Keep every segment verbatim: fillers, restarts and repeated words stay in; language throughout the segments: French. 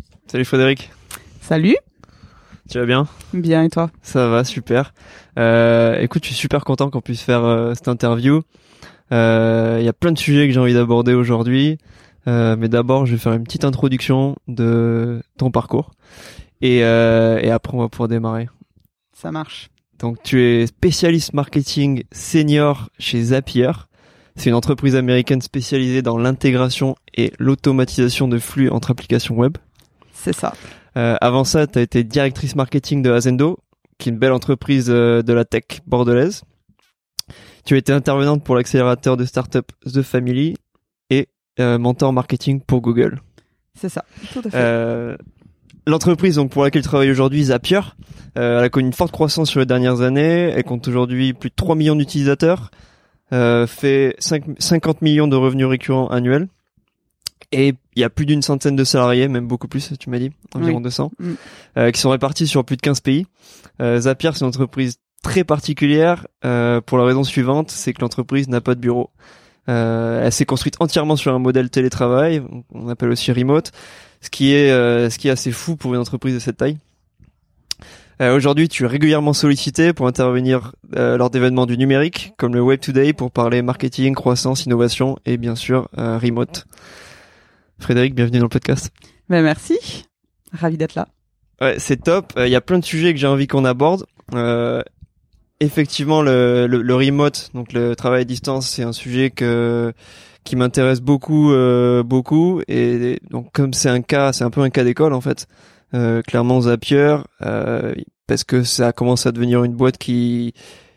Salut Frédéric. Salut. Tu vas bien? Bien, et toi? Ça va, super. Euh, écoute, je suis super content qu'on puisse faire euh, cette interview. Il euh, y a plein de sujets que j'ai envie d'aborder aujourd'hui. Euh, mais d'abord, je vais faire une petite introduction de ton parcours. Et, euh, et après, on va pouvoir démarrer. Ça marche. Donc, tu es spécialiste marketing senior chez Zapier. C'est une entreprise américaine spécialisée dans l'intégration et l'automatisation de flux entre applications web. C'est ça. Euh, avant ça, tu as été directrice marketing de Azendo, qui est une belle entreprise euh, de la tech bordelaise. Tu as été intervenante pour l'accélérateur de start-up The Family et euh, mentor marketing pour Google. C'est ça, tout à fait. Euh, l'entreprise donc pour laquelle tu travailles aujourd'hui, Zapier, euh, elle a connu une forte croissance sur les dernières années. Elle compte aujourd'hui plus de trois millions d'utilisateurs, euh, fait cinq, cinquante millions de revenus récurrents annuels. Et il y a plus d'une centaine de salariés, même beaucoup plus, tu m'as dit, environ oui. deux cents, mm. euh, qui sont répartis sur plus de quinze pays. Euh, Zapier, c'est une entreprise très particulière euh, pour la raison suivante, c'est que l'entreprise n'a pas de bureau. Euh, elle s'est construite entièrement sur un modèle télétravail, on appelle aussi remote, ce qui est euh, ce qui est assez fou pour une entreprise de cette taille. Euh, aujourd'hui, tu es régulièrement sollicité pour intervenir euh, lors d'événements du numérique, comme le Web Today, pour parler marketing, croissance, innovation et bien sûr euh, remote. Frédéric, bienvenue dans le podcast. Ben merci, ravi d'être là. Ouais, c'est top. Il euh, y a plein de sujets que j'ai envie qu'on aborde. Euh, effectivement, le, le, le remote, donc le travail à distance, c'est un sujet que qui m'intéresse beaucoup, euh, beaucoup. Et donc, comme c'est un cas, c'est un peu un cas d'école en fait. Euh, clairement, Zapier, euh, parce que ça commence à devenir une boîte qui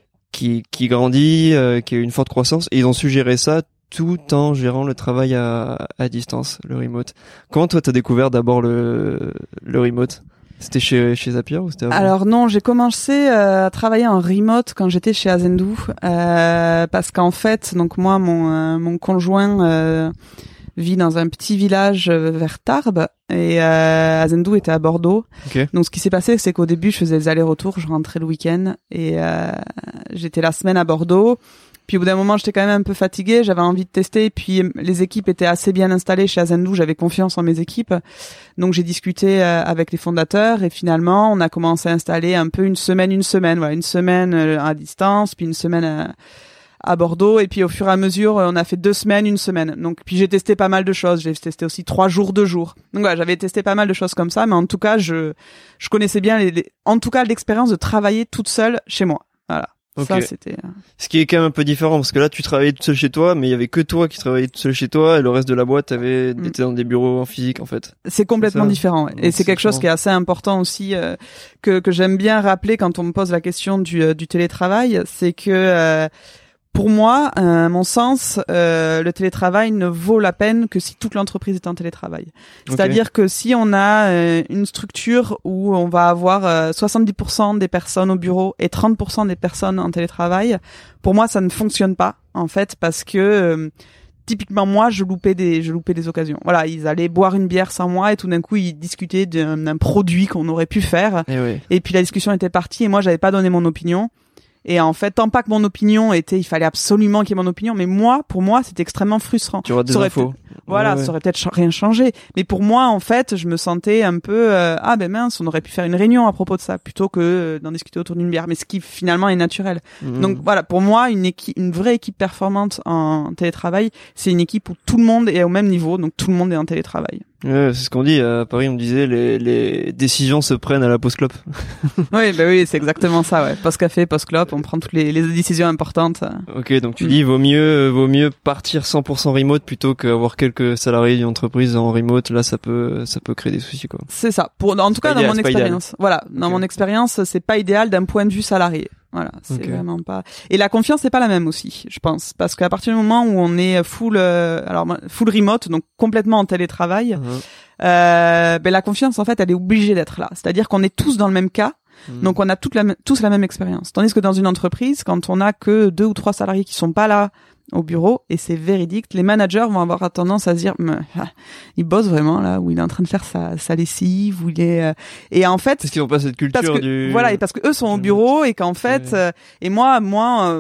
qui qui grandit, euh, qui a une forte croissance, et ils ont su gérer ça tout en gérant le travail à, à distance, le remote. Comment toi t'as découvert d'abord le, le remote? C'était chez, chez Zapier ou c'était avant? Alors non, j'ai commencé euh, à travailler en remote quand j'étais chez Azendo, euh, parce qu'en fait, donc moi, mon, euh, mon conjoint euh, vit dans un petit village vers Tarbes et euh, Azendo était à Bordeaux. Okay. Donc ce qui s'est passé, c'est qu'au début, je faisais les allers-retours, je rentrais le week-end et euh, j'étais la semaine à Bordeaux. Puis au bout d'un moment, j'étais quand même un peu fatiguée, j'avais envie de tester, puis les équipes étaient assez bien installées chez Azendo, j'avais confiance en mes équipes. Donc j'ai discuté euh, avec les fondateurs et finalement, on a commencé à installer un peu une semaine, une semaine, voilà, une semaine euh, à distance, puis une semaine à, à Bordeaux, et puis au fur et à mesure, on a fait deux semaines, une semaine. Donc puis j'ai testé pas mal de choses, j'ai testé aussi trois jours, deux jours. Donc voilà, j'avais testé pas mal de choses comme ça, mais en tout cas, je je connaissais bien les, les en tout cas l'expérience de travailler toute seule chez moi. Voilà. Okay. Ça, c'était... Ce qui est quand même un peu différent, parce que là, tu travaillais tout seul chez toi, mais il y avait que toi qui travaillais tout seul chez toi, et le reste de la boîte avait mm. était dans des bureaux en physique, en fait. C'est complètement c'est différent. Ouais. Et c'est, c'est quelque chose qui est assez important aussi, euh, que, que j'aime bien rappeler quand on me pose la question du, euh, du télétravail, c'est que... Euh, Pour moi, à mon sens, euh, le télétravail ne vaut la peine que si toute l'entreprise est en télétravail. Okay. C'est-à-dire que si on a euh, une structure où on va avoir euh, soixante-dix pour cent des personnes au bureau et trente pour cent des personnes en télétravail, pour moi, ça ne fonctionne pas, en fait, parce que... Euh, typiquement moi je loupais des je loupais des occasions. Voilà, ils allaient boire une bière sans moi et tout d'un coup ils discutaient d'un, d'un produit qu'on aurait pu faire et, oui. et puis la discussion était partie et moi j'avais pas donné mon opinion. Et en fait, tant pas que mon opinion était, il fallait absolument qu'il y ait mon opinion, mais moi, pour moi, c'était extrêmement frustrant. Tu auras des infos. Voilà, ouais, ouais. ça aurait peut-être ch- rien changé. Mais pour moi, en fait, je me sentais un peu, euh, ah ben mince, on aurait pu faire une réunion à propos de ça, plutôt que euh, d'en discuter autour d'une bière. Mais ce qui finalement est naturel. Mmh. Donc voilà, pour moi, une équipe, une vraie équipe performante en télétravail, c'est une équipe où tout le monde est au même niveau, donc tout le monde est en télétravail. Ouais, c'est ce qu'on dit à Paris, on disait les les décisions se prennent à la pause clope. Oui, bah oui, c'est exactement ça, ouais. Pause café, pause clope, on prend toutes les, les décisions importantes. Ok, donc tu mm. dis vaut mieux vaut mieux partir cent pour cent remote plutôt qu'avoir quelques salariés d'une entreprise en remote. Là, ça peut ça peut créer des soucis, quoi. C'est ça. Pour en tout cas dans mon expérience. Voilà, dans okay. mon expérience, c'est pas idéal d'un point de vue salarié. Voilà, c'est okay. vraiment pas. Et la confiance c'est pas la même aussi, je pense, parce qu'à partir du moment où on est full, euh, alors full remote, donc complètement en télétravail, uh-huh. euh, ben la confiance en fait, elle est obligée d'être là. C'est-à-dire qu'on est tous dans le même cas, mmh. donc on a toute la, tous la même expérience. Tandis que dans une entreprise, quand on a que deux ou trois salariés qui sont pas là au bureau, et c'est véridique, les managers vont avoir tendance à se dire ah, il bosse vraiment là, où il est en train de faire sa, sa lessive, où il est euh... et en fait parce qu'ils n'ont pas cette culture parce que, du voilà, et parce que eux sont au bureau et qu'en fait euh, et moi moi euh,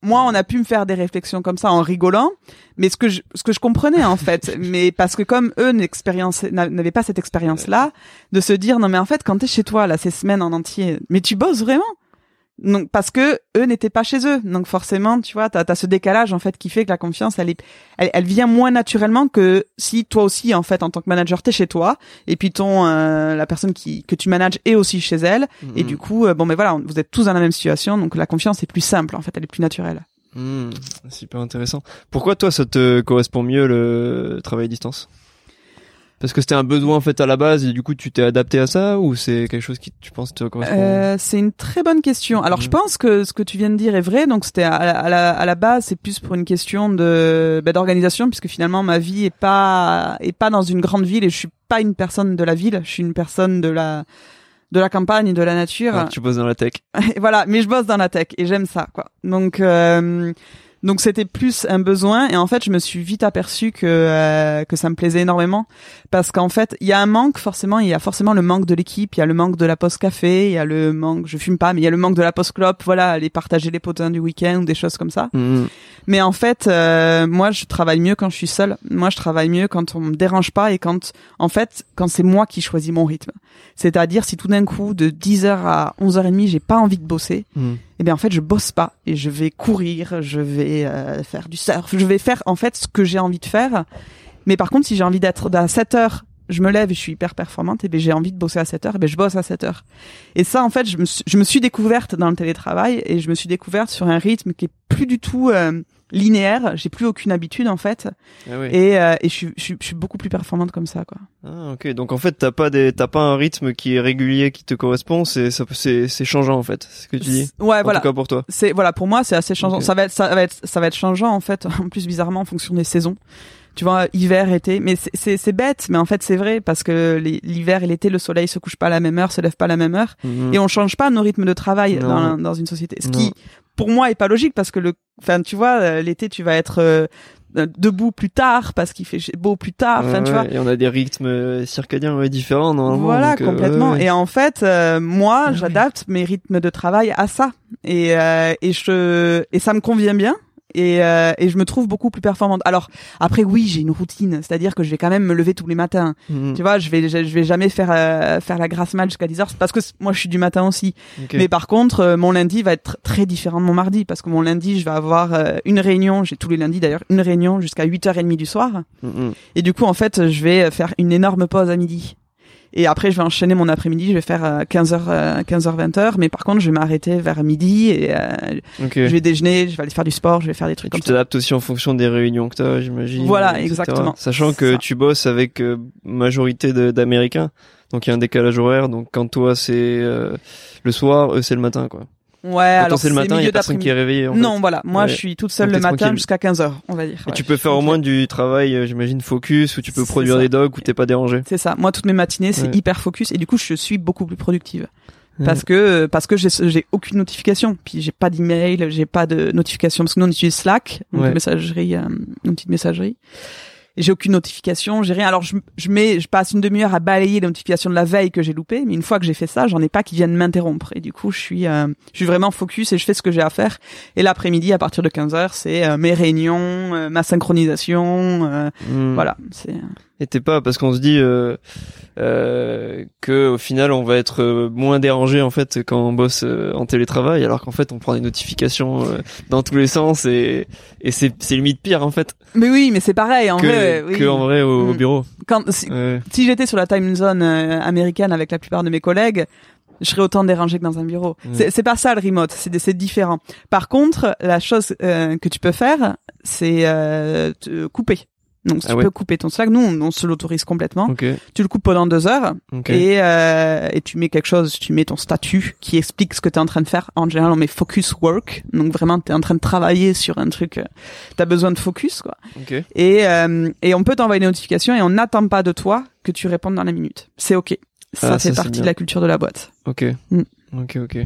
moi, on a pu me faire des réflexions comme ça en rigolant, mais ce que je, ce que je comprenais en fait, mais parce que comme eux n'expérience, n'avaient pas cette expérience-là, de se dire non mais en fait quand t'es chez toi là ces semaines en entier, mais tu bosses vraiment. Donc parce que eux n'étaient pas chez eux, donc forcément tu vois t'as, t'as ce décalage en fait qui fait que la confiance elle est elle, elle vient moins naturellement que si toi aussi en fait en tant que manager t'es chez toi et puis ton euh, la personne qui que tu manages est aussi chez elle mmh. et du coup euh, bon mais voilà vous êtes tous dans la même situation donc la confiance est plus simple en fait elle est plus naturelle. Mmh, super intéressant. Pourquoi toi ça te correspond mieux le travail à distance? Parce que c'était un besoin en fait à la base et du coup tu t'es adapté à ça ou c'est quelque chose qui tu penses te correspond? euh, C'est une très bonne question. Alors mmh. je pense que ce que tu viens de dire est vrai. Donc c'était à, à, la, à la base c'est plus pour une question de bah, d'organisation puisque finalement ma vie est pas est pas dans une grande ville et je suis pas une personne de la ville. Je suis une personne de la de la campagne et de la nature. Ah, tu bosses dans la tech. Voilà, mais je bosse dans la tech et j'aime ça quoi. Donc euh, Donc c'était plus un besoin et en fait je me suis vite aperçu que euh, que ça me plaisait énormément parce qu'en fait il y a un manque forcément il y a forcément le manque de l'équipe, il y a le manque de la pause café, il y a le manque je fume pas mais il y a le manque de la pause clope, voilà, aller partager les potins du week-end ou des choses comme ça. Mmh. Mais en fait euh, moi je travaille mieux quand je suis seule. Moi je travaille mieux quand on me dérange pas et quand en fait quand c'est moi qui choisis mon rythme. C'est-à-dire si tout d'un coup de dix heures à onze heures trente j'ai pas envie de bosser. Mmh. Eh bien en fait je bosse pas et je vais courir, je vais euh, faire du surf, je vais faire en fait ce que j'ai envie de faire. Mais par contre si j'ai envie d'être à sept heures, je me lève et je suis hyper performante et bien j'ai envie de bosser à sept heures, et bien je bosse à sept heures. Et ça en fait je me suis, je me suis découverte dans le télétravail et je me suis découverte sur un rythme qui est plus du tout euh, linéaire, j'ai plus aucune habitude en fait. Ah oui. Et euh, et je suis je suis je suis beaucoup plus performante comme ça quoi. Ah OK, donc en fait t'as pas des t'as pas un rythme qui est régulier qui te correspond, c'est ça c'est c'est changeant en fait, c'est ce que tu dis. Ouais, en voilà. En tout cas pour toi. C'est voilà, pour moi c'est assez changeant. Okay. Ça va être ça va être ça va être changeant en fait en plus bizarrement en fonction des saisons. Tu vois, hiver, été, mais c'est, c'est, c'est bête, mais en fait c'est vrai parce que les, l'hiver et l'été, le soleil se couche pas à la même heure, se lève pas à la même heure, mmh. et on change pas nos rythmes de travail dans, dans une société. Ce non. qui, pour moi, est pas logique parce que le, enfin, tu vois, l'été, tu vas être euh, debout plus tard parce qu'il fait beau plus tard. Enfin, ouais, tu vois. Et on a des rythmes circadiens ouais, différents normalement. Voilà, donc, complètement. Euh, ouais. Et en fait, euh, moi, ouais. j'adapte mes rythmes de travail à ça, et euh, et je et ça me convient bien. Et, euh, et je me trouve beaucoup plus performante. Alors après oui j'ai une routine, c'est-à-dire que je vais quand même me lever tous les matins. Mmh. Tu vois, je vais je, je vais jamais faire euh, faire la grasse mat jusqu'à dix heures parce que moi je suis du matin aussi. Okay. Mais par contre euh, mon lundi va être très différent de mon mardi parce que mon lundi je vais avoir euh, une réunion, j'ai tous les lundis d'ailleurs, une réunion jusqu'à huit heures trente du soir. Mmh. Et du coup en fait je vais faire une énorme pause à midi. Et après, je vais enchaîner mon après-midi, je vais faire quinze heures, quinze heures, vingt heures, mais par contre, je vais m'arrêter vers midi et euh, okay. je vais déjeuner, je vais aller faire du sport, je vais faire des trucs et comme ça. Tu t'adaptes aussi en fonction des réunions que t'as, j'imagine. Voilà, exactement. Sachant que ça. Tu bosses avec euh, majorité de, d'Américains, donc il y a un décalage horaire, donc quand toi c'est euh, le soir, eux c'est le matin, quoi. Ouais, quand alors c'est le matin, il y a personne qui est réveillé. En non, fait. voilà. Moi, ouais. je suis toute seule donc, le matin tranquille. Jusqu'à quinze heures, on va dire. Et ouais, tu peux faire au moins du travail, euh, j'imagine, focus, où tu peux c'est produire ça. Des docs, où t'es pas dérangé. C'est ça. Moi, toutes mes matinées, c'est ouais. hyper focus, et du coup, je suis beaucoup plus productive. Ouais. Parce que, parce que j'ai, j'ai aucune notification. Puis j'ai pas d'email, j'ai pas de notification, parce que nous, on utilise Slack, donc ouais. une messagerie, euh, une petite messagerie. Et j'ai aucune notification, j'ai rien. Alors je, je mets, je passe une demi-heure à balayer les notifications de la veille que j'ai loupées, mais une fois que j'ai fait ça, j'en ai pas qui viennent m'interrompre. Et du coup, je suis, euh, je suis vraiment focus et je fais ce que j'ai à faire. Et l'après-midi, à partir de quinze heures, c'est euh, mes réunions, euh, ma synchronisation, euh, mmh. voilà. C'est. Euh... Et t'es pas parce qu'on se dit euh, euh, que au final on va être moins dérangé en fait quand on bosse euh, en télétravail, alors qu'en fait on prend des notifications euh, dans tous les sens et et c'est c'est limite pire en fait. Mais oui, mais c'est pareil en que, vrai. Oui. Que en vrai au, mmh. au bureau. Quand si, ouais. si j'étais sur la time zone euh, américaine avec la plupart de mes collègues, je serais autant dérangé que dans un bureau. Mmh. C'est, c'est pas ça le remote, c'est, c'est différent. Par contre, la chose euh, que tu peux faire, c'est euh, te couper. Donc si ah tu ouais. peux couper ton Slack, nous on, on se l'autorise complètement. Okay. Tu le coupes pendant deux heures okay. et euh, et tu mets quelque chose, tu mets ton statut qui explique ce que tu es en train de faire. En général, on met focus work, donc vraiment tu es en train de travailler sur un truc, euh, tu as besoin de focus quoi. Okay. Et euh, et on peut t'envoyer des notifications et on n'attend pas de toi que tu répondes dans la minute. C'est OK. Ça ah, fait ça, partie de la culture de la boîte. OK. Mm. OK OK.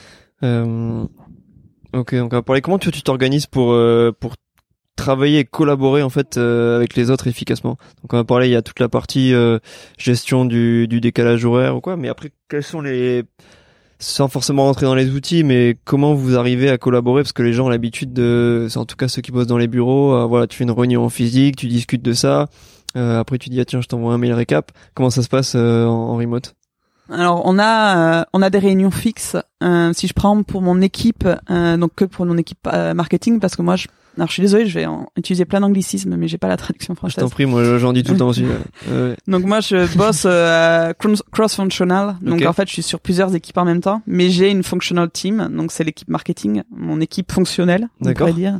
Euh OK, donc on va parler comment tu tu t'organises pour euh, pour travailler et collaborer en fait euh, avec les autres efficacement. Donc on va parler, il y a toute la partie euh, gestion du, du décalage horaire ou quoi, mais après quels sont les sans forcément rentrer dans les outils, mais comment vous arrivez à collaborer, parce que les gens ont l'habitude de, c'est en tout cas ceux qui bossent dans les bureaux, euh, voilà, tu fais une réunion en physique, tu discutes de ça, euh, après tu dis ah tiens je t'envoie un mail récap. Comment ça se passe euh, en, en remote? Alors on a euh, on a des réunions fixes. Euh, si je prends pour mon équipe, euh, donc que pour mon équipe euh, marketing, parce que moi je alors je suis désolée, je vais en utiliser plein d'anglicismes, mais j'ai pas la traduction française. Je t'en prie, moi j'en dis tout le temps aussi. Euh, ouais. Donc moi je bosse euh, cross-functional, donc okay. en fait je suis sur plusieurs équipes en même temps, mais j'ai une functional team, donc c'est l'équipe marketing, mon équipe fonctionnelle, on pourrait dire.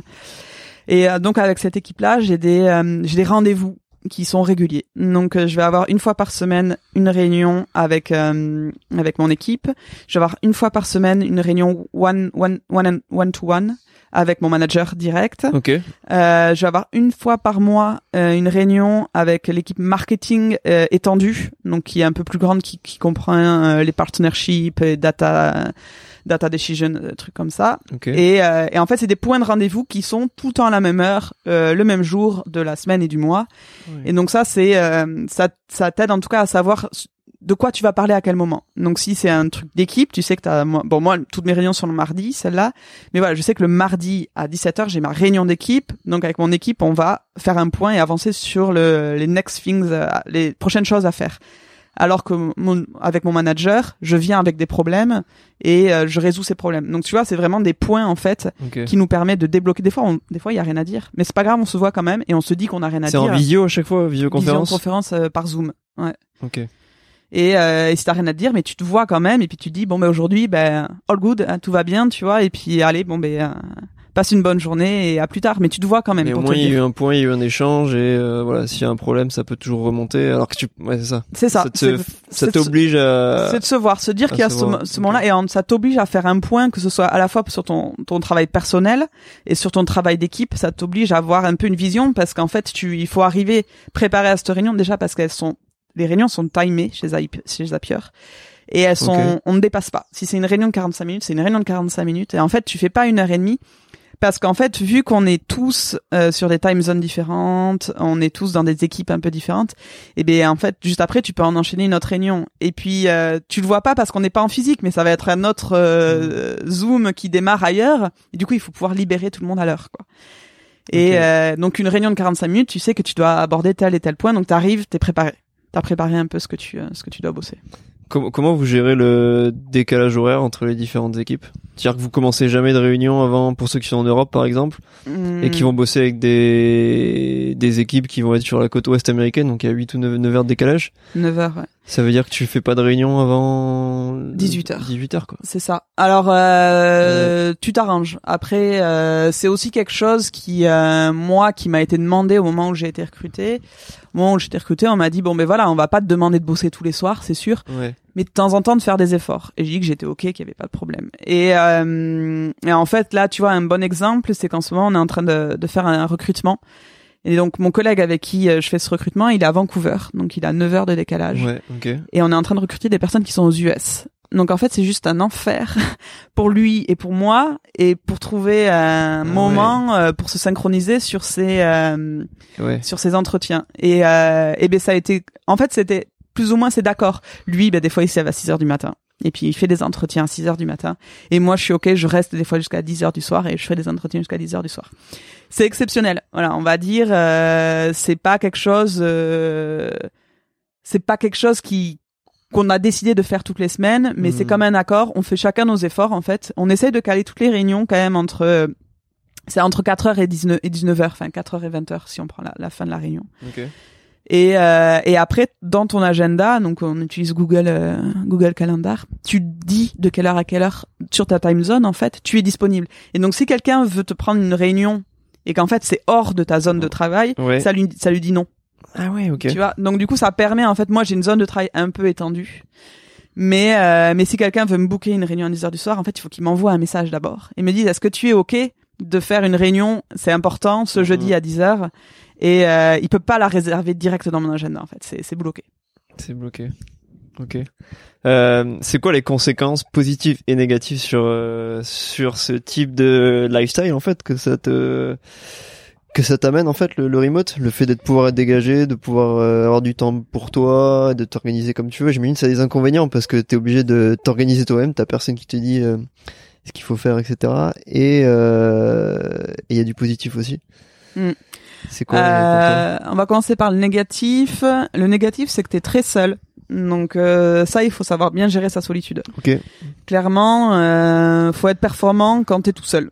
Et euh, donc avec cette équipe-là, j'ai des euh, j'ai des rendez-vous qui sont réguliers. Donc euh, je vais avoir une fois par semaine une réunion avec euh, avec mon équipe. Je vais avoir une fois par semaine une réunion one one one one to one avec mon manager direct. Ok. Euh, je vais avoir une fois par mois euh, une réunion avec l'équipe marketing euh, étendue, donc qui est un peu plus grande, qui, qui comprend euh, les partnerships, et data, data decision, des trucs comme ça. Okay. Et, euh, et en fait, c'est des points de rendez-vous qui sont tout le temps à la même heure, euh, le même jour de la semaine et du mois. Oui. Et donc ça, c'est euh, ça, ça t'aide en tout cas à savoir de quoi tu vas parler à quel moment. Donc si c'est un truc d'équipe, tu sais que t'as, bon moi toutes mes réunions sont le mardi, celle-là, mais voilà, je sais que le mardi à dix-sept heures j'ai ma réunion d'équipe, donc avec mon équipe on va faire un point et avancer sur le, les next things, les prochaines choses à faire. Alors que mon, avec mon manager, je viens avec des problèmes et euh, je résous ces problèmes. Donc tu vois, c'est vraiment des points en fait okay. qui nous permettent de débloquer. Des fois, on, des fois il y a rien à dire, mais c'est pas grave, on se voit quand même et on se dit qu'on a rien à c'est dire. C'est en visio à chaque fois, visioconférence. Visioconférence euh, par Zoom. Ouais. Ok. Et, euh, et si t'as rien à te dire, mais tu te vois quand même, et puis tu te dis bon ben aujourd'hui, ben all good, hein, tout va bien, tu vois, et puis allez, bon ben euh, passe une bonne journée et à plus tard. Mais tu te vois quand même. Mais pour au moins te il y a dire. eu un point, il y a eu un échange, et euh, voilà, s'il y a un problème, ça peut toujours remonter. Alors que tu, ouais, c'est ça. C'est ça. Ça, te, c'est, ça c'est t'oblige à. C'est de se voir, se dire qu'il y a ce, ce moment-là, okay. et en, ça t'oblige à faire un point, que ce soit à la fois sur ton ton travail personnel et sur ton travail d'équipe. Ça t'oblige à avoir un peu une vision, parce qu'en fait, tu, il faut arriver préparé à cette réunion déjà parce qu'elles sont les réunions sont timées chez Zapier, chez Zapier. Et elles sont, okay. on ne dépasse pas. Si c'est une réunion de quarante-cinq minutes, c'est une réunion de quarante-cinq minutes. Et en fait, tu fais pas une heure et demie. Parce qu'en fait, vu qu'on est tous euh, sur des time zones différentes, on est tous dans des équipes un peu différentes, et bien en fait, juste après, tu peux en enchaîner une autre réunion. Et puis, euh, tu le vois pas parce qu'on n'est pas en physique, mais ça va être un autre euh, mmh. Zoom qui démarre ailleurs. Et du coup, il faut pouvoir libérer tout le monde à l'heure, quoi. Et okay. euh, donc, une réunion de quarante-cinq minutes, tu sais que tu dois aborder tel et tel point, donc t'arrives, t'es préparé. T'as préparé un peu ce que tu, euh, ce que tu dois bosser. Comment, comment vous gérez le décalage horaire entre les différentes équipes? C'est-à-dire que vous commencez jamais de réunion avant, pour ceux qui sont en Europe par exemple, mmh. et qui vont bosser avec des des équipes qui vont être sur la côte ouest américaine, donc il y a huit ou neuf heures de décalage. neuf heures, ouais. Ça veut dire que tu fais pas de réunion avant dix-huit heures. dix-huit heures, quoi. C'est ça. Alors, euh, ouais. tu t'arranges. Après, euh, c'est aussi quelque chose qui, euh, moi, qui m'a été demandé au moment où j'ai été recruté. Au moment où j'ai été recruté, on m'a dit, bon, ben voilà, on va pas te demander de bosser tous les soirs, c'est sûr. Ouais. Mais de temps en temps, de faire des efforts. Et j'ai dit que j'étais OK, qu'il y avait pas de problème. Et, euh, et en fait, là, tu vois, un bon exemple, c'est qu'en ce moment, on est en train de, de faire un recrutement. Et donc, mon collègue avec qui je fais ce recrutement, il est à Vancouver. Donc, il a neuf heures de décalage. Ouais, ok. Et on est en train de recruter des personnes qui sont aux U S. Donc, en fait, c'est juste un enfer pour lui et pour moi, et pour trouver un ah, moment ouais. pour se synchroniser sur ces, euh, ouais. sur ces entretiens. Et, euh, et ben, ça a été, en fait, c'était plus ou moins, c'est d'accord. Lui, ben, des fois, il se lève à six heures du matin. Et puis, il fait des entretiens à six heures du matin. Et moi, je suis OK, je reste des fois jusqu'à dix heures du soir et je fais des entretiens jusqu'à dix heures du soir. C'est exceptionnel. Voilà, on va dire, euh, c'est pas quelque chose, euh, c'est pas quelque chose qui, qu'on a décidé de faire toutes les semaines, mais mmh. c'est comme un accord. On fait chacun nos efforts, en fait. On essaye de caler toutes les réunions quand même entre, euh, c'est entre quatre heures et dix-neuf heures, enfin quatre heures et vingt heures si on prend la, la fin de la réunion. Okay. Et, euh, et après, dans ton agenda, donc on utilise Google, euh, Google Calendar, tu dis de quelle heure à quelle heure, sur ta time zone, en fait, tu es disponible. Et donc, si quelqu'un veut te prendre une réunion et qu'en fait, c'est hors de ta zone de travail, ouais. ça lui, ça lui dit non. Ah ouais, ok. Tu vois, donc du coup, ça permet, en fait, moi, j'ai une zone de travail un peu étendue. Mais, euh, mais si quelqu'un veut me booker une réunion à dix heures du soir, en fait, il faut qu'il m'envoie un message d'abord. Et me dise, est-ce que tu es OK de faire une réunion, c'est important, ce mmh. jeudi à dix heures. Et euh, il peut pas la réserver direct dans mon agenda, en fait. C'est, c'est bloqué. C'est bloqué. Ok. Euh, c'est quoi les conséquences positives et négatives sur euh, sur ce type de lifestyle, en fait, que ça te que ça t'amène en fait le, le remote, le fait d'être pouvoir être dégagé, de pouvoir euh, avoir du temps pour toi, de t'organiser comme tu veux. J'imagine que ça a des inconvénients parce que t'es obligé de t'organiser toi-même, t'as personne qui te dit euh, ce qu'il faut faire, et cetera. Et il euh, y a du positif aussi. Mm. C'est quoi euh, On va commencer par le négatif. Le négatif, c'est que t'es très seul. Donc euh, ça, il faut savoir bien gérer sa solitude. Ok. Clairement, euh, faut être performant quand t'es tout seul.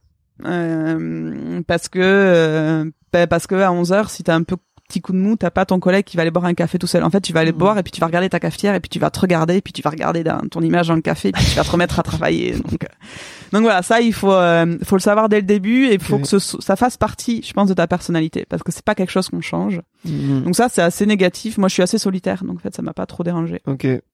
Euh, parce que euh, bah parce que à onze heures, si t'as un peu petit coup de mou, t'as pas ton collègue qui va aller boire un café tout seul. En fait, tu vas aller Mmh. boire et puis tu vas regarder ta cafetière et puis tu vas te regarder et puis tu vas regarder dans, ton image dans le café et puis tu vas te remettre à travailler. Donc, euh, donc voilà, ça il faut euh, faut le savoir dès le début et il faut okay. que ce, ça fasse partie, je pense, de ta personnalité parce que c'est pas quelque chose qu'on change. Mmh. Donc ça c'est assez négatif. Moi, je suis assez solitaire, donc en fait, ça m'a pas trop dérangé. Ok. Euh...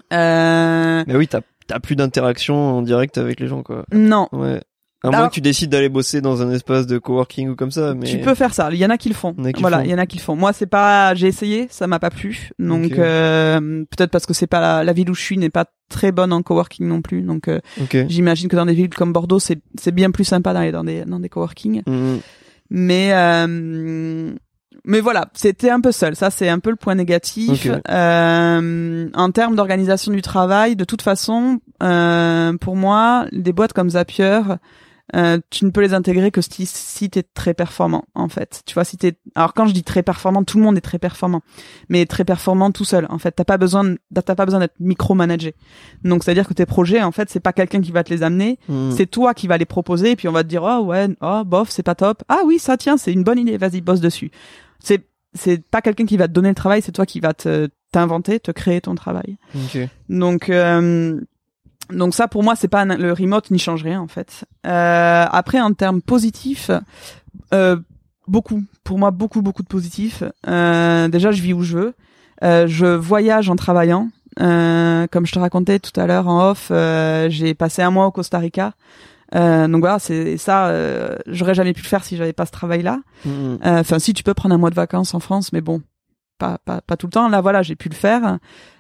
Mais oui, t'as t'as plus d'interaction en direct avec les gens, quoi. Non. Ouais. À moins Alors, que tu décides d'aller bosser dans un espace de coworking ou comme ça, mais tu peux faire ça. Il y en a qui le font. Il y en a qui voilà, le font. il y en a qui le font. Moi, c'est pas. J'ai essayé, ça m'a pas plu. Donc Okay. euh, peut-être parce que c'est pas la, la ville où je suis n'est pas très bonne en coworking non plus. Donc euh, okay. j'imagine que dans des villes comme Bordeaux, c'est c'est bien plus sympa d'aller dans des dans des coworking. Mmh. Mais euh, mais voilà, c'était un peu seul. Ça, c'est un peu le point négatif. Okay. Euh, en termes d'organisation du travail, de toute façon, euh, pour moi, des boîtes comme Zapier. Euh, tu ne peux les intégrer que si, si t'es très performant, en fait. Tu vois, si t'es, alors quand je dis très performant, tout le monde est très performant, mais très performant tout seul. En fait, t'as pas besoin, de, t'as pas besoin d'être micromanagé. Donc, c'est-à-dire que tes projets, en fait, c'est pas quelqu'un qui va te les amener, mmh. c'est toi qui vas les proposer, et puis on va te dire, oh ouais, oh bof, c'est pas top. Ah oui, ça tiens, c'est une bonne idée, vas-y, bosse dessus. C'est, c'est pas quelqu'un qui va te donner le travail, c'est toi qui va te, t'inventer, te créer ton travail. Okay. Donc, euh, Donc ça, pour moi, c'est pas un, le remote n'y change rien en fait. Euh, après, en termes positifs, euh, beaucoup. Pour moi, beaucoup, beaucoup de positifs. Euh, déjà, je vis où je veux. Euh, je voyage en travaillant. Euh, comme je te racontais tout à l'heure en off, euh, j'ai passé un mois au Costa Rica. Euh, donc voilà, c'est ça. Euh, j'aurais jamais pu le faire si j'avais pas ce travail-là. Enfin, mmh. euh, si tu peux prendre un mois de vacances en France, mais bon, pas, pas, pas tout le temps. Là, voilà, j'ai pu le faire.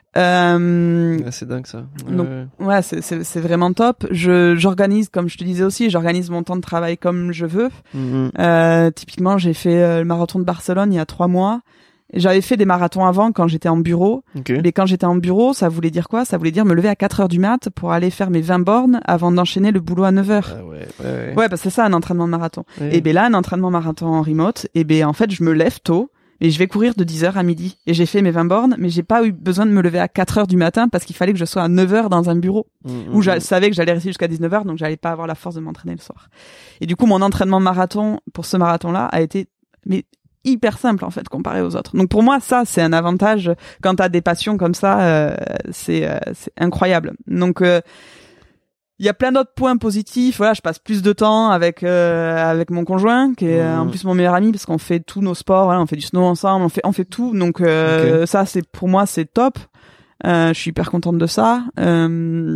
Euh, ouais, c'est dingue ça. Ouais, donc, ouais, c'est, c'est, c'est vraiment top. Je, j'organise, comme je te disais aussi, j'organise mon temps de travail comme je veux. Mmh. Euh, typiquement, j'ai fait euh, le marathon de Barcelone il y a trois mois. J'avais fait des marathons avant quand j'étais en bureau. Okay. Mais quand j'étais en bureau, ça voulait dire quoi? Ça voulait dire me lever à quatre heures du mat pour aller faire mes vingt bornes avant d'enchaîner le boulot à neuf heures. Ah ouais, ouais, ouais. Ouais, parce que c'est ça, un entraînement de marathon. Ouais. Et ben là, un entraînement marathon en remote, et ben en fait, je me lève tôt. Et je vais courir de dix heures à midi. Et j'ai fait mes vingt bornes, mais j'ai pas eu besoin de me lever à quatre heures du matin parce qu'il fallait que je sois à neuf heures dans un bureau mmh, où je savais que j'allais rester jusqu'à dix-neuf heures, donc j'allais pas avoir la force de m'entraîner le soir. Et du coup, mon entraînement marathon pour ce marathon-là a été mais hyper simple en fait comparé aux autres. Donc pour moi, ça c'est un avantage quand t'as des passions comme ça, euh, c'est euh, c'est incroyable. Donc euh, il y a plein d'autres points positifs. Voilà, je passe plus de temps avec euh, avec mon conjoint, qui est mmh. en plus mon meilleur ami, parce qu'on fait tous nos sports. Voilà, on fait du snow ensemble, on fait on fait tout. Donc euh, okay. ça, c'est pour moi, c'est top. Euh, je suis hyper contente de ça. Euh,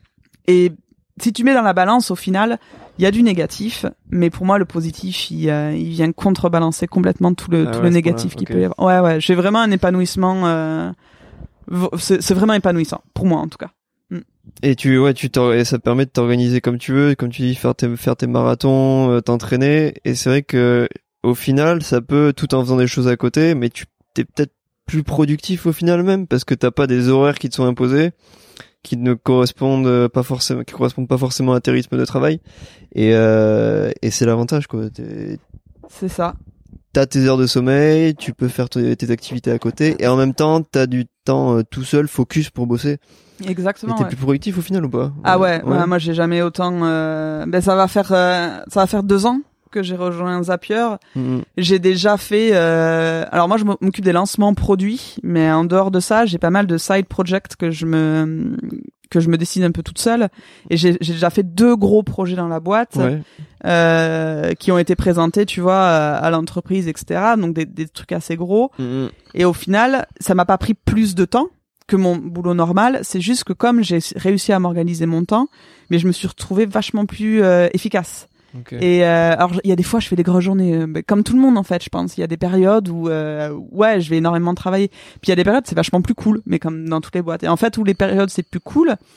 et si tu mets dans la balance, au final, il y a du négatif, mais pour moi, le positif, il, euh, il vient contrebalancer complètement tout le ah tout ouais, le négatif qu'il okay. peut y avoir. Ouais, ouais, j'ai vraiment un épanouissement. Euh, c'est, c'est vraiment épanouissant pour moi, en tout cas. Et tu, ouais, tu et ça te permet de t'organiser comme tu veux, comme tu dis, faire tes, faire tes marathons, euh, t'entraîner. Et c'est vrai que, au final, ça peut, tout en faisant des choses à côté, mais tu, t'es peut-être plus productif au final même, parce que t'as pas des horaires qui te sont imposés, qui ne correspondent pas forcément, qui correspondent pas forcément à tes rythmes de travail. Et, euh, et c'est l'avantage, quoi. T'es... C'est ça. T'as tes heures de sommeil, tu peux faire t- tes activités à côté, et en même temps, t'as du temps euh, tout seul, focus pour bosser. Exactement. Et t'es ouais. plus productif au final ou pas? Ah ouais, ouais. ouais moi j'ai jamais autant. Euh... Ben ça va faire, euh... ça va faire deux ans que j'ai rejoint Zapier. Mm-hmm. J'ai déjà fait. Euh... Alors moi je m'occupe des lancements produits, mais en dehors de ça, j'ai pas mal de side projects que je me que je me décide un peu toute seule. Et j'ai, j'ai déjà fait deux gros projets dans la boîte ouais. euh, qui ont été présentés, tu vois, à l'entreprise, et cetera. Donc des, des trucs assez gros. Mm-hmm. Et au final, ça m'a pas pris plus de temps que mon boulot normal. C'est juste que comme j'ai réussi à m'organiser mon temps, mais je me suis retrouvée vachement plus euh, efficace. Okay. Et euh, alors il y a des fois je fais des grosses journées euh, comme tout le monde en fait, je pense. Il y a des périodes où euh, ouais je vais énormément travailler, puis il y a des périodes c'est vachement plus cool, mais comme dans toutes les boîtes. Et en fait où les périodes c'est plus cool,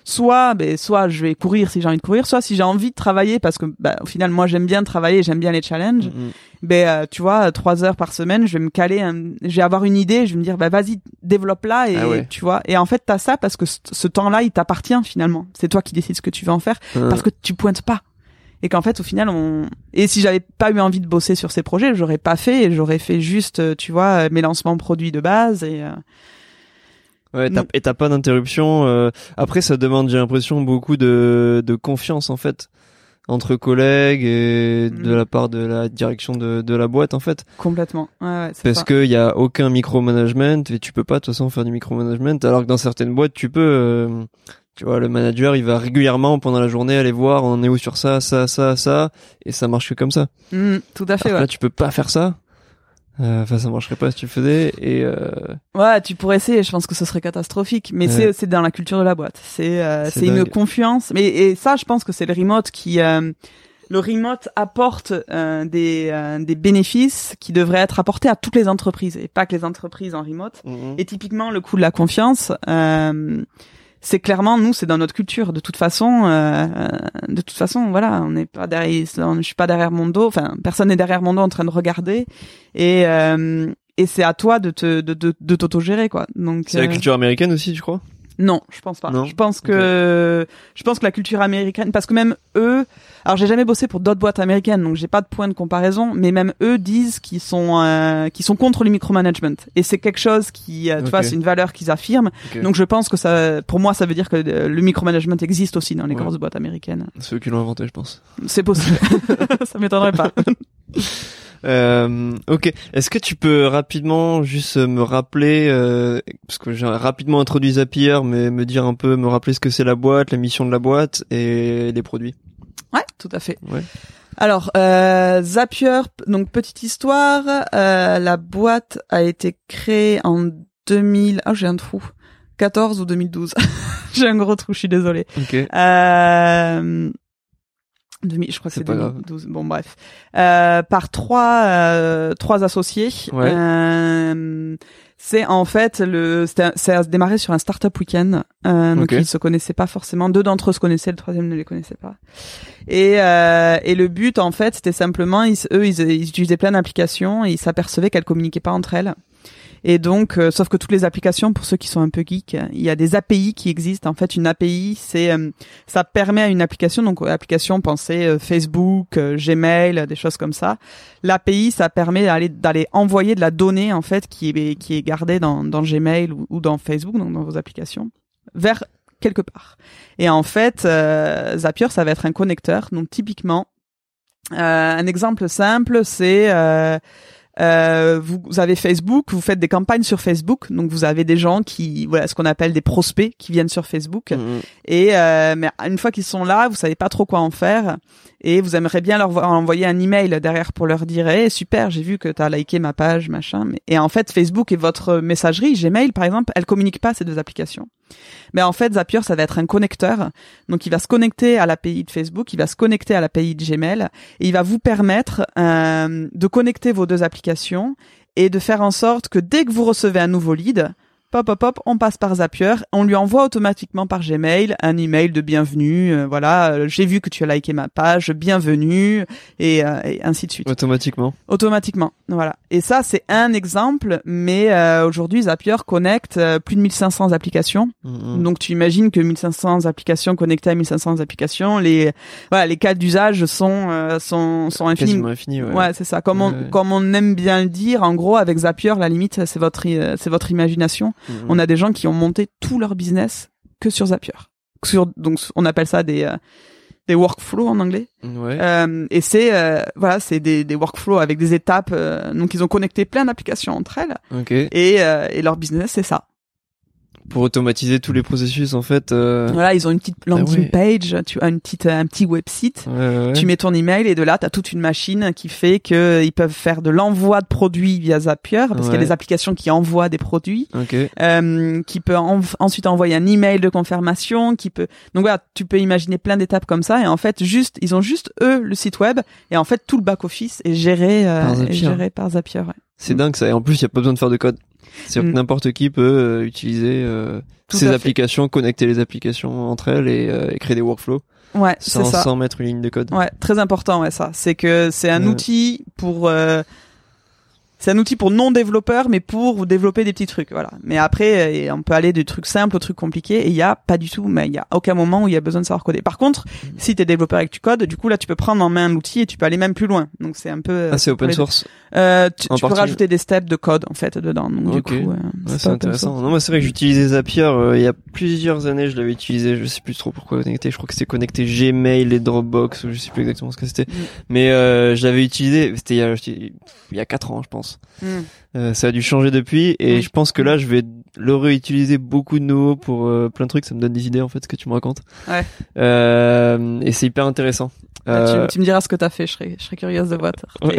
soit, ben, soit je vais courir si j'ai envie de courir, soit si j'ai envie de travailler parce que, ben, au final, moi, j'aime bien travailler, j'aime bien les challenges. Mm-hmm. Ben, euh, tu vois, trois heures par semaine, je vais me caler, un... je vais avoir une idée, je vais me dire, ben, vas-y, développe là et, ah ouais. tu vois. Et en fait, t'as ça parce que ce, ce temps-là, il t'appartient, finalement. C'est toi qui décides ce que tu veux en faire mmh. parce que tu pointes pas. Et qu'en fait, au final, on, et si j'avais pas eu envie de bosser sur ces projets, j'aurais pas fait, j'aurais fait juste, tu vois, mes lancements produits de base et, euh... Ouais, t'as, et t'as pas d'interruption. Euh... Après, ça demande, j'ai l'impression, beaucoup de, de confiance, en fait, entre collègues et mmh. de la part de la direction de, de la boîte, en fait. Complètement. Ouais, ouais, c'est Parce ça. que y a aucun micromanagement et tu peux pas, de toute façon, faire du micromanagement. Alors que dans certaines boîtes, tu peux, euh... tu vois, le manager, il va régulièrement pendant la journée aller voir, on en est où sur ça, ça, ça, ça, et ça marche que comme ça. Mmh, tout à fait. Alors ouais. Là, tu peux pas faire ça. Enfin, euh, ça marcherait pas si tu le faisais. Et euh... ouais, tu pourrais essayer. Je pense que ce serait catastrophique, mais ouais. c'est c'est dans la culture de la boîte. C'est euh, c'est, c'est une confiance. Mais et ça, je pense que c'est le remote qui euh, le remote apporte euh, des euh, des bénéfices qui devraient être apportés à toutes les entreprises et pas que les entreprises en remote. Mmh. Et typiquement, le coût de la confiance. Euh, c'est clairement nous, c'est dans notre culture. De toute façon, euh, de toute façon, voilà, on n'est pas derrière, je suis pas derrière mon dos. Enfin, personne n'est derrière mon dos en train de regarder. Et euh, et c'est à toi de te de de, de t'autogérer quoi. Donc c'est euh... la culture américaine aussi, tu crois? Non, je pense pas. Non. Je pense que okay. je pense que la culture américaine, parce que même eux, alors j'ai jamais bossé pour d'autres boîtes américaines, donc j'ai pas de point de comparaison, mais même eux disent qu'ils sont euh, qu'ils sont contre le micromanagement. Et c'est quelque chose qui, euh, tu okay. vois, c'est une valeur qu'ils affirment. Okay. Donc je pense que ça, pour moi, ça veut dire que le micromanagement existe aussi dans les ouais. grosses boîtes américaines. C'est eux qui l'ont inventé, je pense. C'est possible. Ça m'étonnerait pas. Euh, ok. Est-ce que tu peux rapidement juste me rappeler, euh, parce que j'ai rapidement introduit Zapier, mais me dire un peu, me rappeler ce que c'est la boîte, la mission de la boîte et les produits. Ouais, tout à fait. Ouais. Alors, euh, Zapier, donc petite histoire, euh, la boîte a été créée en deux mille, ah, j'ai un trou. quatorze ou deux mille douze. J'ai un gros trou, je suis désolée. Ok. Euh, je crois que c'est, c'est deux mille douze. Grave. Bon, bref. Euh, par trois, euh, trois associés. Ouais. Euh, c'est en fait le, c'était, ça a démarré sur un startup week-end. Euh, donc okay. Ils se connaissaient pas forcément. Deux d'entre eux se connaissaient, le troisième ne les connaissait pas. Et, euh, et le but, en fait, c'était simplement, ils, eux, ils, ils utilisaient plein d'applications et ils s'apercevaient qu'elles communiquaient pas entre elles. Et donc, euh, sauf que toutes les applications, pour ceux qui sont un peu geeks, il y a des A P I qui existent. En fait, une A P I, c'est, euh, ça permet à une application, donc application, pensez euh, Facebook, euh, Gmail, des choses comme ça. L'A P I, ça permet d'aller d'aller envoyer de la donnée en fait qui est qui est gardée dans dans Gmail ou, ou dans Facebook, donc dans vos applications, vers quelque part. Et en fait, euh, Zapier, ça va être un connecteur. Donc typiquement, euh, un exemple simple, c'est euh, Euh, vous, vous avez Facebook, vous faites des campagnes sur Facebook, donc vous avez des gens qui, voilà, ce qu'on appelle des prospects qui viennent sur Facebook. Mmh. Et euh, mais une fois qu'ils sont là, vous savez pas trop quoi en faire, et vous aimeriez bien leur envoyer un email derrière pour leur dire, hey, super, j'ai vu que t'as liké ma page, machin. Et en fait, Facebook et votre messagerie, Gmail par exemple, elles communiquent pas ces deux applications. Mais en fait, Zapier, ça va être un connecteur. Donc, il va se connecter à l'A P I de Facebook, il va se connecter à l'A P I de Gmail, et il va vous permettre euh, de connecter vos deux applications et de faire en sorte que dès que vous recevez un nouveau lead, pop, pop, pop, on passe par Zapier, on lui envoie automatiquement par Gmail un email de bienvenue, euh, voilà, euh, j'ai vu que tu as liké ma page, bienvenue, et, euh, et ainsi de suite. Automatiquement. Automatiquement, voilà. Et ça, c'est un exemple, mais euh, aujourd'hui, Zapier connecte euh, plus de mille cinq cents applications. Mmh. Donc, tu imagines que mille cinq cents applications connectées à mille cinq cents applications, les voilà, les cas d'usage sont euh, sont sont infinis. Quasiment infinis, ouais. Ouais, c'est ça. Comme on ouais. comme on aime bien le dire, en gros, avec Zapier, la limite, c'est votre c'est votre imagination. Mmh. On a des gens qui ont monté tout leur business que sur Zapier. Sur, donc, on appelle ça des, euh, des workflows en anglais. Ouais. Euh, et c'est, euh, voilà, c'est des, des workflows avec des étapes. Euh, donc, ils ont connecté plein d'applications entre elles. Okay. Et, euh, et leur business, c'est ça. Pour automatiser tous les processus, en fait. Euh... Voilà, ils ont une petite landing ah ouais. page, tu as une petite, un petit website. Ouais, ouais. Tu mets ton email et de là, tu as toute une machine qui fait que ils peuvent faire de l'envoi de produits via Zapier, parce ouais. qu'il y a des applications qui envoient des produits, okay. euh, qui peut en, ensuite envoyer un email de confirmation, qui peut. Donc voilà, tu peux imaginer plein d'étapes comme ça. Et en fait, juste, ils ont juste eux le site web et en fait tout le back office est géré, euh, par est géré par Zapier. Ouais. C'est dingue ça. Et en plus, il y a pas besoin de faire de code. C'est-à-dire que n'importe qui peut euh, utiliser euh, ces applications, connecter les applications entre elles et, euh, et créer des workflows. Ouais, sans, c'est ça. Sans mettre une ligne de code. Ouais, très important, ouais, ça. C'est que c'est un ouais. outil pour... Euh, c'est un outil pour non-développeurs, mais pour développer des petits trucs, voilà. Mais après, on peut aller de trucs simples aux trucs compliqués, et il y a pas du tout, mais il y a aucun moment où il y a besoin de savoir coder. Par contre, si t'es développeur et que tu codes, du coup là, tu peux prendre en main l'outil et tu peux aller même plus loin. Donc c'est un peu. Ah, c'est open source. Euh, tu, tu peux rajouter des steps de code en fait dedans. Donc okay. du coup, euh, c'est, ouais, c'est intéressant. Non, moi c'est vrai que j'utilisais Zapier euh, il y a plusieurs années. Je l'avais utilisé, je sais plus trop pourquoi connecté. Je crois que c'était connecté Gmail et Dropbox, ou je sais plus exactement ce que c'était. Mm. Mais euh, je l'avais utilisé. C'était il y a il y a quatre ans, je pense. Mm. Euh, ça a dû changer depuis et mm. je pense que là je vais le réutiliser beaucoup de nouveau pour euh, plein de trucs. Ça me donne des idées en fait ce que tu me racontes. Ouais. Euh, et c'est hyper intéressant. Euh... Tu, tu me diras ce que t'as fait. Je serais, je serais curieuse de voir ouais.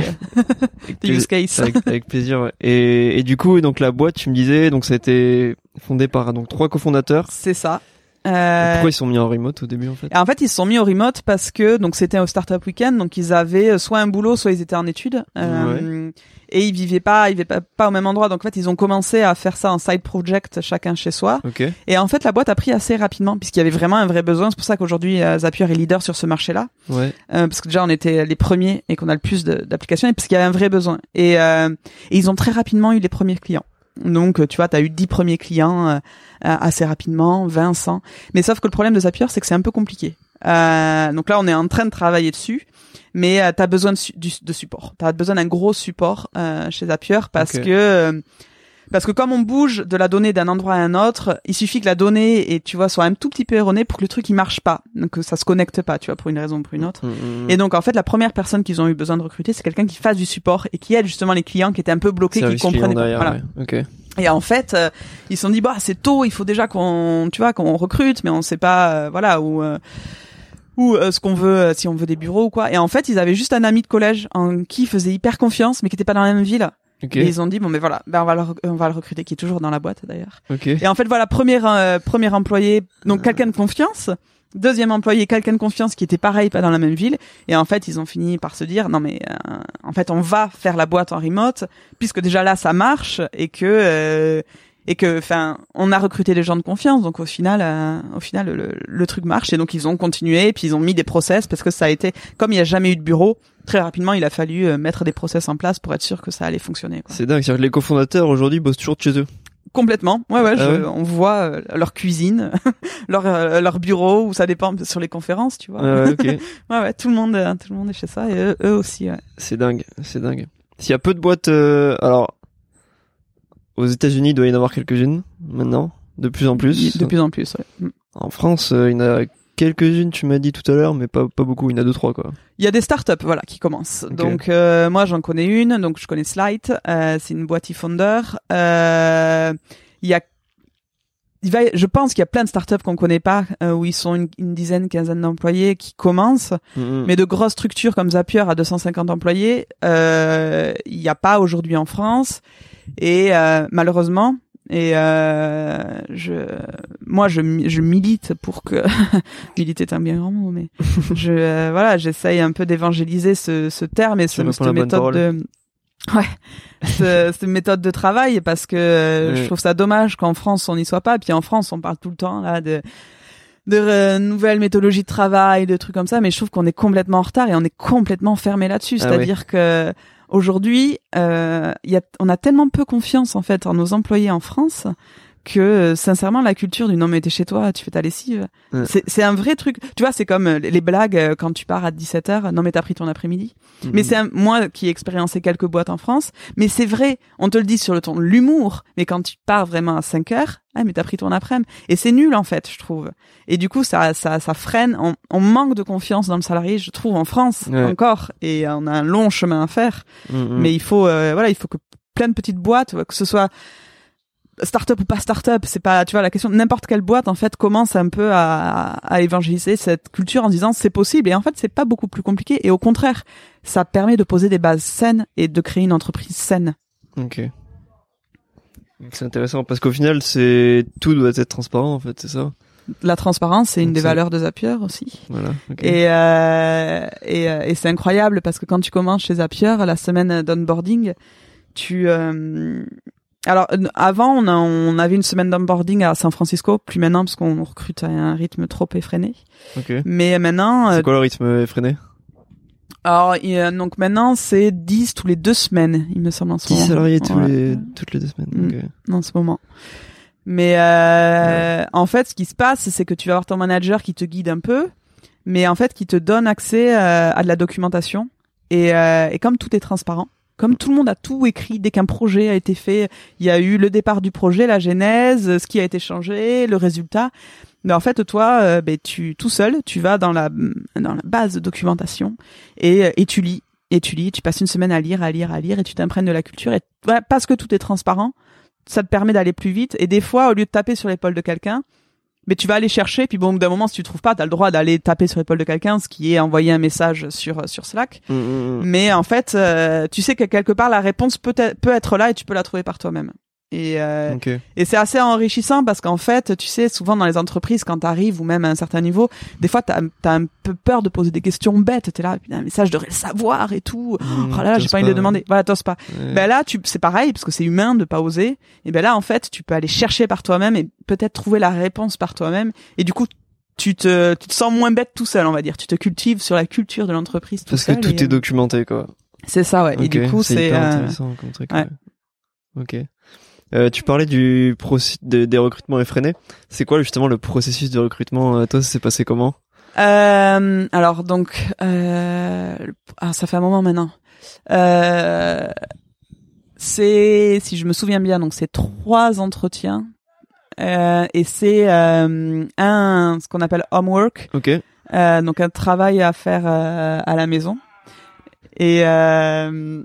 tes use case. Avec, avec plaisir. Ouais. Et, et du coup, donc la boîte, tu me disais, donc ça a été fondé par donc trois cofondateurs. C'est ça. Euh... Pourquoi ils sont mis en remote au début en fait? En fait, ils se sont mis au remote parce que donc c'était au Startup Weekend, donc ils avaient soit un boulot, soit ils étaient en études, euh, ouais. et ils vivaient pas, ils vivaient pas, pas au même endroit. Donc en fait, ils ont commencé à faire ça en side project, chacun chez soi. Okay. Et en fait, la boîte a pris assez rapidement puisqu'il y avait vraiment un vrai besoin. C'est pour ça qu'aujourd'hui euh, Zapier est leader sur ce marché-là, ouais. euh, parce que déjà on était les premiers et qu'on a le plus de, d'applications et parce qu'il y avait un vrai besoin. Et, euh, et ils ont très rapidement eu les premiers clients. Donc, tu vois, t'as eu dix premiers clients euh, assez rapidement, vingt, cent. Mais sauf que le problème de Zapier, c'est que c'est un peu compliqué. Euh, donc là, on est en train de travailler dessus, mais euh, t'as besoin de, su- du, de support. T'as besoin d'un gros support euh, chez Zapier parce okay. que euh, parce que comme on bouge de la donnée d'un endroit à un autre, il suffit que la donnée et tu vois soit un tout petit peu erronée pour que le truc il marche pas, donc que ça se connecte pas, tu vois, pour une raison ou pour une autre. Mmh. Et donc en fait, la première personne qu'ils ont eu besoin de recruter, c'est quelqu'un qui fasse du support et qui aide justement les clients qui étaient un peu bloqués, Service qui comprenaient pas. Derrière, voilà. Ouais. Okay. Et en fait, euh, ils se sont dit bah c'est tôt, il faut déjà qu'on, tu vois, qu'on recrute, mais on sait pas, euh, voilà, où euh, ou euh, ce qu'on veut, euh, si on veut des bureaux ou quoi. Et en fait, ils avaient juste un ami de collège en qui ils faisaient hyper confiance, mais qui était pas dans la même ville. Okay. Et ils ont dit bon mais voilà, ben on va le on va le recruter, qui est toujours dans la boîte d'ailleurs. Okay. Et en fait voilà, premier euh, premier employé, donc quelqu'un de confiance. Deuxième employé, quelqu'un de confiance qui était pareil, pas dans la même ville. Et en fait, ils ont fini par se dire non mais euh, en fait on va faire la boîte en remote puisque déjà là ça marche et que euh, et que enfin on a recruté des gens de confiance. Donc au final euh, au final le, le truc marche et donc ils ont continué puis ils ont mis des process parce que ça a été comme il y a jamais eu de bureau. Très rapidement, il a fallu euh, mettre des process en place pour être sûr que ça allait fonctionner, quoi. C'est dingue, c'est-à-dire que les cofondateurs aujourd'hui bossent toujours de chez eux. Complètement. Ouais, ouais, ah je, ouais. on voit euh, leur cuisine, leur euh, leur bureau, ou ça dépend sur les conférences, tu vois. Ah ouais, okay. ouais, ouais, tout le monde, euh, tout le monde est chez ça et eux, eux aussi. Ouais. C'est dingue, c'est dingue. S'il y a peu de boîtes, euh, alors aux États-Unis, il doit y en avoir quelques-unes maintenant, de plus en plus. De plus en plus. Ouais. En France, euh, il y en a quelques-unes, tu m'as dit tout à l'heure, mais pas pas beaucoup. Il y en a deux trois quoi. Il y a des startups, voilà, qui commencent. Okay. Donc euh, moi j'en connais une, donc je connais Slight, euh, c'est une boîte e-founder. Euh, il y a, il va, je pense qu'il y a plein de startups qu'on connaît pas, euh, où ils sont une, une dizaine, quinzaine d'employés qui commencent, mm-hmm. mais de grosses structures comme Zapier à deux cent cinquante employés, euh, il y a pas aujourd'hui en France. Et euh, malheureusement. Et euh, je, moi, je, je milite pour que militer est un bien grand mot, mais je, euh, voilà, j'essaye un peu d'évangéliser ce, ce terme et ce, cette méthode de, ouais, ce, cette méthode de travail parce que euh, ouais. je trouve ça dommage qu'en France on n'y soit pas. Puis en France, on parle tout le temps là de de euh, nouvelles méthodologies de travail, de trucs comme ça, mais je trouve qu'on est complètement en retard et on est complètement fermé là-dessus. Ah C'est-à-dire oui. que aujourd'hui, euh, y a, on a tellement peu confiance en fait en nos employés en France que euh, sincèrement la culture du non mais t'es chez toi, tu fais ta lessive, ouais. c'est, c'est un vrai truc. Tu vois, c'est comme les, les blagues euh, quand tu pars à dix-sept heures, non mais t'as pris ton après-midi. Mm-hmm. Mais c'est un, moi qui ai expériencé quelques boîtes en France, mais c'est vrai, on te le dit sur le ton de l'humour, mais quand tu pars vraiment à cinq heures, ah mais t'as pris ton après-midi. Et c'est nul en fait, je trouve. Et du coup ça ça ça freine, on, on manque de confiance dans le salarié, je trouve, en France ouais. encore, et on a un long chemin à faire. Mm-hmm. Mais il faut euh, voilà, il faut que plein de petites boîtes, que ce soit start-up ou pas start-up, c'est pas, tu vois, la question, n'importe quelle boîte, en fait, commence un peu à, à évangéliser cette culture en disant c'est possible. Et en fait, c'est pas beaucoup plus compliqué. Et au contraire, ça permet de poser des bases saines et de créer une entreprise saine. Ok. C'est intéressant parce qu'au final, c'est, tout doit être transparent, en fait, c'est ça? La transparence, c'est une Donc des c'est... valeurs de Zapier aussi. Voilà. Okay. Et, euh, et, et c'est incroyable parce que quand tu commences chez Zapier, la semaine d'onboarding, tu, euh, Alors avant, on, a, on avait une semaine d'onboarding à San Francisco, plus maintenant parce qu'on recrute à un rythme trop effréné. Okay. Mais maintenant, c'est euh, quoi le rythme effréné? Alors euh, donc maintenant c'est dix tous les deux semaines, il me semble en ce dix moment. dix salariés tous ouais. les toutes les deux semaines. Mmh. Okay. En ce moment. Mais euh, ouais. en fait, ce qui se passe, c'est que tu vas avoir ton manager qui te guide un peu, mais en fait qui te donne accès euh, à de la documentation et, euh, et comme tout est transparent. Comme tout le monde a tout écrit dès qu'un projet a été fait, il y a eu le départ du projet, la genèse, ce qui a été changé, le résultat. Mais en fait, toi, euh, ben, tu tout seul, tu vas dans la dans la base de documentation et et tu lis et tu lis. Tu passes une semaine à lire, à lire, à lire et tu t'imprègnes de la culture. Et ouais, parce que tout est transparent, ça te permet d'aller plus vite. Et des fois, au lieu de taper sur l'épaule de quelqu'un, mais tu vas aller chercher, puis bon, au bout d'un moment, si tu trouves pas, t'as le droit d'aller taper sur l'épaule de quelqu'un, ce qui est envoyer un message sur sur Slack. Mmh, mmh. Mais en fait, euh, tu sais que quelque part, la réponse peut être, peut être là et tu peux la trouver par toi-même. Et euh, okay. et c'est assez enrichissant parce qu'en fait, tu sais, souvent dans les entreprises, quand t'arrives ou même à un certain niveau, des fois, t'as t'as un peu peur de poser des questions bêtes. T'es là, putain, mais ça, je devrais le savoir et tout. Mmh, oh là là, j'ai pas envie de le demander. Voilà, t'oses pas. Ouais. Ben là, tu, c'est pareil parce que c'est humain de pas oser. Et ben là, en fait, tu peux aller chercher par toi-même et peut-être trouver la réponse par toi-même. Et du coup, tu te, tu te sens moins bête tout seul, on va dire. Tu te cultives sur la culture de l'entreprise tout parce seul. Parce que tout et... est documenté, quoi. C'est ça, ouais. Okay. Et du coup, c'est, c'est hyper euh... intéressant comme truc. Ouais. Ouais. Ok. Euh, tu parlais du processus de, des recrutements effrénés. C'est quoi justement le processus de recrutement? Toi, ça s'est passé comment? euh, Alors donc, euh... ah, ça fait un moment maintenant. Euh... C'est, si je me souviens bien, donc c'est trois entretiens euh, et c'est euh, un ce qu'on appelle homework. Ok. Euh, donc un travail à faire euh, à la maison et euh,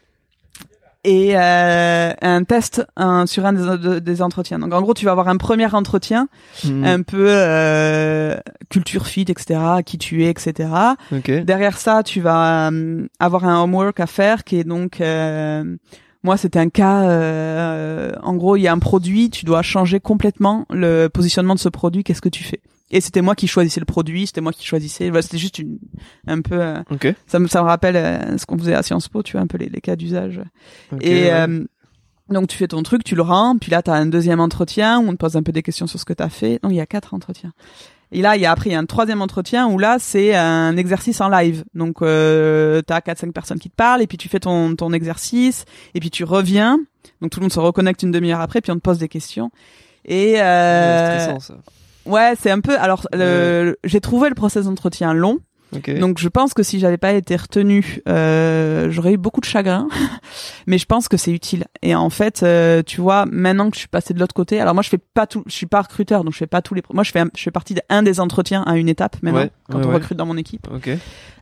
et euh, un test un, sur un des, de, des entretiens. Donc en gros, tu vas avoir un premier entretien, mmh. un peu euh, culture fit, et cetera, qui tu es, et cetera. Okay. Derrière ça, tu vas euh, avoir un homework à faire qui est donc euh, moi, c'était un cas, euh, en gros, il y a un produit, tu dois changer complètement le positionnement de ce produit, qu'est-ce que tu fais? Et c'était moi qui choisissais le produit, c'était moi qui choisissais, voilà, c'était juste une, un peu, euh, okay. ça me, ça me rappelle euh, ce qu'on faisait à Sciences Po, tu vois, un peu les, les cas d'usage. Okay, et, ouais. euh, donc tu fais ton truc, tu le rends, puis là, t'as un deuxième entretien où on te pose un peu des questions sur ce que t'as fait. Non, il y a quatre entretiens. Et là, il y a après il y a un troisième entretien où là c'est un exercice en live. Donc euh, t'as quatre cinq personnes qui te parlent et puis tu fais ton ton exercice et puis tu reviens. Donc tout le monde se reconnecte une demi-heure après puis on te pose des questions. Et euh, c'est stressant ça. Ouais, c'est un peu. Alors le, ouais. j'ai trouvé le process d'entretien long. Okay. Donc je pense que si j'avais pas été retenue, euh, j'aurais eu beaucoup de chagrin. Mais je pense que c'est utile. Et en fait, euh, tu vois, maintenant que je suis passée de l'autre côté, alors moi je fais pas tout, je suis pas recruteur, donc je fais pas tous les. Moi je fais, un, je fais partie d'un des entretiens à une étape maintenant ouais, quand ouais, on ouais. recrute dans mon équipe. Okay.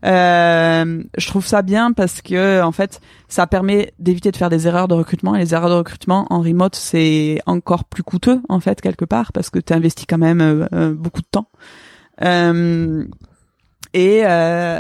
Euh, je trouve ça bien parce que en fait, ça permet d'éviter de faire des erreurs de recrutement. Et les erreurs de recrutement en remote, c'est encore plus coûteux en fait quelque part parce que tu investis quand même euh, euh, beaucoup de temps. Euh, Et euh,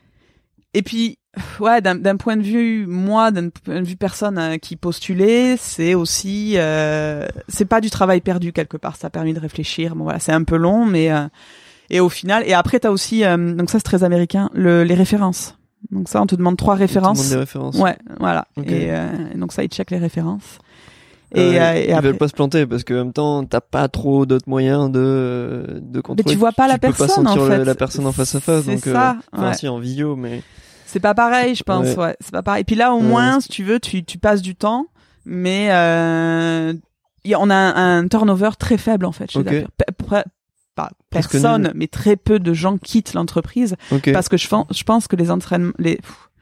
et puis ouais d'un d'un point de vue moi d'un point de vue personne euh, qui postulait, c'est aussi euh, c'est pas du travail perdu quelque part, ça a permis de réfléchir. Bon voilà, c'est un peu long mais euh, et au final et après t'as aussi euh, donc ça c'est très américain, le les références. Donc ça on te demande trois références. On te demande des références. Ouais, voilà. Okay. Et, euh, et donc ça ils checkent les références. Et, euh, euh, et ils après... veulent pas se planter parce que en même temps t'as pas trop d'autres moyens de de contrôler. Mais tu vois pas tu la peux personne pas sentir en fait. Le, la personne en face à face c'est donc ça, euh, enfin ouais. si en vidéo mais c'est pas pareil je pense ouais, ouais c'est pas pareil. Et puis là au ouais, moins si tu veux tu tu passes du temps mais euh y a, on a un, un turnover très faible en fait chez okay. Zapier. Pas personne mais très peu de gens quittent l'entreprise okay. parce que je pense je pense que les entraînements les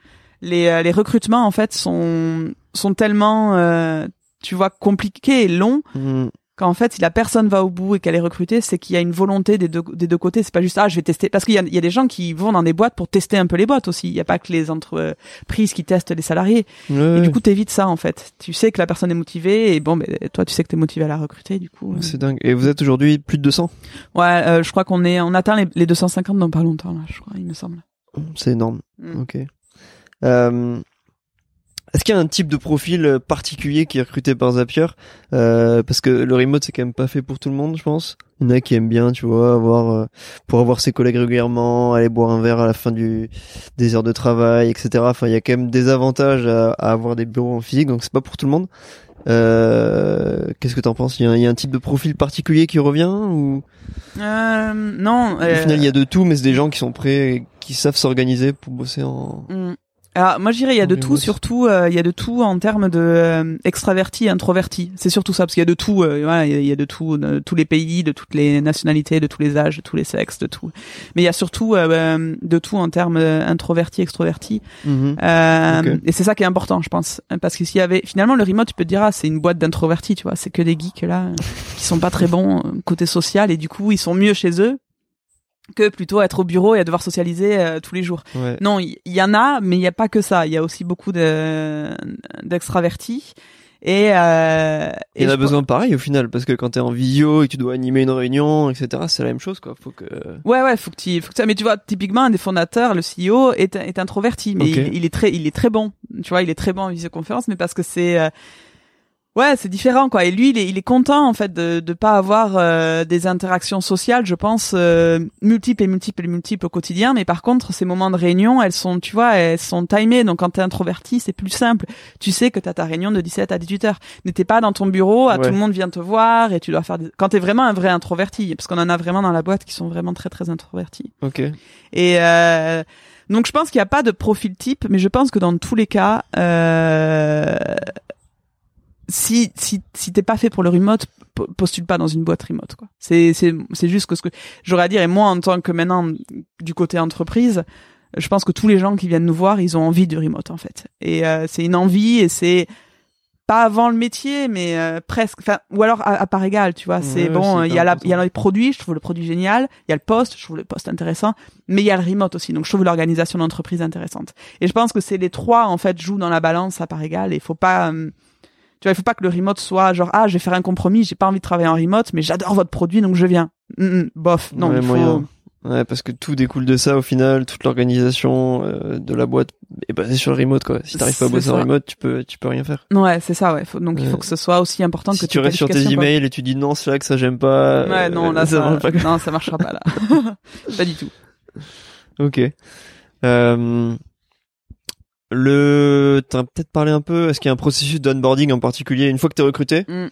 les les recrutements en fait sont sont tellement euh, tu vois compliqués et longs mmh. qu'en fait si la personne va au bout et qu'elle est recrutée, c'est qu'il y a une volonté des deux des deux côtés. C'est pas juste ah je vais tester parce qu'il y a il y a des gens qui vont dans des boîtes pour tester un peu les boîtes aussi. Il y a pas que les entreprises qui testent les salariés. Ouais, et du coup t'évites ça en fait. Tu sais que la personne est motivée et bon ben toi tu sais que t'es motivé à la recruter du coup. C'est euh... dingue. Et vous êtes aujourd'hui plus de deux cents? Ouais, euh, je crois qu'on est on atteint les, les deux cent cinquante dans pas longtemps là, je crois, il me semble. C'est énorme. Mm. Ok. Euh... Est-ce qu'il y a un type de profil particulier qui est recruté par Zapier euh, parce que le remote c'est quand même pas fait pour tout le monde, je pense. Il y en a qui aiment bien, tu vois, avoir euh, pour avoir ses collègues régulièrement, aller boire un verre à la fin du des heures de travail, et cetera. Enfin, il y a quand même des avantages à, à avoir des bureaux en physique, donc c'est pas pour tout le monde. Euh, qu'est-ce que t'en penses? Il y, a un, il y a un type de profil particulier qui revient ou euh, non. Au final, il y a de tout, mais c'est des gens qui sont prêts, qui savent s'organiser pour bosser en. Mm. Alors moi je dirais il y a de tout, surtout euh, il y a de tout en termes de euh, extraverti et introverti. C'est surtout ça parce qu'il y a de tout, euh, voilà, il y, y a de tout, de tous les pays, de toutes les nationalités, de tous les âges, de tous les sexes, de tout. Mais il y a surtout euh, de tout en termes introverti, extroverti. Mm-hmm. Euh, okay. Et c'est ça qui est important, je pense, parce que s'il y avait finalement le remote, tu peux te dire ah c'est une boîte d'introvertis, tu vois, c'est que des geeks là qui sont pas très bons côté social et du coup ils sont mieux chez eux que plutôt être au bureau et à devoir socialiser euh, tous les jours. Ouais. Non, il y, y en a, mais il y a pas que ça. Il y a aussi beaucoup de d'extravertis. Et, euh, et il y en a besoin pareil au final, parce que quand t'es en visio et que tu dois animer une réunion, et cetera, c'est la même chose, quoi. Faut que. Ouais, ouais, faut que tu, faut que ça. Mais tu vois, typiquement, un des fondateurs, le C E O, est, est introverti, mais okay. il, il est très, il est très bon. Tu vois, il est très bon en visioconférence, mais parce que c'est. Euh, Ouais, c'est différent quoi. Et lui, il est, il est content en fait de de pas avoir euh, des interactions sociales, je pense, euh, multiples et multiples et multiples au quotidien. Mais par contre, ces moments de réunion, elles sont, tu vois, elles sont timées. Donc quand t'es introverti, c'est plus simple. Tu sais que t'as ta réunion de dix-sept à dix-huit heures. N'étais pas dans ton bureau, à ouais. tout le monde vient te voir et tu dois faire. Des... Quand t'es vraiment un vrai introverti, parce qu'on en a vraiment dans la boîte qui sont vraiment très très introvertis. Ok. Et euh, donc je pense qu'il y a pas de profil type, mais je pense que dans tous les cas. Euh, si si si t'es pas fait pour le remote, postule pas dans une boîte remote quoi. C'est c'est c'est juste que ce que j'aurais à dire. Et moi en tant que maintenant du côté entreprise, je pense que tous les gens qui viennent nous voir, ils ont envie du remote en fait. Et euh, c'est une envie et c'est pas avant le métier, mais euh, presque. Enfin, ou alors à, à part égale, tu vois. Ouais, c'est bon. Il y a la, il y a les produits. Je trouve le produit génial. Il y a le poste. Je trouve le poste intéressant. Mais il y a le remote aussi. Donc je trouve l'organisation d'entreprise intéressante. Et je pense que c'est les trois en fait jouent dans la balance à part égale. Et il faut pas. Euh, Tu vois, il faut pas que le remote soit genre ah je vais faire un compromis, j'ai pas envie de travailler en remote, mais j'adore votre produit donc je viens. Mm-mm, bof, non. Ouais, il faut... moyen. Ouais, parce que tout découle de ça au final, toute l'organisation euh, de la boîte est basée sur le remote quoi. Si t'arrives pas à bosser en remote, tu peux tu peux rien faire. Ouais, c'est ça ouais. Faut, donc ouais. il faut que ce soit aussi important si que tu restes sur tes emails quoi. Et tu dis non c'est là que ça j'aime pas. Ouais non là ça, ça non ça marchera pas là. Pas du tout. Ok. Euh... Le, t'as peut-être parlé un peu. Est-ce qu'il y a un processus d'onboarding en particulier une fois que t'es recruté? Mm.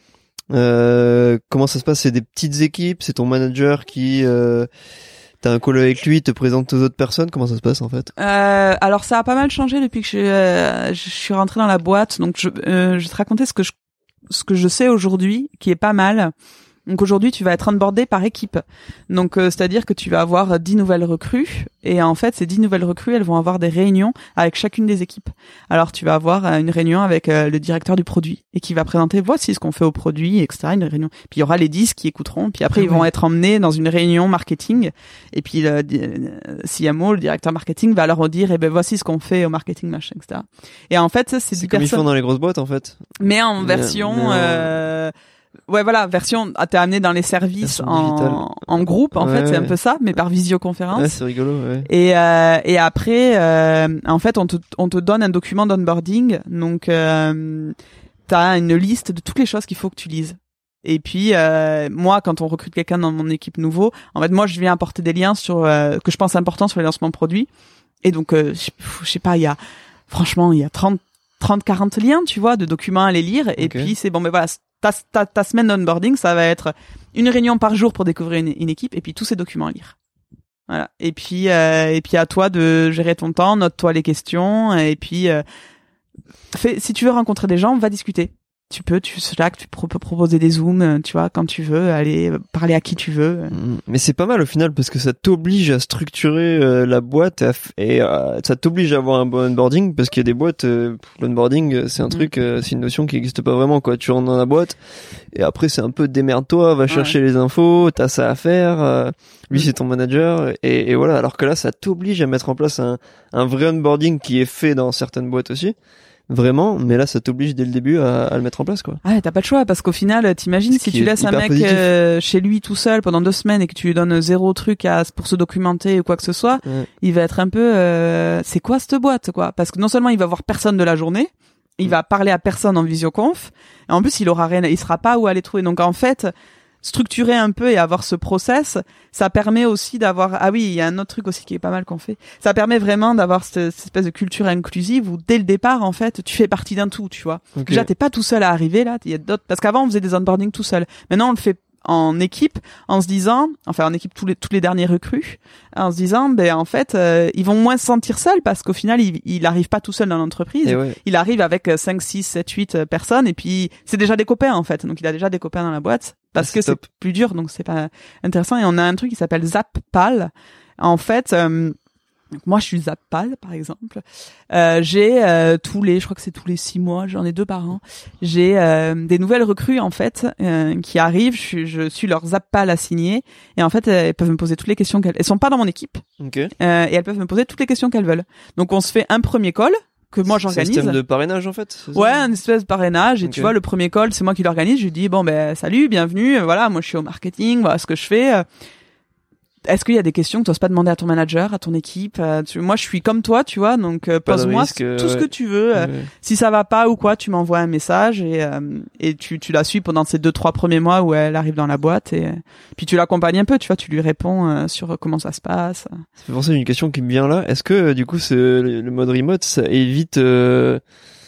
Euh, comment ça se passe? C'est des petites équipes? C'est ton manager qui, euh, t'as un call avec lui, te présente aux autres personnes? Comment ça se passe en fait? euh, Alors ça a pas mal changé depuis que je, euh, je suis rentrée dans la boîte. Donc je, euh, je vais te raconter ce que je, ce que je sais aujourd'hui, qui est pas mal. Donc aujourd'hui, tu vas être onboardé par équipe. Donc euh, c'est-à-dire que tu vas avoir dix nouvelles recrues et en fait, ces dix nouvelles recrues, elles vont avoir des réunions avec chacune des équipes. Alors tu vas avoir euh, une réunion avec euh, le directeur du produit et qui va présenter voici ce qu'on fait au produit, et cetera. Une réunion. Puis il y aura les dix qui écouteront. Puis après, ah ils oui. vont être emmenés dans une réunion marketing et puis le C M O, le directeur marketing, va leur dire eh ben voici ce qu'on fait au marketing machin, et cetera. Et en fait, ça c'est, c'est du comme personne... ils font dans les grosses boîtes en fait. Mais en mais, version. Mais en... Euh... Ouais, voilà, version, t'es amené dans les services en, en groupe, en ouais, fait, c'est un peu ça, mais par visioconférence. Ouais, c'est rigolo, ouais. Et, euh, et après, euh, en fait, on te, on te donne un document d'onboarding, donc, euh, t'as une liste de toutes les choses qu'il faut que tu lises. Et puis, euh, moi, quand on recrute quelqu'un dans mon équipe nouveau, en fait, moi, je viens apporter des liens sur, euh, que je pense importants sur les lancements de produits. Et donc, euh, je, je sais pas, il y a, franchement, il y a trente, quarante liens, tu vois, de documents à les lire. Et okay. Puis, c'est bon, mais voilà, Ta, ta, ta semaine d'onboarding, ça va être une réunion par jour pour découvrir une, une équipe et puis tous ces documents à lire. Voilà. Et puis, euh, et puis à toi de gérer ton temps, note-toi les questions et puis, euh, fais, si tu veux rencontrer des gens, va discuter. Tu peux, tu Slack, tu peux proposer des zooms, tu vois, quand tu veux, aller parler à qui tu veux. Mais c'est pas mal au final parce que ça t'oblige à structurer euh, la boîte et euh, ça t'oblige à avoir un bon onboarding parce qu'il y a des boîtes, euh, l'onboarding c'est un mmh. truc, euh, c'est une notion qui n'existe pas vraiment quoi. Tu rentres dans la boîte et après c'est un peu démerde-toi, va chercher ouais. les infos, t'as ça à faire. Euh, lui mmh. c'est ton manager et, et voilà. Alors que là ça t'oblige à mettre en place un, un vrai onboarding qui est fait dans certaines boîtes aussi. Vraiment, mais là, ça t'oblige dès le début à, à le mettre en place, quoi. Ah, t'as pas de choix, parce qu'au final, t'imagines si tu laisses un mec euh, chez lui tout seul pendant deux semaines et que tu lui donnes zéro truc à, pour se documenter ou quoi que ce soit, ouais. il va être un peu, euh, c'est quoi cette boîte, quoi? Parce que non seulement il va voir personne de la journée, il mmh. va parler à personne en visioconf, et en plus il aura rien, il sera pas où aller trouver. Donc en fait, structurer un peu et avoir ce process, ça permet aussi d'avoir, ah oui, il y a un autre truc aussi qui est pas mal qu'on fait. Ça permet vraiment d'avoir cette, cette espèce de culture inclusive où dès le départ, en fait, tu fais partie d'un tout, tu vois. Okay. Déjà, t'es pas tout seul à arriver là, il y a d'autres, parce qu'avant, on faisait des onboarding tout seul. Maintenant, on le fait en équipe, en se disant, enfin en équipe tous les tous les derniers recrues, en se disant, ben en fait, euh, ils vont moins se sentir seuls parce qu'au final, il il arrive pas tout seul dans l'entreprise, ouais. il arrive avec cinq, six, sept, huit personnes et puis c'est déjà des copains en fait, donc il a déjà des copains dans la boîte parce ah, que c'est top. Plus dur, donc c'est pas intéressant. Et on a un truc qui s'appelle ZapPal. En fait, euh, moi je suis ZapPal par exemple. Euh, j'ai euh, tous les, je crois que c'est tous les six mois, j'en ai deux par an. J'ai euh, des nouvelles recrues en fait euh, qui arrivent. Je suis, je suis leur ZapPal assigné et en fait elles peuvent me poser toutes les questions qu'elles. Elles sont pas dans mon équipe. Okay. Euh, et elles peuvent me poser toutes les questions qu'elles veulent. Donc on se fait un premier call que moi j'organise. C'est un système de parrainage en fait. Ouais, un espèce de parrainage. Et okay. Tu vois, le premier call, c'est moi qui l'organise. Je lui dis bon ben salut, bienvenue. Voilà, moi je suis au marketing. Voilà ce que je fais. Est-ce qu'il y a des questions que tu n'oses pas demander à ton manager, à ton équipe? euh, tu, Moi, je suis comme toi, tu vois, donc euh, pose-moi risque, tout ouais. ce que tu veux. Euh, ouais. Si ça va pas ou quoi, tu m'envoies un message et euh, et tu tu la suis pendant ces deux trois premiers mois où elle arrive dans la boîte et euh, puis tu l'accompagnes un peu, tu vois, tu lui réponds euh, sur comment ça se passe. Ça fait penser à une question qui me vient là. Est-ce que du coup, ce, le mode remote, ça évite euh,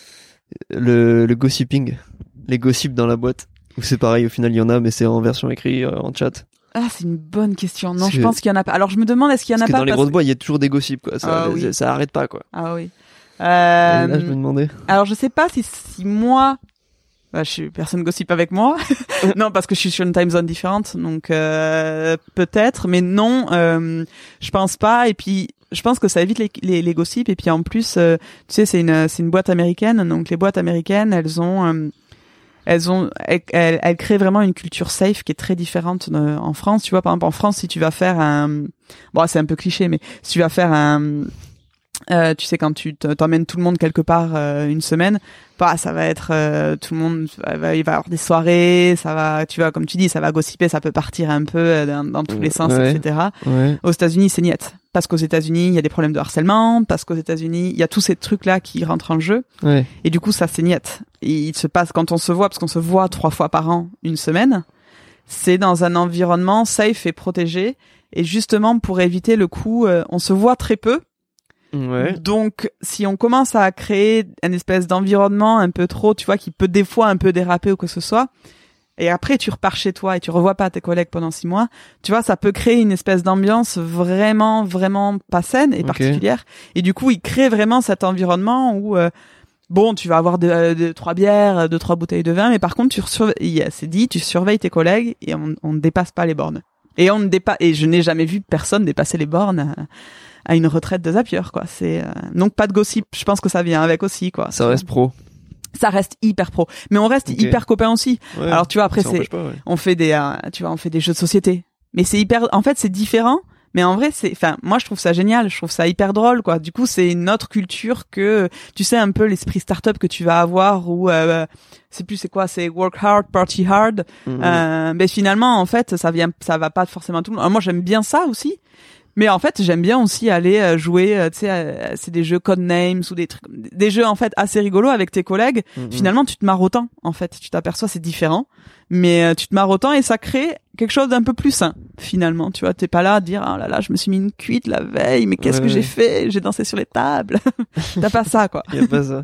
le, le gossiping, les gossips dans la boîte? Ou c'est pareil, au final, il y en a, mais c'est en version écrite, euh, en chat? Ah, c'est une bonne question. Non, je pense qu'il y en a pas. Alors, je me demande, est-ce qu'il y en parce a que pas dans les grosses boîtes, il y a toujours des gossips, quoi. Ça, ah, oui. ça, ça arrête pas, quoi. Ah oui. Euh... Là, je me demandais. Alors, je sais pas si, si moi, bah, je suis, personne gossip avec moi. Non, parce que je suis sur une time zone différente. Donc, euh, peut-être, mais non, euh, je pense pas. Et puis, je pense que ça évite les, les, les gossips. Et puis, en plus, euh, tu sais, c'est une, c'est une boîte américaine. Donc, les boîtes américaines, elles ont, euh, elles ont elles, elles, elles créent vraiment une culture safe qui est très différente de, en France, tu vois. Par exemple, en France, si tu vas faire un bon, c'est un peu cliché, mais si tu vas faire un euh, tu sais, quand tu t'emmènes tout le monde quelque part euh, une semaine, bah ça va être euh, tout le monde va, il va y avoir des soirées, ça va, tu vois, comme tu dis, ça va gossiper, ça peut partir un peu euh, dans, dans tous les sens, ouais, et cetera. Ouais. Aux États-Unis, c'est niette. Parce qu'aux États-Unis, il y a des problèmes de harcèlement, parce qu'aux États-Unis, il y a tous ces trucs-là qui rentrent en jeu. Ouais. Et du coup, ça, c'est niette. Et il se passe, quand on se voit, parce qu'on se voit trois fois par an, une semaine, c'est dans un environnement safe et protégé. Et justement, pour éviter le coup, euh, on se voit très peu. Ouais. Donc, si on commence à créer une espèce d'environnement un peu trop, tu vois, qui peut des fois un peu déraper ou que ce soit, et après tu repars chez toi et tu revois pas tes collègues pendant six mois, tu vois, ça peut créer une espèce d'ambiance vraiment, vraiment pas saine et okay. particulière. Et du coup, il crée vraiment cet environnement où, euh, bon, tu vas avoir deux, deux, trois bières, deux, trois bouteilles de vin, mais par contre, tu surveilles, c'est dit, tu surveilles tes collègues et on, on ne dépasse pas les bornes. Et on ne dépasse, et je n'ai jamais vu personne dépasser les bornes à, à une retraite de Zapier, quoi. C'est, euh... donc pas de gossip. Je pense que ça vient avec aussi, quoi. Ça reste pro. Ça reste hyper pro, mais on reste okay. hyper copains aussi. Ouais, alors tu vois, après c'est, pas, ouais. on fait des, euh, tu vois, on fait des jeux de société, mais c'est hyper, en fait c'est différent, mais en vrai c'est, enfin moi je trouve ça génial, je trouve ça hyper drôle, quoi. Du coup c'est une autre culture que, tu sais, un peu l'esprit startup que tu vas avoir où, euh, c'est plus c'est quoi, c'est work hard, party hard. Mm-hmm. Euh, mais finalement en fait ça vient, ça va pas forcément tout le monde. Alors, moi j'aime bien ça aussi. Mais en fait, j'aime bien aussi aller jouer, tu sais, c'est des jeux Codenames ou des trucs, des jeux en fait assez rigolos avec tes collègues. Mm-hmm. Finalement, tu te marres autant, en fait. Tu t'aperçois, c'est différent, mais tu te marres autant et ça crée quelque chose d'un peu plus sain, finalement. Tu vois, t'es pas là à dire, oh là là, je me suis mis une cuite la veille, mais qu'est-ce ouais. que j'ai fait? J'ai dansé sur les tables. T'as pas ça, quoi. Y a pas ça.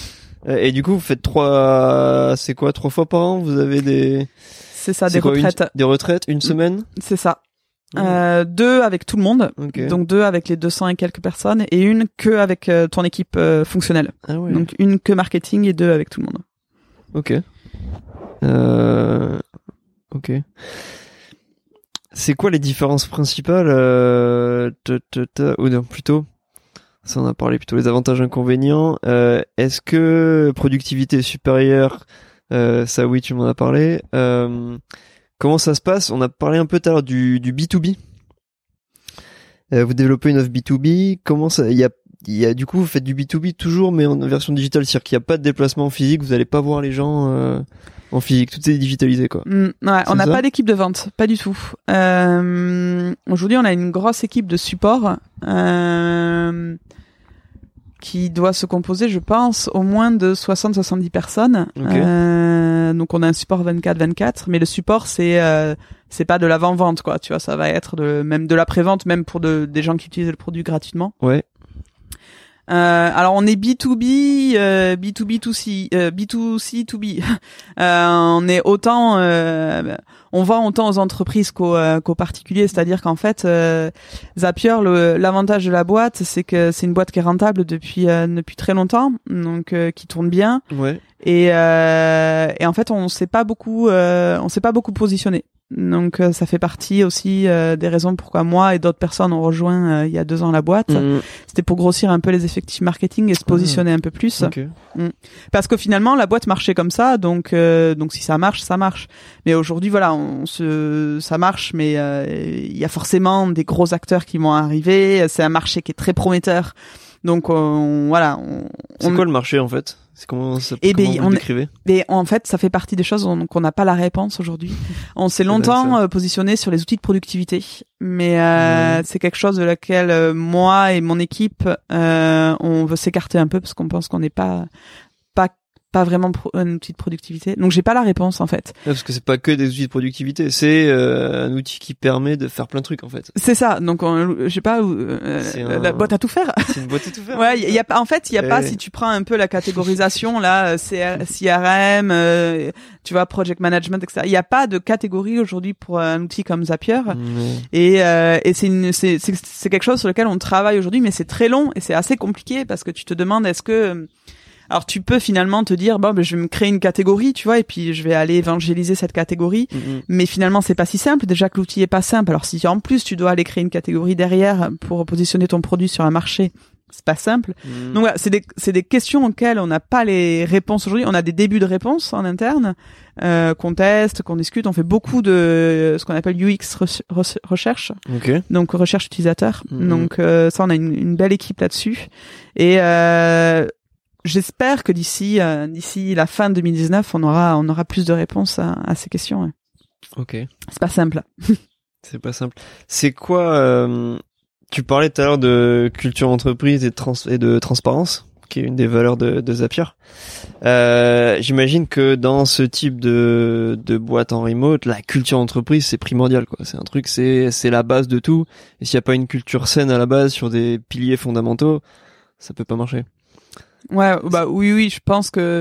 Et du coup, vous faites trois, c'est quoi, trois fois par an? Vous avez des... C'est ça, c'est des quoi, retraites. Une... Des retraites, une semaine? C'est ça. Euh, deux avec tout le monde, okay. donc deux avec les deux cents et quelques personnes, et une que avec euh, ton équipe euh, fonctionnelle. Ah ouais. Donc une que marketing et deux avec tout le monde. Ok. Euh... Ok. C'est quoi les différences principales euh... ou non, plutôt, ça on a parlé plutôt les avantages inconvénients. Euh, est-ce que productivité supérieure, euh, ça oui tu m'en as parlé. Euh... Comment ça se passe? On a parlé un peu tout à l'heure du, du B deux B. Euh, vous développez une offre B deux B. Comment ça, il y a, il y a, du coup, vous faites du B deux B toujours, mais en version digitale. C'est-à-dire qu'il n'y a pas de déplacement physique, vous n'allez pas voir les gens, euh, en physique. Tout est digitalisé, quoi. Mmh, ouais, on n'a pas d'équipe de vente. Pas du tout. Euh, aujourd'hui, on a une grosse équipe de support. Euh, qui doit se composer, je pense, au moins de soixante à soixante-dix personnes. Okay. Euh, donc on a un support vingt-quatre vingt-quatre, mais le support c'est euh, c'est pas de l'avant-vente, quoi. Tu vois, ça va être de, même de l'après-vente, même pour de, des gens qui utilisent le produit gratuitement. Ouais. Euh, alors on est B deux B, euh, B deux B deux C, euh, B deux C deux B. Euh, on est autant, euh, on vend autant aux entreprises qu'aux, euh, qu'aux particuliers. C'est-à-dire qu'en fait, euh, Zapier, le, l'avantage de la boîte, c'est que c'est une boîte qui est rentable depuis euh, depuis très longtemps, donc euh, qui tourne bien. Ouais. Et euh, et en fait, on s'est pas beaucoup, euh, on s'est pas beaucoup positionné. Donc euh, ça fait partie aussi euh, des raisons pourquoi moi et d'autres personnes ont rejoint euh, il y a deux ans la boîte. Mmh. C'était pour grossir un peu les effectifs marketing et se positionner ah. un peu plus. Okay. Mmh. Parce que finalement la boîte marchait comme ça, donc euh, donc si ça marche, ça marche. Mais aujourd'hui voilà, on se ça marche, mais il euh, y a forcément des gros acteurs qui vont arriver. C'est un marché qui est très prometteur. Donc on, voilà. On, c'est on... quoi le marché en fait? C'est comment ça et comment ben, vous on le décrivez? Mais en fait, ça fait partie des choses qu'on n'a pas la réponse aujourd'hui. On s'est longtemps euh, positionné sur les outils de productivité, mais euh, mmh. c'est quelque chose de laquelle euh, moi et mon équipe euh, on veut s'écarter un peu parce qu'on pense qu'on n'est pas pas pas vraiment pro- un outil de productivité. Donc j'ai pas la réponse en fait. Ouais, parce que c'est pas que des outils de productivité, c'est euh, un outil qui permet de faire plein de trucs en fait. C'est ça. Donc on, je sais pas, euh, un... la boîte à tout faire. C'est une boîte à tout faire. Ouais, il y a pas en fait, il y a Et... pas si tu prends un peu la catégorisation là, C R M, euh, tu vois, project management, et cetera. Il y a pas de catégorie aujourd'hui pour un outil comme Zapier. Mmh. Et euh, et c'est une c'est c'est c'est quelque chose sur lequel on travaille aujourd'hui, mais c'est très long et c'est assez compliqué parce que tu te demandes est-ce que alors tu peux finalement te dire bon ben je vais me créer une catégorie, tu vois, et puis je vais aller évangéliser cette catégorie, mm-hmm. mais finalement c'est pas si simple. Déjà que l'outil est pas simple. Alors si en plus tu dois aller créer une catégorie derrière pour positionner ton produit sur un marché, c'est pas simple. Mm. Donc voilà, c'est des c'est des questions auxquelles on n'a pas les réponses aujourd'hui. On a des débuts de réponses en interne euh, qu'on teste, qu'on discute. On fait beaucoup de ce qu'on appelle U X re- recherche, okay. donc recherche utilisateur. Mm-hmm. Donc euh, ça on a une, une belle équipe là-dessus et euh, j'espère que d'ici euh, d'ici la fin de deux mille dix-neuf, on aura on aura plus de réponses à, à ces questions. Ouais. Ok. C'est pas simple. C'est pas simple. C'est quoi euh, tu parlais tout à l'heure de culture entreprise et de, trans- et de transparence, qui est une des valeurs de, de Zapier. Euh, j'imagine que dans ce type de de boîte en remote, la culture entreprise c'est primordial quoi. C'est un truc, c'est c'est la base de tout. Et s'il y a pas une culture saine à la base sur des piliers fondamentaux, ça peut pas marcher. Ouais, bah oui, oui, je pense que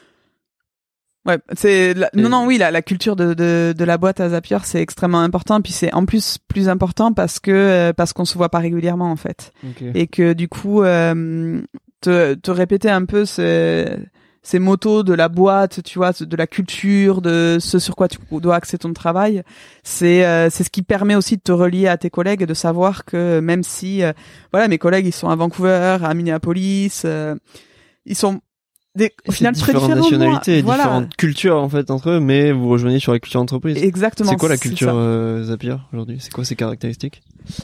ouais, c'est la... non, non, oui, la, la culture de, de de la boîte à Zapier, c'est extrêmement important. Puis c'est en plus plus important parce que parce qu'on se voit pas régulièrement en fait, okay. et que du coup euh, te te répéter un peu ces ces motos de la boîte, tu vois, de la culture, de ce sur quoi tu dois axer ton travail, c'est euh, c'est ce qui permet aussi de te relier à tes collègues et de savoir que même si euh, voilà, mes collègues ils sont à Vancouver, à Minneapolis, euh, ils sont des, au final très différents. Différentes nationalités, voilà. différentes cultures en fait entre eux, mais vous rejoignez sur la culture entreprise. Exactement. C'est quoi la culture euh, Zapier aujourd'hui? C'est quoi ses caractéristiques?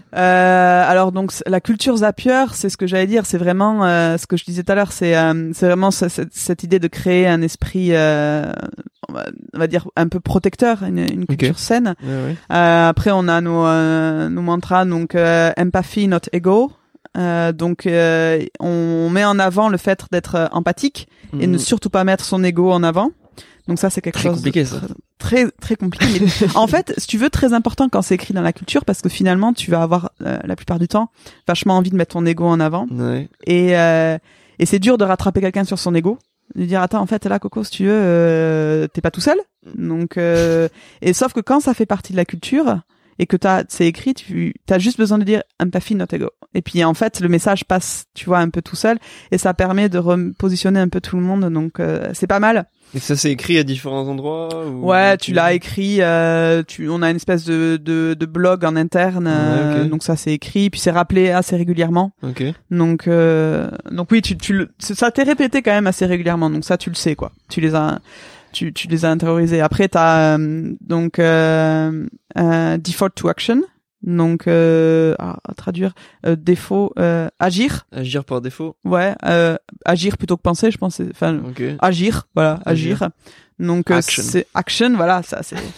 Euh, alors donc la culture Zapier, c'est ce que j'allais dire, c'est vraiment euh, ce que je disais tout à l'heure, c'est euh, c'est vraiment c- c- cette idée de créer un esprit, euh, on, va, on va dire un peu protecteur, une, une culture okay. saine. Ouais, ouais. Euh, après on a nos euh, nos mantras, donc euh, empathy not ego. Euh, donc euh, on met en avant le fait d'être empathique mmh. et ne surtout pas mettre son ego en avant. Donc ça c'est quelque très chose compliqué, de ça. très très compliqué. Mais en fait, si tu veux, très important quand c'est écrit dans la culture parce que finalement tu vas avoir euh, la plupart du temps vachement envie de mettre ton ego en avant. Ouais. Et euh, et c'est dur de rattraper quelqu'un sur son ego, de dire attends en fait là Coco si tu veux euh, t'es pas tout seul. Donc euh, et sauf que quand ça fait partie de la culture et que t'as, c'est écrit, tu as juste besoin de dire empathy not ego. Et puis en fait, le message passe, tu vois, un peu tout seul, et ça permet de repositionner un peu tout le monde. Donc euh, c'est pas mal. Et ça c'est écrit à différents endroits ou... Ouais, tu l'as écrit. Euh, tu, on a une espèce de de, de blog en interne, euh, ouais, okay. donc ça c'est écrit, puis c'est rappelé assez régulièrement. Ok. Donc euh, donc oui, tu tu le, ça t'est répété quand même assez régulièrement. Donc ça tu le sais quoi. Tu les as Tu, tu les as intériorisés. Après, t'as euh, donc euh, euh, default to action, donc euh, à, à traduire euh, défaut, euh, agir. Agir par défaut. Ouais, euh, agir plutôt que penser, je pense. Enfin, okay. agir, voilà, agir. agir. Donc action. c'est action, voilà, ça c'est.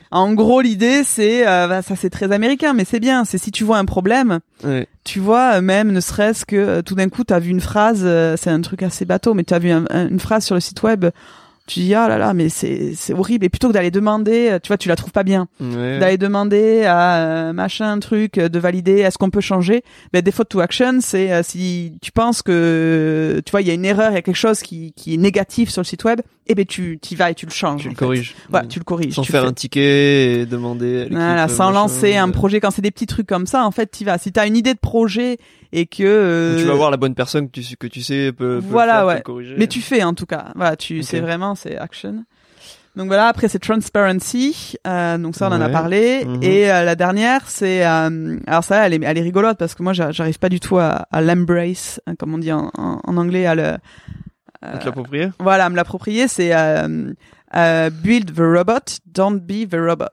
En gros, l'idée, c'est, euh, bah, ça c'est très américain, mais c'est bien. C'est si tu vois un problème, ouais. tu vois, même ne serait-ce que euh, tout d'un coup, t'as vu une phrase, euh, c'est un truc assez bateau, mais t'as vu un, un, une phrase sur le site web. Tu dis ah là là mais c'est c'est horrible et plutôt que d'aller demander tu vois tu la trouves pas bien ouais. d'aller demander à euh, machin truc de valider est-ce qu'on peut changer ben default to action c'est euh, si tu penses que tu vois il y a une erreur il y a quelque chose qui qui est négatif sur le site web et ben tu t'y vas et tu le changes tu le fait. corriges voilà tu le corriges sans tu faire fais... un ticket et demander à l'équipe, voilà sans machin, lancer un euh... projet quand c'est des petits trucs comme ça en fait t'y vas si t'as une idée de projet et que euh... tu vas voir la bonne personne que tu que tu sais peut, peut voilà le faire, ouais peut le corriger. Mais tu fais en tout cas voilà tu okay. c'est vraiment c'est action. Donc voilà, après c'est transparency, euh, donc ça on en ouais. a parlé. Mm-hmm. Et euh, la dernière c'est, euh, alors ça elle est, elle est rigolote parce que moi j'arrive pas du tout à, à l'embrace, hein, comme on dit en, en, en anglais, à le, euh, à te l'approprier. Voilà, à me l'approprier, c'est euh, euh, build the robot, don't be the robot.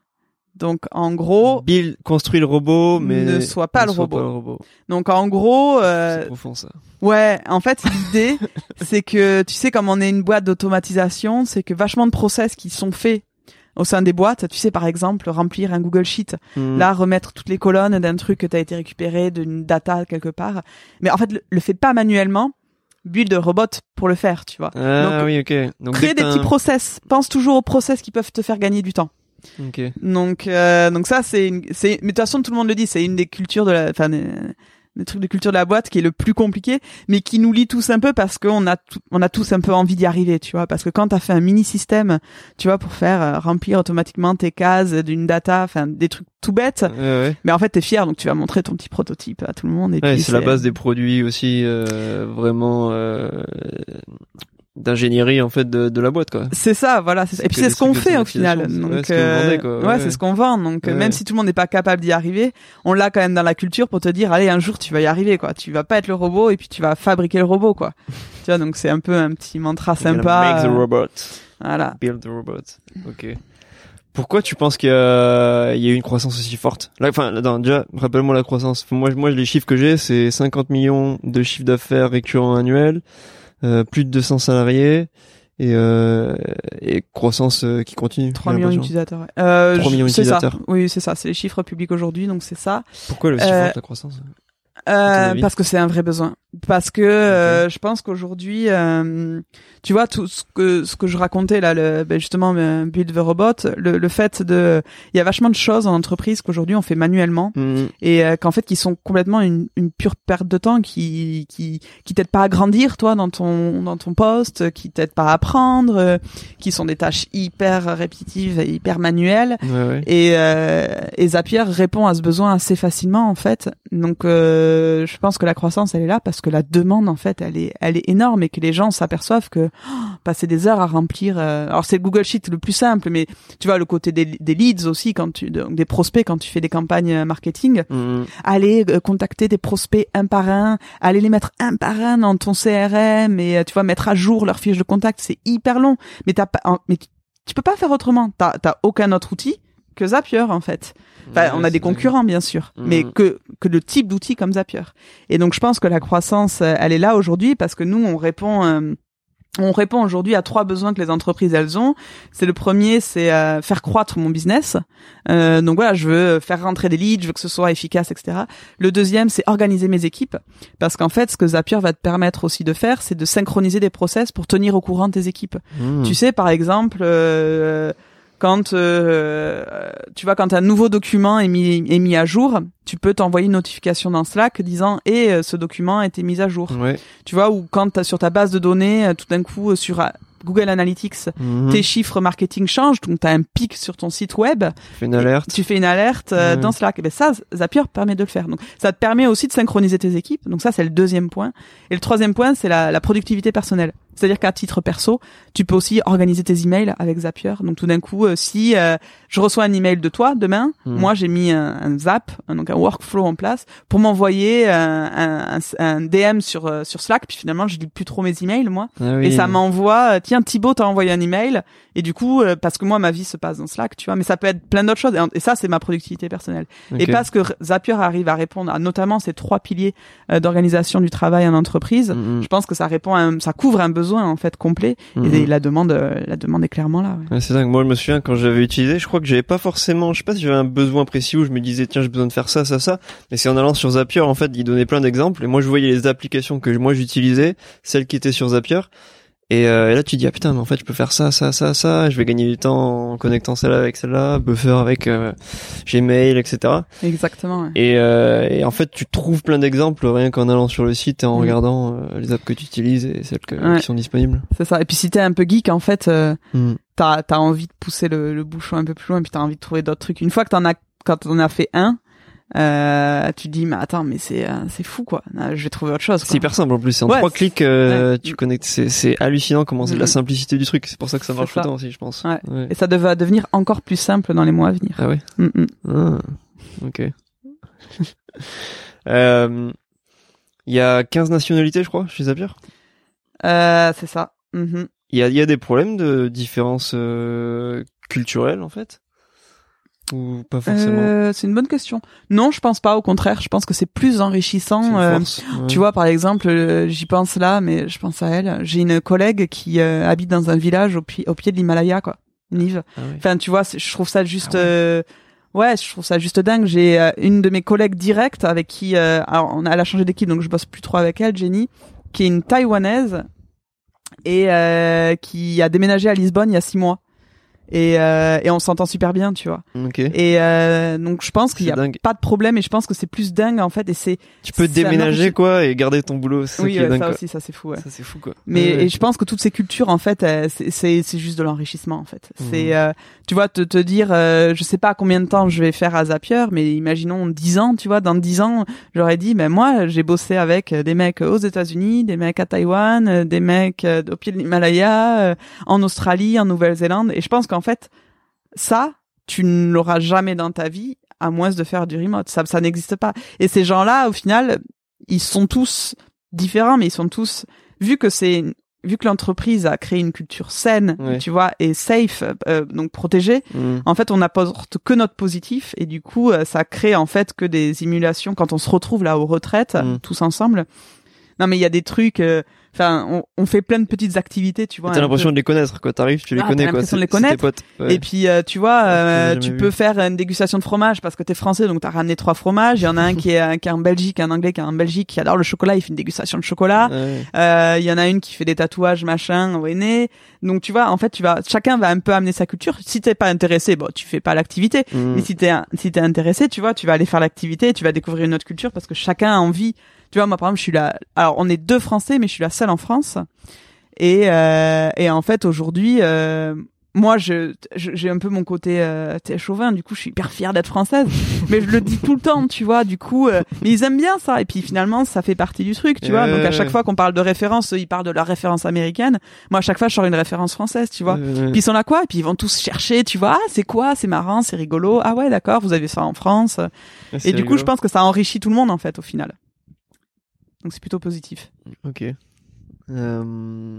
Donc en gros, build construit le robot, mais ne sois pas, ne le, sois robot. pas le robot. Donc en gros, euh, c'est profond ça. Ouais, en fait, l'idée, c'est que, tu sais, comme on est une boîte d'automatisation, c'est que vachement de process qui sont faits au sein des boîtes, tu sais, par exemple, remplir un Google Sheet, mmh. là, remettre toutes les colonnes d'un truc que tu as été récupéré, d'une data quelque part. Mais en fait, le, le fais pas manuellement, build le robot pour le faire, tu vois. Ah donc, oui, ok. Donc, crée des petits process. Pense toujours aux process qui peuvent te faire gagner du temps. Ok. Donc, euh, donc ça, c'est une, c'est, mais de toute façon, tout le monde le dit, c'est une des cultures de la, enfin, des, des trucs de culture de la boîte qui est le plus compliqué, mais qui nous lie tous un peu parce qu'on a tout, on a tous un peu envie d'y arriver, tu vois, parce que quand t'as fait un mini système, tu vois, pour faire euh, remplir automatiquement tes cases d'une data, enfin, des trucs tout bêtes, ouais, ouais. mais en fait, t'es fier, donc tu vas montrer ton petit prototype à tout le monde. Et ouais, puis c'est, c'est la base des produits aussi, euh, vraiment, euh, d'ingénierie en fait de, de la boîte quoi. C'est ça, voilà. C'est ça. Et puis c'est ce qu'on fait au final. Donc ouais, euh, vendez, quoi. ouais, ouais, c'est ce qu'on vend. Donc ouais. même si tout le monde n'est pas capable d'y arriver, on l'a quand même dans la culture pour te dire allez un jour tu vas y arriver quoi. Tu vas pas être le robot et puis tu vas fabriquer le robot quoi. Tu vois donc c'est un peu un petit mantra sympa. Make the robot. Voilà. Build the robot. Ok. Pourquoi tu penses qu'il y a, il y a eu une croissance aussi forte? Là, enfin, là, déjà, rappelle-moi la croissance. Moi, moi, les chiffres que j'ai, c'est cinquante millions de chiffre d'affaires récurrents annuels, euh, plus de deux cents salariés. Et, euh, et croissance euh, qui continue. trois millions d'utilisateurs. Ouais. Euh, trois millions d'utilisateurs. Oui, c'est ça. C'est les chiffres publics aujourd'hui, donc c'est ça. Pourquoi le si euh, forte la croissance? Euh, parce que c'est un vrai besoin. Parce que euh, okay. je pense qu'aujourd'hui, euh, tu vois tout ce que ce que je racontais là, le, ben justement, euh, Build the Robot, le, le fait de, il y a vachement de choses en entreprise qu'aujourd'hui on fait manuellement mmh. et euh, qu'en fait qui sont complètement une, une pure perte de temps, qui qui qui t'aident pas à grandir toi dans ton dans ton poste, qui t'aident pas à apprendre, euh, qui sont des tâches hyper répétitives et hyper manuelles. Ouais, ouais. Et euh, et Zapier répond à ce besoin assez facilement en fait. Donc euh, je pense que la croissance elle est là parce que la demande en fait elle est elle est énorme et que les gens s'aperçoivent que oh, passer des heures à remplir euh, alors c'est le Google Sheet le plus simple, mais tu vois le côté des, des leads aussi, quand tu donc des prospects quand tu fais des campagnes marketing, mmh. aller euh, contacter des prospects un par un, aller les mettre un par un dans ton C R M et tu vois mettre à jour leur fiche de contact, c'est hyper long, mais t'as pas en, mais tu, tu peux pas faire autrement, t'as t'as aucun autre outil que Zapier en fait. Enfin, ouais, on a des concurrents bien sûr, mmh. mais que que le type d'outils comme Zapier. Et donc je pense que la croissance, elle est là aujourd'hui parce que nous on répond euh, on répond aujourd'hui à trois besoins que les entreprises elles ont. C'est le premier, c'est euh, faire croître mon business. Euh, donc voilà, je veux faire rentrer des leads, je veux que ce soit efficace, et cetera. Le deuxième, c'est organiser mes équipes, parce qu'en fait, ce que Zapier va te permettre aussi de faire, c'est de synchroniser des process pour tenir au courant tes équipes. Mmh. Tu sais, par exemple. Euh, Quand euh, tu vois, quand un nouveau document est mis est mis à jour, tu peux t'envoyer une notification dans Slack disant et eh, ce document a été mis à jour. Ouais. Tu vois, ou quand t'as sur ta base de données, tout d'un coup sur Google Analytics, mmh. tes chiffres marketing changent, donc t'as un pic sur ton site web. Tu fais une alerte. Tu fais une alerte euh, mmh. dans Slack. Et ben ça, Zapier permet de le faire. Donc ça te permet aussi de synchroniser tes équipes. Donc ça, c'est le deuxième point. Et le troisième point, c'est la, la productivité personnelle. C'est-à-dire qu'à titre perso, tu peux aussi organiser tes emails avec Zapier. Donc tout d'un coup, euh, si euh, je reçois un email de toi demain, mmh. moi j'ai mis un, un Zap, un, donc un workflow en place pour m'envoyer un, un, un D M sur euh, sur Slack. Puis finalement, je lis plus trop mes emails moi, ah oui. et ça m'envoie euh, tiens Thibaut t'a envoyé un email. Et du coup, euh, parce que moi ma vie se passe dans Slack, tu vois, mais ça peut être plein d'autres choses. Et, et ça, c'est ma productivité personnelle. Okay. Et parce que Zapier arrive à répondre à notamment ces trois piliers euh, d'organisation du travail en entreprise, mmh. je pense que ça répond, à un, ça couvre un besoin besoin en fait complet. Mm-hmm. Et la demande, euh, la demande est clairement là. Ouais. Ouais, c'est dingue. Moi, je me souviens quand j'avais utilisé, je crois que j'avais pas forcément, je sais pas si j'avais un besoin précis où je me disais tiens j'ai besoin de faire ça, ça, ça. Mais c'est en allant sur Zapier en fait, il donnait plein d'exemples et moi je voyais les applications que moi j'utilisais, celles qui étaient sur Zapier. Et, euh, et là tu dis ah putain mais en fait je peux faire ça ça ça ça je vais gagner du temps en connectant celle-là avec celle-là, buffer avec euh, Gmail, etc. Exactement. Ouais. Et, euh, et en fait tu trouves plein d'exemples rien qu'en allant sur le site et en mmh. regardant euh, les apps que tu utilises et celles que, ouais. qui sont disponibles. C'est ça. Et puis si t'es un peu geek en fait euh, mmh. t'as t'as envie de pousser le, le bouchon un peu plus loin et puis t'as envie de trouver d'autres trucs. Une fois que t'en as quand t'en as fait un, Euh, tu te dis mais attends mais c'est euh, c'est fou quoi, je vais trouver autre chose quoi. C'est hyper simple en plus, c'est en ouais, trois clics euh, ouais. tu connectes, c'est c'est hallucinant comment c'est mmh. la simplicité du truc, c'est pour ça que ça marche tout le temps aussi je pense. Ouais. Ouais. Et ça devrait devenir encore plus simple dans les mois à venir. Ah ouais. Mmh. Ah, ok. euh il y a quinze nationalités je crois chez Zapier. Euh c'est ça. Mmh. Il y a il y a des problèmes de différences euh, culturelles en fait. Ou pas forcément. Euh, c'est une bonne question. Non, je pense pas. Au contraire, je pense que c'est plus enrichissant. C'est euh, ouais. Tu vois, par exemple, euh, j'y pense là, mais je pense à elle. J'ai une collègue qui euh, habite dans un village au, pi- au pied de l'Himalaya, quoi. Nive. Ah ouais. Enfin, tu vois, je trouve ça juste. Ah ouais. Euh, ouais, je trouve ça juste dingue. J'ai euh, une de mes collègues directes avec qui, euh, alors, on a, elle a changé d'équipe, donc je bosse plus trop avec elle, Jenny, qui est une Taïwanaise et euh, qui a déménagé à Lisbonne il y a six mois. Et, euh, et on s'entend super bien, tu vois. Okay. Et euh, donc je pense qu'il y a dingue. pas de problème, et je pense que c'est plus dingue en fait. Et c'est tu peux déménager quoi et garder ton boulot. C'est oui, ça qui est ouais, dingue, ça quoi. aussi, ça c'est fou. Ouais. Ça c'est fou quoi. Mais ouais, ouais. et je pense que toutes ces cultures en fait, euh, c'est c'est c'est juste de l'enrichissement en fait. Mmh. C'est euh, tu vois te te dire, euh, je sais pas combien de temps je vais faire à Zapier, mais imaginons dix ans, tu vois, dans dix ans, j'aurais dit, ben moi j'ai bossé avec des mecs aux États-Unis, des mecs à Taïwan, des mecs euh, au pied de l'Himalaya, euh, en Australie, en Nouvelle-Zélande, et je pense qu'en fait ça, tu ne l'auras jamais dans ta vie, à moins de faire du remote. Ça, ça n'existe pas. Et ces gens-là, au final, ils sont tous différents, mais ils sont tous, vu que c'est, vu que l'entreprise a créé une culture saine, ouais. tu vois, et safe, euh, donc protégée, mmh. en fait, on n'apporte que notre positif, et du coup, ça crée en fait que des émulations quand on se retrouve là aux retraites, mmh. tous ensemble. Non, mais il y a des trucs. Euh, Enfin, on, on fait plein de petites activités, tu vois. T'as l'impression peu. de les connaître, quoi. T'arrives, tu les ah, connais, t'as quoi. l'impression de les connaître. Tes potes. Ouais. Et puis, euh, tu vois, euh, tu vu. peux faire une dégustation de fromage parce que t'es français, donc t'as ramené trois fromages. Il y en a un qui est, qui est en Belgique, un anglais qui est en Belgique, qui adore le chocolat, il fait une dégustation de chocolat. Ouais. Euh, il y en a une qui fait des tatouages, machin, au nez. Donc, tu vois, en fait, tu vas, chacun va un peu amener sa culture. Si t'es pas intéressé, bon, tu fais pas l'activité. Mmh. Mais si t'es, si t'es intéressé, tu vois, tu vas aller faire l'activité, tu vas découvrir une autre culture parce que chacun a envie. Tu vois, moi, par exemple, je suis là, alors, on est deux Français, mais je suis la seule en France. Et, euh, et en fait, aujourd'hui, euh, moi, je, je, j'ai un peu mon côté euh, chauvin, du coup, je suis hyper fière d'être française. Mais je le dis tout le temps, tu vois, du coup, euh, mais ils aiment bien ça. Et puis finalement, ça fait partie du truc, tu vois. Donc à chaque fois qu'on parle de référence, eux, ils parlent de leur référence américaine. Moi, à chaque fois, je sors une référence française, tu vois. Euh... Puis ils sont là quoi? Et puis ils vont tous chercher, tu vois. Ah, c'est quoi? C'est marrant, c'est rigolo. Ah ouais, d'accord, vous avez ça en France. Et du rigolo. coup, je pense que ça enrichit tout le monde, en fait, au final. Donc c'est plutôt positif. Ok. Euh...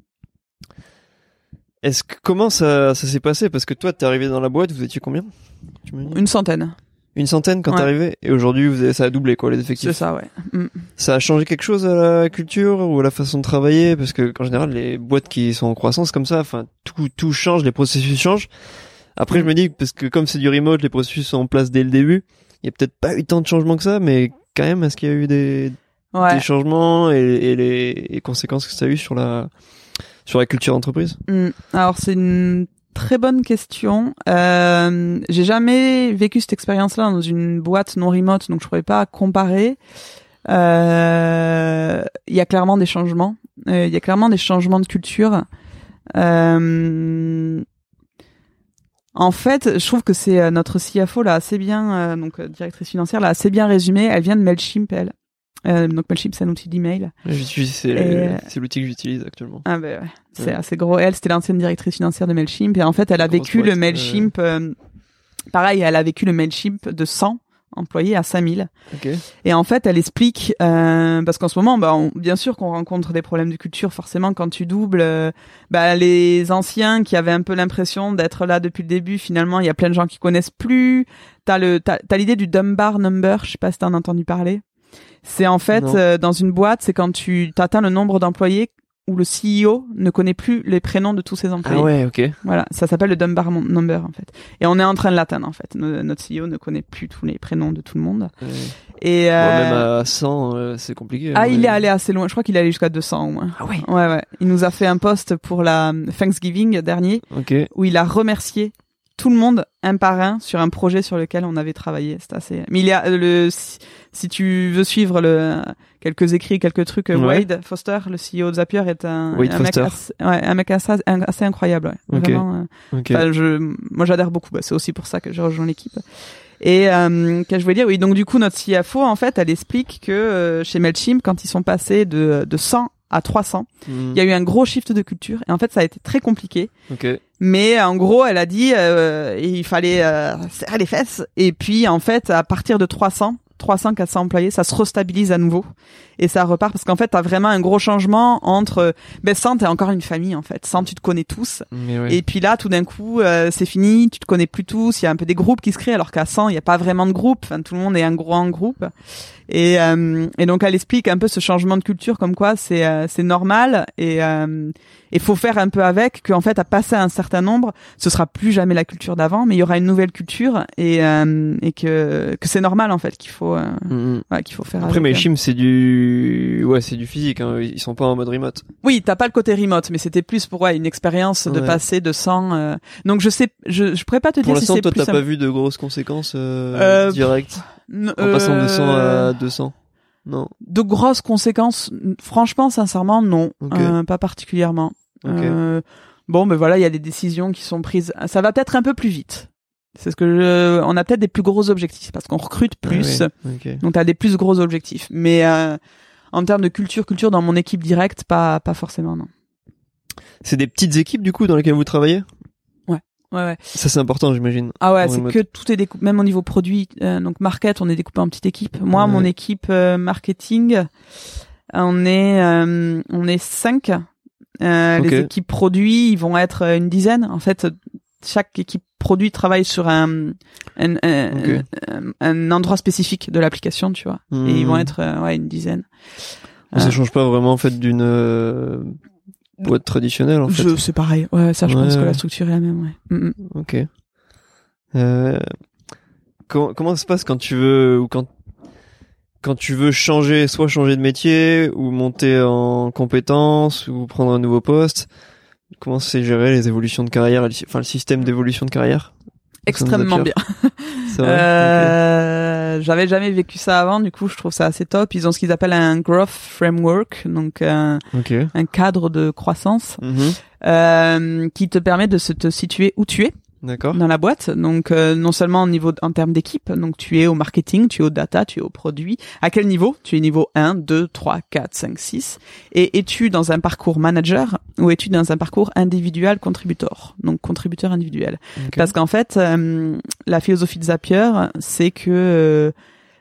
Est-ce que comment ça ça s'est passé parce que toi t'es arrivé dans la boîte, vous étiez combien? Tu me dis Une centaine. Une centaine quand ouais. t'es arrivé et aujourd'hui vous avez, ça a doublé quoi les effectifs. C'est ça ouais. Mm. Ça a changé quelque chose à la culture ou à la façon de travailler parce que en général les boîtes qui sont en croissance comme ça, enfin tout tout change, les processus changent. Après mm. je me dis parce que comme c'est du remote, les processus sont en place dès le début, il y a peut-être pas eu tant de changements que ça, mais quand même est-ce qu'il y a eu des Ouais. des changements et, et les et conséquences que ça a eu sur la sur la culture d'entreprise? Mmh. Alors c'est une très bonne question. Euh, j'ai jamais vécu cette expérience-là dans une boîte non remote, donc je pourrais pas comparer. Euh, il y a clairement des changements. Euh, il y a clairement des changements de culture. Euh, En fait, je trouve que c'est notre C F O là assez bien, euh, donc directrice financière là assez bien résumé. Elle vient de Mailchimp, elle. Euh, donc Mailchimp, c'est un outil d'email. J'utilise, c'est, et... c'est l'outil que j'utilise actuellement. Ah ben ouais, c'est ouais. assez gros. Elle, c'était l'ancienne directrice financière de Mailchimp et en fait, elle a vécu boîte, le Mailchimp. Euh... Euh, pareil, elle a vécu le Mailchimp de cent employés à cinq mille. Okay. Et en fait, elle explique euh, parce qu'en ce moment, bah, on, bien sûr qu'on rencontre des problèmes de culture. Forcément, quand tu doubles, euh, bah, les anciens qui avaient un peu l'impression d'être là depuis le début, finalement, il y a plein de gens qui connaissent plus. T'as le, t'as, t'as l'idée du Dunbar number. Je sais pas si t'en as entendu parler. C'est en fait euh, dans une boîte, c'est quand tu atteins le nombre d'employés où le C E O ne connaît plus les prénoms de tous ses employés. Ah ouais, ok. Voilà, ça s'appelle le Dunbar Number en fait. Et on est en train de l'atteindre en fait. Notre C E O ne connaît plus tous les prénoms de tout le monde. Ouais. Et euh... bon, même à cent, euh, c'est compliqué. Ah, mais... il est allé assez loin. Je crois qu'il est allé jusqu'à deux cents au moins. Ah ouais. Ouais, ouais. Il nous a fait un post pour la Thanksgiving dernier, ok. où il a remercié tout le monde un par un sur un projet sur lequel on avait travaillé. C'est assez. Mais il y a le si, si tu veux suivre le quelques écrits, quelques trucs. Ouais. Wade Foster, le C E O de Zapier, est un, Wade un Foster. mec assez, ouais, un mec assez, assez incroyable. Ouais. Okay. Vraiment. Okay. Enfin, je, moi, j'adhère beaucoup. Bah, c'est aussi pour ça que j'ai rejoint l'équipe. Et euh, qu'est-ce que je voulais dire, oui. Donc du coup, notre C F O, en fait, elle explique que euh, chez Mailchimp, quand ils sont passés de de cent à trois cents, il mmh. y a eu un gros shift de culture. Et en fait, ça a été très compliqué. Okay. Mais en gros, elle a dit euh, il fallait euh, serrer les fesses. Et puis, en fait, à partir de trois cents, trois cents, quatre cents employés, ça se restabilise à nouveau. Et ça repart parce qu'en fait, t'as vraiment un gros changement entre, ben, cent, t'es encore une famille, en fait. cent, tu te connais tous. Ouais. Et puis là, tout d'un coup, euh, c'est fini, tu te connais plus tous. Il y a un peu des groupes qui se créent, alors qu'à cent, il n'y a pas vraiment de groupe. Enfin, tout le monde est un grand groupe. Et, euh, et donc, elle explique un peu ce changement de culture, comme quoi c'est, euh, c'est normal. Et, euh, il faut faire un peu avec, qu'en fait, à passer à un certain nombre, ce sera plus jamais la culture d'avant, mais il y aura une nouvelle culture et, euh, et que, que c'est normal, en fait, qu'il faut, euh, mmh. ouais, qu'il faut faire Après, avec. Mailchimp, c'est du, ouais, c'est du physique, hein. Ils sont pas en mode remote. Oui, t'as pas le côté remote, mais c'était plus pour, ouais, une expérience de ouais. passer de cent, euh... donc je sais, je, je pourrais pas te pour dire si c'est toi, plus... Pour l'instant, t'as un... pas vu de grosses conséquences, euh, euh directes? N- en passant euh... de cent à deux cents? Non. De grosses conséquences, franchement, sincèrement, non. Okay. Euh, pas particulièrement. Okay. Euh, bon, ben voilà, il y a des décisions qui sont prises. Ça va peut-être un peu plus vite. C'est ce que je... on a peut-être des plus gros objectifs parce qu'on recrute plus. Ah oui. Okay. Donc t'as des plus gros objectifs. Mais euh, en termes de culture, culture dans mon équipe directe, pas pas forcément, non. C'est des petites équipes du coup dans lesquelles vous travaillez? Ouais, ouais, ouais. Ça c'est important, j'imagine. Ah ouais, c'est remote. Que tout est découpé, même au niveau produit. Euh, donc market, on est découpé en petites équipes. Moi, ouais. mon équipe euh, marketing, on est euh, on est cinq. Euh, okay. Les équipes produits, ils vont être une dizaine. En fait, chaque équipe produit travaille sur un un, un, okay. un, un endroit spécifique de l'application, tu vois. Mmh. Et ils vont être euh, ouais une dizaine. Ça euh, change pas vraiment en fait d'une euh, boîte traditionnelle en fait. Je, c'est pareil. Ouais, ça je ouais. pense que la structure est la même. Ouais. Mmh. Ok. Euh, comment comment ça se passe quand tu veux ou quand quand tu veux changer, soit changer de métier ou monter en compétences ou prendre un nouveau poste? Comment c'est géré les évolutions de carrière, enfin le système d'évolution de carrière? Extrêmement bien. C'est vrai. Euh, okay. J'avais jamais vécu ça avant, du coup je trouve ça assez top. Ils ont ce qu'ils appellent un growth framework, donc un, okay. un cadre de croissance mm-hmm. euh, qui te permet de se te situer où tu es. D'accord. Dans la boîte, donc euh, non seulement au niveau en termes d'équipe, donc tu es au marketing, tu es au data, tu es au produit. À quel niveau? Tu es niveau un, deux, trois, quatre, cinq, six. Et es-tu dans un parcours manager ou es-tu dans un parcours individuel contributeur, donc contributeur individuel? Okay. Parce qu'en fait, euh, la philosophie de Zapier, c'est que euh,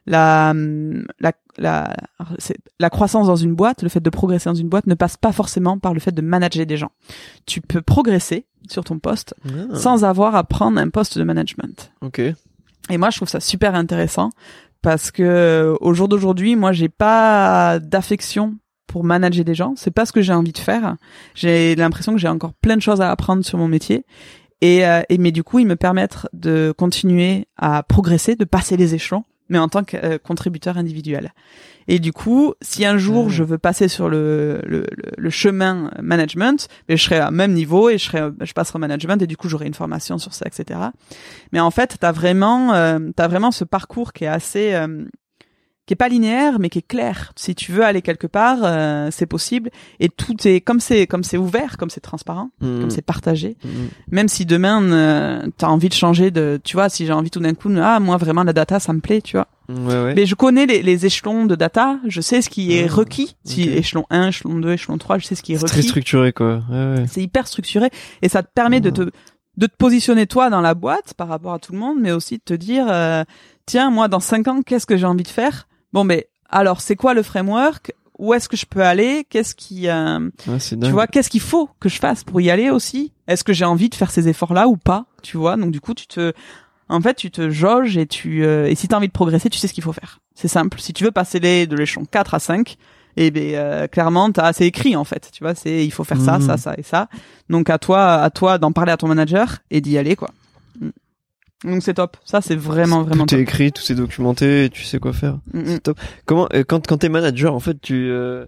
la la la c'est, la croissance dans une boîte, le fait de progresser dans une boîte ne passe pas forcément par le fait de manager des gens. Tu peux progresser sur ton poste ah. sans avoir à prendre un poste de management. Ok. Et moi, je trouve ça super intéressant parce que au jour d'aujourd'hui, moi, j'ai pas d'affection pour manager des gens. C'est pas ce que j'ai envie de faire. J'ai l'impression que j'ai encore plein de choses à apprendre sur mon métier. Et, euh, et mais du coup, ils me permettent de continuer à progresser, de passer les échelons, mais en tant que euh, contributeur individuel. Et du coup, si un jour mmh. je veux passer sur le, le, le chemin management, je serai à même niveau et je serai, je passerai au management et du coup j'aurai une formation sur ça, et cetera. Mais en fait, t'as vraiment, euh, t'as vraiment ce parcours qui est assez, euh, qui est pas linéaire, mais qui est clair. Si tu veux aller quelque part, euh, c'est possible. Et tout est comme c'est, comme c'est ouvert, comme c'est transparent, mmh. comme c'est partagé. Mmh. Même si demain euh, t'as envie de changer de, tu vois, si j'ai envie tout d'un coup, ah moi vraiment la data ça me plaît, tu vois. Ouais, ouais. Mais je connais les, les échelons de data, je sais ce qui est ah, requis. Si okay. échelon un, échelon deux, échelon trois, je sais ce qui est, c'est requis. C'est très structuré, quoi. Ouais, ouais. C'est hyper structuré et ça te permet ouais. de te de te positionner toi dans la boîte par rapport à tout le monde, mais aussi de te dire euh, tiens, moi dans cinq ans, qu'est-ce que j'ai envie de faire? Bon, ben alors c'est quoi le framework? Où est-ce que je peux aller? Qu'est-ce qui euh, ouais, tu vois, qu'est-ce qu'il faut que je fasse pour y aller aussi? Est-ce que j'ai envie de faire ces efforts-là ou pas? Tu vois, donc du coup, tu te En fait, tu te jauges et tu euh, et si t'as envie de progresser, tu sais ce qu'il faut faire. C'est simple. Si tu veux passer les de l'échelon quatre à cinq, Et ben euh, clairement, t'as c'est écrit en fait. Tu vois, c'est il faut faire ça, mmh. ça, ça et ça. Donc à toi, à toi d'en parler à ton manager et d'y aller quoi. Donc c'est top. Ça c'est vraiment vraiment tout top. est écrit, tout est documenté, et tu sais quoi faire. Mm-hmm. C'est top. Comment euh, quand quand t'es manager en fait tu euh,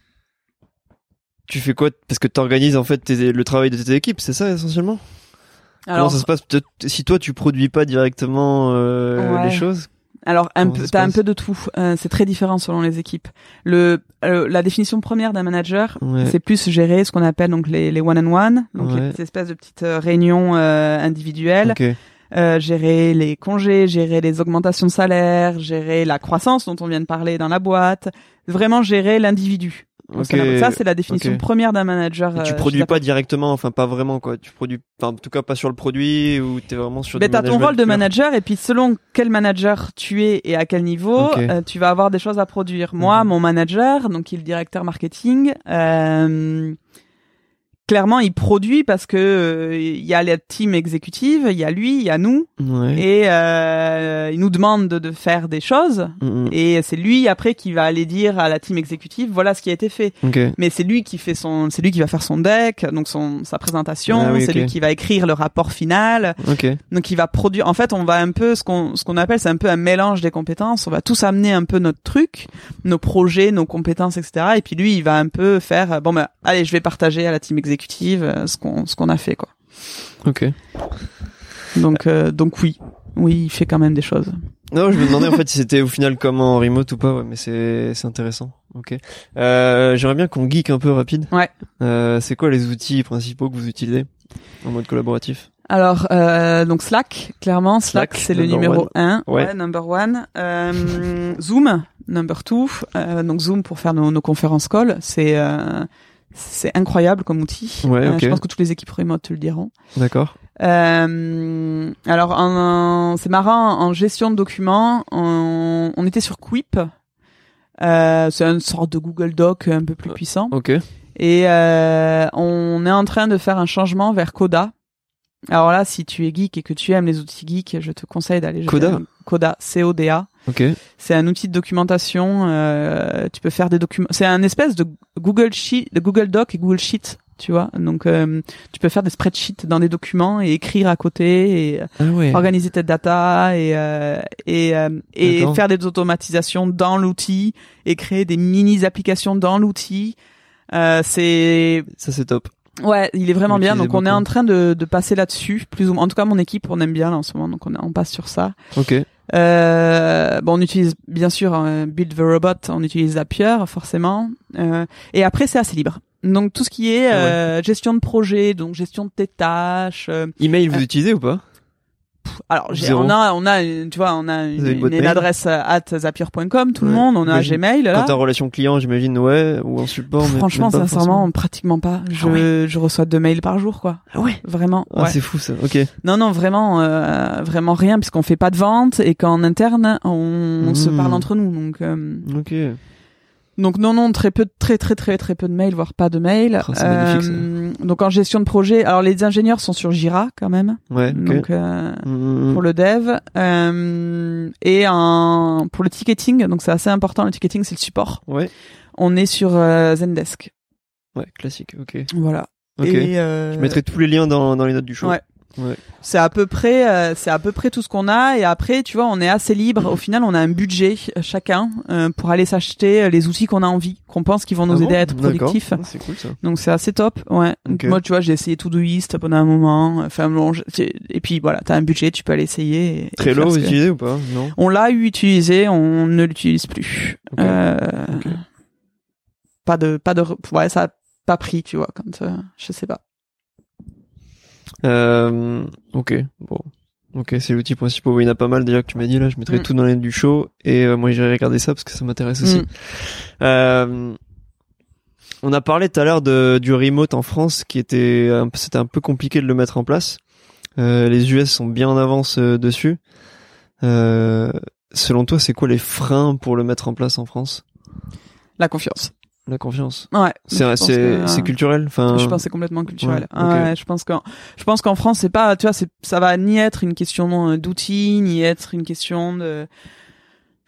tu fais quoi parce que t'organises en fait tes, le travail de tes équipes, c'est ça essentiellement. Alors comment ça se passe peut-être, si toi tu produis pas directement euh, ouais. les choses. Alors un peu, t'as un peu de tout. Euh, c'est très différent selon les équipes. Le euh, la définition première d'un manager, ouais. c'est plus gérer ce qu'on appelle donc les les one on one, donc ouais. les espèces de petites euh, réunions euh, individuelles. Okay. Euh, gérer les congés, gérer les augmentations de salaire, gérer la croissance dont on vient de parler dans la boîte, vraiment gérer l'individu. Okay. Ça, c'est la définition okay. première d'un manager. Et tu euh, produis pas directement, enfin pas vraiment quoi. Tu produis, enfin en tout cas pas sur le produit ou t'es vraiment sur. Mais t'as ton rôle de manager et puis selon quel manager tu es et à quel niveau, okay. euh, tu vas avoir des choses à produire. Moi, mm-hmm. mon manager, donc il est le directeur marketing. Euh, Clairement, il produit parce que euh, il y a la team exécutive, il y a lui, il y a nous, ouais. et euh, il nous demande de, de faire des choses. Mm-hmm. Et c'est lui après qui va aller dire à la team exécutive voilà ce qui a été fait. Okay. Mais c'est lui qui fait son, c'est lui qui va faire son deck, donc son sa présentation, ah oui, c'est okay. lui qui va écrire le rapport final. Okay. Donc il va produire. En fait, on va un peu ce qu'on ce qu'on appelle c'est un peu un mélange des compétences. On va tous amener un peu notre truc, nos projets, nos compétences, et cetera. Et puis lui, il va un peu faire bon ben allez, je vais partager à la team exécutive ce qu'on ce qu'on a fait quoi. Ok. Donc euh, donc oui oui il fait quand même des choses. Non, je me demandais en fait si c'était au final comme en remote ou pas, ouais, mais c'est c'est intéressant. Ok. Euh, j'aimerais bien qu'on geek un peu rapide. Ouais. Euh, c'est quoi les outils principaux que vous utilisez en mode collaboratif? Alors euh, donc Slack, clairement Slack, Slack c'est le numéro one. un, ouais. ouais, number one. Euh, Zoom, number two. Euh, donc Zoom pour faire nos, nos conférences call, c'est euh, c'est incroyable comme outil. Ouais, euh, okay. Je pense que toutes les équipes remote te le diront. D'accord. Euh, alors, en, en, c'est marrant, en gestion de documents, on, on était sur Quip. Euh, c'est une sorte de Google Doc un peu plus puissant. Ok. Et euh, on est en train de faire un changement vers Coda. Alors là, si tu es geek et que tu aimes les outils geeks, je te conseille d'aller jeter Coda. Un, Coda, C O D A. Ok. C'est un outil de documentation. Euh, tu peux faire des documents. C'est un espèce de Google Sheet, de Google Doc et Google Sheet, tu vois. Donc, euh, tu peux faire des spreadsheets dans des documents et écrire à côté et ah ouais. organiser tes data et euh, et euh, et faire des automatisations dans l'outil et créer des mini applications dans l'outil. Euh, c'est ça, c'est top. Ouais, il est vraiment bien. Donc beaucoup. on est en train de, de passer là-dessus, plus ou moins. En tout cas, mon équipe, on aime bien là en ce moment, donc on, on passe sur ça. Ok. Euh, bon, on utilise bien sûr euh, Build the Robot, on utilise Zapier forcément. Euh, et après, c'est assez libre. Donc tout ce qui est euh, ouais. gestion de projet, donc gestion de tes tâches. Euh, Email, vous euh, utilisez ou pas? Alors, j'ai, on a, on a, une, tu vois, on a une, une, une adresse at zapier point com, tout ouais. le monde, on a Gmail, là. Quand t'as relation client, j'imagine, ouais, ou en support, mais franchement, pas, sincèrement, forcément. pratiquement pas. Je, ah ouais. je reçois deux mails par jour, quoi. Ah ouais? Vraiment. Ah, ouais. c'est fou, ça. Ok. Non, non, vraiment, euh, vraiment rien, puisqu'on fait pas de vente et qu'en interne, on, on mmh. se parle entre nous, donc, euh, ok. Donc non non très peu très très très très peu de mails, voire pas de mails. Oh, c'est euh, magnifique, ça. Donc en gestion de projet, alors les ingénieurs sont sur Jira quand même. Ouais. Okay. Donc euh, mmh. pour le dev euh, et en pour le ticketing, donc c'est assez important. Le ticketing c'est le support. Ouais. On est sur euh, Zendesk. Ouais, classique. Ok. Voilà. Ok. Et euh... Je mettrai tous les liens dans dans les notes du show. Ouais. Ouais. C'est à peu près, euh, c'est à peu près tout ce qu'on a. Et après, tu vois, on est assez libre. Au final, on a un budget euh, chacun euh, pour aller s'acheter les outils qu'on a envie, qu'on pense qu'ils vont nous ah aider bon à être productifs. Ah, c'est cool ça. Donc c'est assez top. Ouais. Okay. Moi, tu vois, j'ai essayé Todoist pendant un moment. Enfin bon, je... et puis voilà, t'as un budget, tu peux aller essayer. Et, Trello, vous que... utilisez ou pas? Non. On l'a eu utilisé, on ne l'utilise plus. Okay. Euh... Okay. Pas de, pas de, ouais, ça a pas pris, tu vois, quand euh, je sais pas. Euh, ok, bon, ok, c'est l'outil principal. Il y en a pas mal déjà que tu m'as dit là. Je mettrai mm. tout dans les du show et euh, moi j'irai regarder ça parce que ça m'intéresse aussi. Mm. Euh, on a parlé tout à l'heure de du remote en France qui était, un, c'était un peu compliqué de le mettre en place. Euh, les U S sont bien en avance euh, dessus. Euh, selon toi, c'est quoi les freins pour le mettre en place en France? La confiance. La confiance. Ouais. C'est c'est que, c'est culturel. Enfin. Je pense que c'est complètement culturel. Ouais, okay. ouais je pense qu'en je pense qu'en France c'est pas, tu vois, c'est ça va ni être une question d'outils ni être une question de.